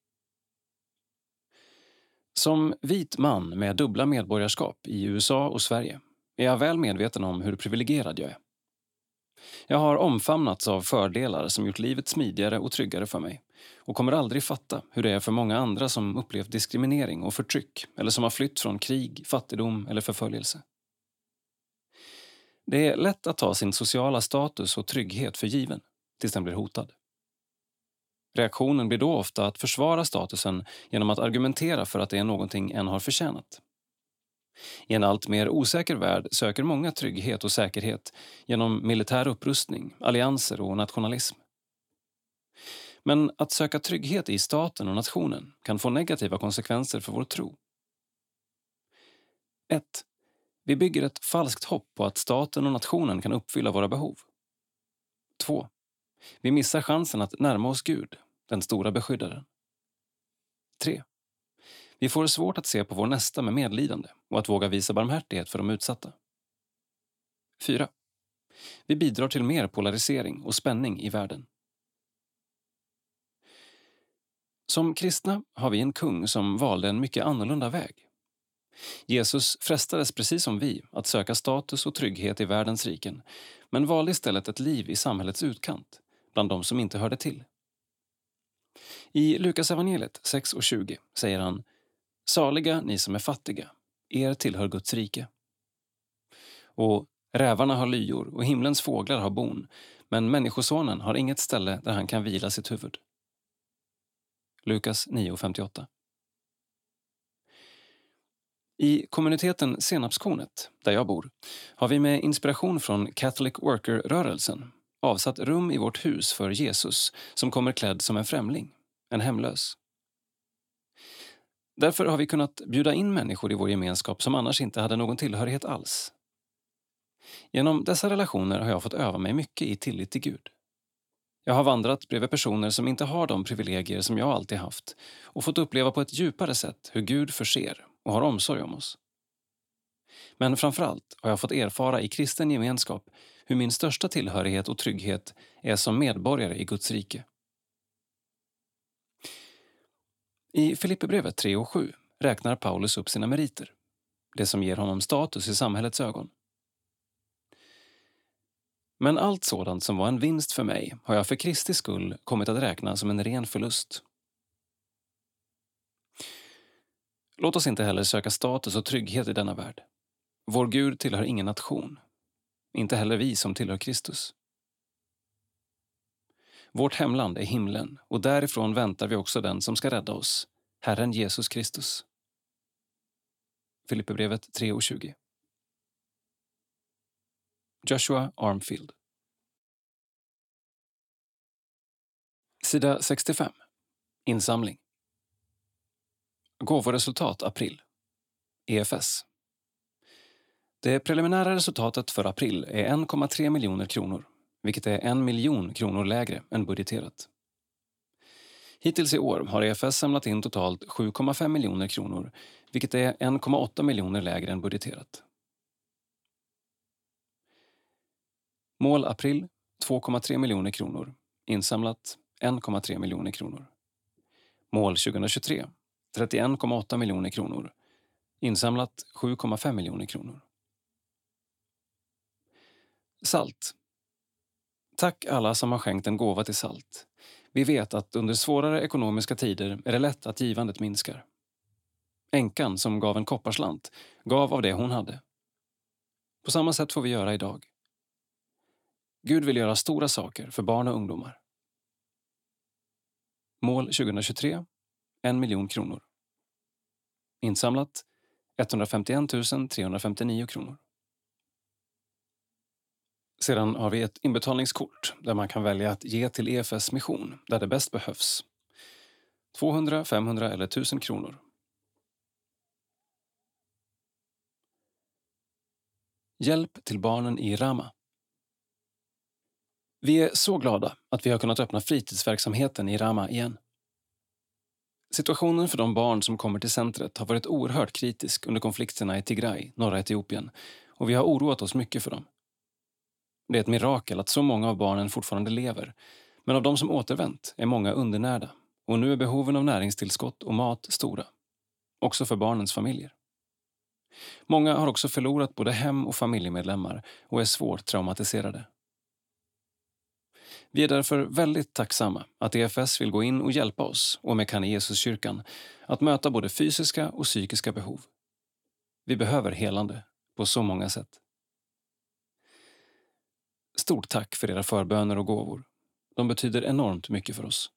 Som vit man med dubbla medborgarskap i U S A och Sverige är jag väl medveten om hur privilegierad jag är. Jag har omfamnats av fördelar som gjort livet smidigare och tryggare för mig och kommer aldrig fatta hur det är för många andra som upplevt diskriminering och förtryck eller som har flytt från krig, fattigdom eller förföljelse. Det är lätt att ta sin sociala status och trygghet för given tills den blir hotad. Reaktionen blir då ofta att försvara statusen genom att argumentera för att det är någonting en har förtjänat. I en allt mer osäker värld söker många trygghet och säkerhet genom militär upprustning, allianser och nationalism. Men att söka trygghet i staten och nationen kan få negativa konsekvenser för vår tro. ett. Vi bygger ett falskt hopp på att staten och nationen kan uppfylla våra behov. två. Vi missar chansen att närma oss Gud, den stora beskyddaren. tre. Vi får svårt att se på vår nästa med medlidande och att våga visa barmhärtighet för de utsatta. fyra. Vi bidrar till mer polarisering och spänning i världen. Som kristna har vi en kung som valde en mycket annorlunda väg. Jesus frestades precis som vi att söka status och trygghet i världens riken, men valde istället ett liv i samhällets utkant, bland de som inte hörde till. I Lukas evangeliet sex och tjugo säger han: Saliga ni som är fattiga, er tillhör Guds rike. Och rävarna har lyor och himlens fåglar har bon, men människosonen har inget ställe där han kan vila sitt huvud. Lukas nio femtioåtta. I kommuniteten Senapskornet, där jag bor, har vi med inspiration från Catholic Worker-rörelsen avsatt rum i vårt hus för Jesus som kommer klädd som en främling, en hemlös. Därför har vi kunnat bjuda in människor i vår gemenskap som annars inte hade någon tillhörighet alls. Genom dessa relationer har jag fått öva mig mycket i tillit till Gud. Jag har vandrat bredvid personer som inte har de privilegier som jag alltid haft och fått uppleva på ett djupare sätt hur Gud förser och har omsorg om oss. Men framförallt har jag fått erfara i kristen gemenskap hur min största tillhörighet och trygghet är som medborgare i Guds rike. I Filipperbrevet tre och sju räknar Paulus upp sina meriter, det som ger honom status i samhällets ögon. Men allt sådant som var en vinst för mig har jag för Kristi skull kommit att räkna som en ren förlust. Låt oss inte heller söka status och trygghet i denna värld. Vår Gud tillhör ingen nation, inte heller vi som tillhör Kristus. Vårt hemland är himlen och därifrån väntar vi också den som ska rädda oss, Herren Jesus Kristus. Filipperbrevet tre och tjugo. Joshua Armfield. Sida sextiofem. Insamling. Gåvoresultat april. E F S. Det preliminära resultatet för april är en komma tre miljoner kronor, vilket är en miljon kronor lägre än budgeterat. Hittills i år har E F S samlat in totalt sju komma fem miljoner kronor, vilket är en komma åtta miljoner lägre än budgeterat. Mål april två komma tre miljoner kronor, insamlat en komma tre miljoner kronor. Mål tjugohundratjugotre trettioen komma åtta miljoner kronor, insamlat sju komma fem miljoner kronor. Salt. Tack alla som har skänkt en gåva till Salt. Vi vet att under svårare ekonomiska tider är det lätt att givandet minskar. Änkan som gav en kopparslant gav av det hon hade. På samma sätt får vi göra idag. Gud vill göra stora saker för barn och ungdomar. Mål tjugohundratjugotre, en miljon kronor. Insamlat etthundrafemtioen tusen trehundrafemtionio kronor. Sedan har vi ett inbetalningskort där man kan välja att ge till E F S mission där det bäst behövs. tvåhundra, femhundra eller tusen kronor. Hjälp till barnen i Rama. Vi är så glada att vi har kunnat öppna fritidsverksamheten i Rama igen. Situationen för de barn som kommer till centret har varit oerhört kritisk under konflikterna i Tigray, norra Etiopien, och vi har oroat oss mycket för dem. Det är ett mirakel att så många av barnen fortfarande lever, Men av de som återvänt är många undernärda och nu är behoven av näringstillskott och mat stora. Också för barnens familjer. Många har också förlorat både hem- och familjemedlemmar och är svårt traumatiserade. Vi är därför väldigt tacksamma att E F S vill gå in och hjälpa oss och Mekane Jesuskyrkan att möta både fysiska och psykiska behov. Vi behöver helande på så många sätt. Stort tack för era förböner och gåvor. De betyder enormt mycket för oss.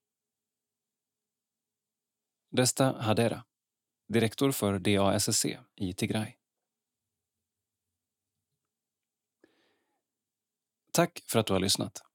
Desta Hadera, direktor för D A S S C i Tigray. Tack för att du har lyssnat.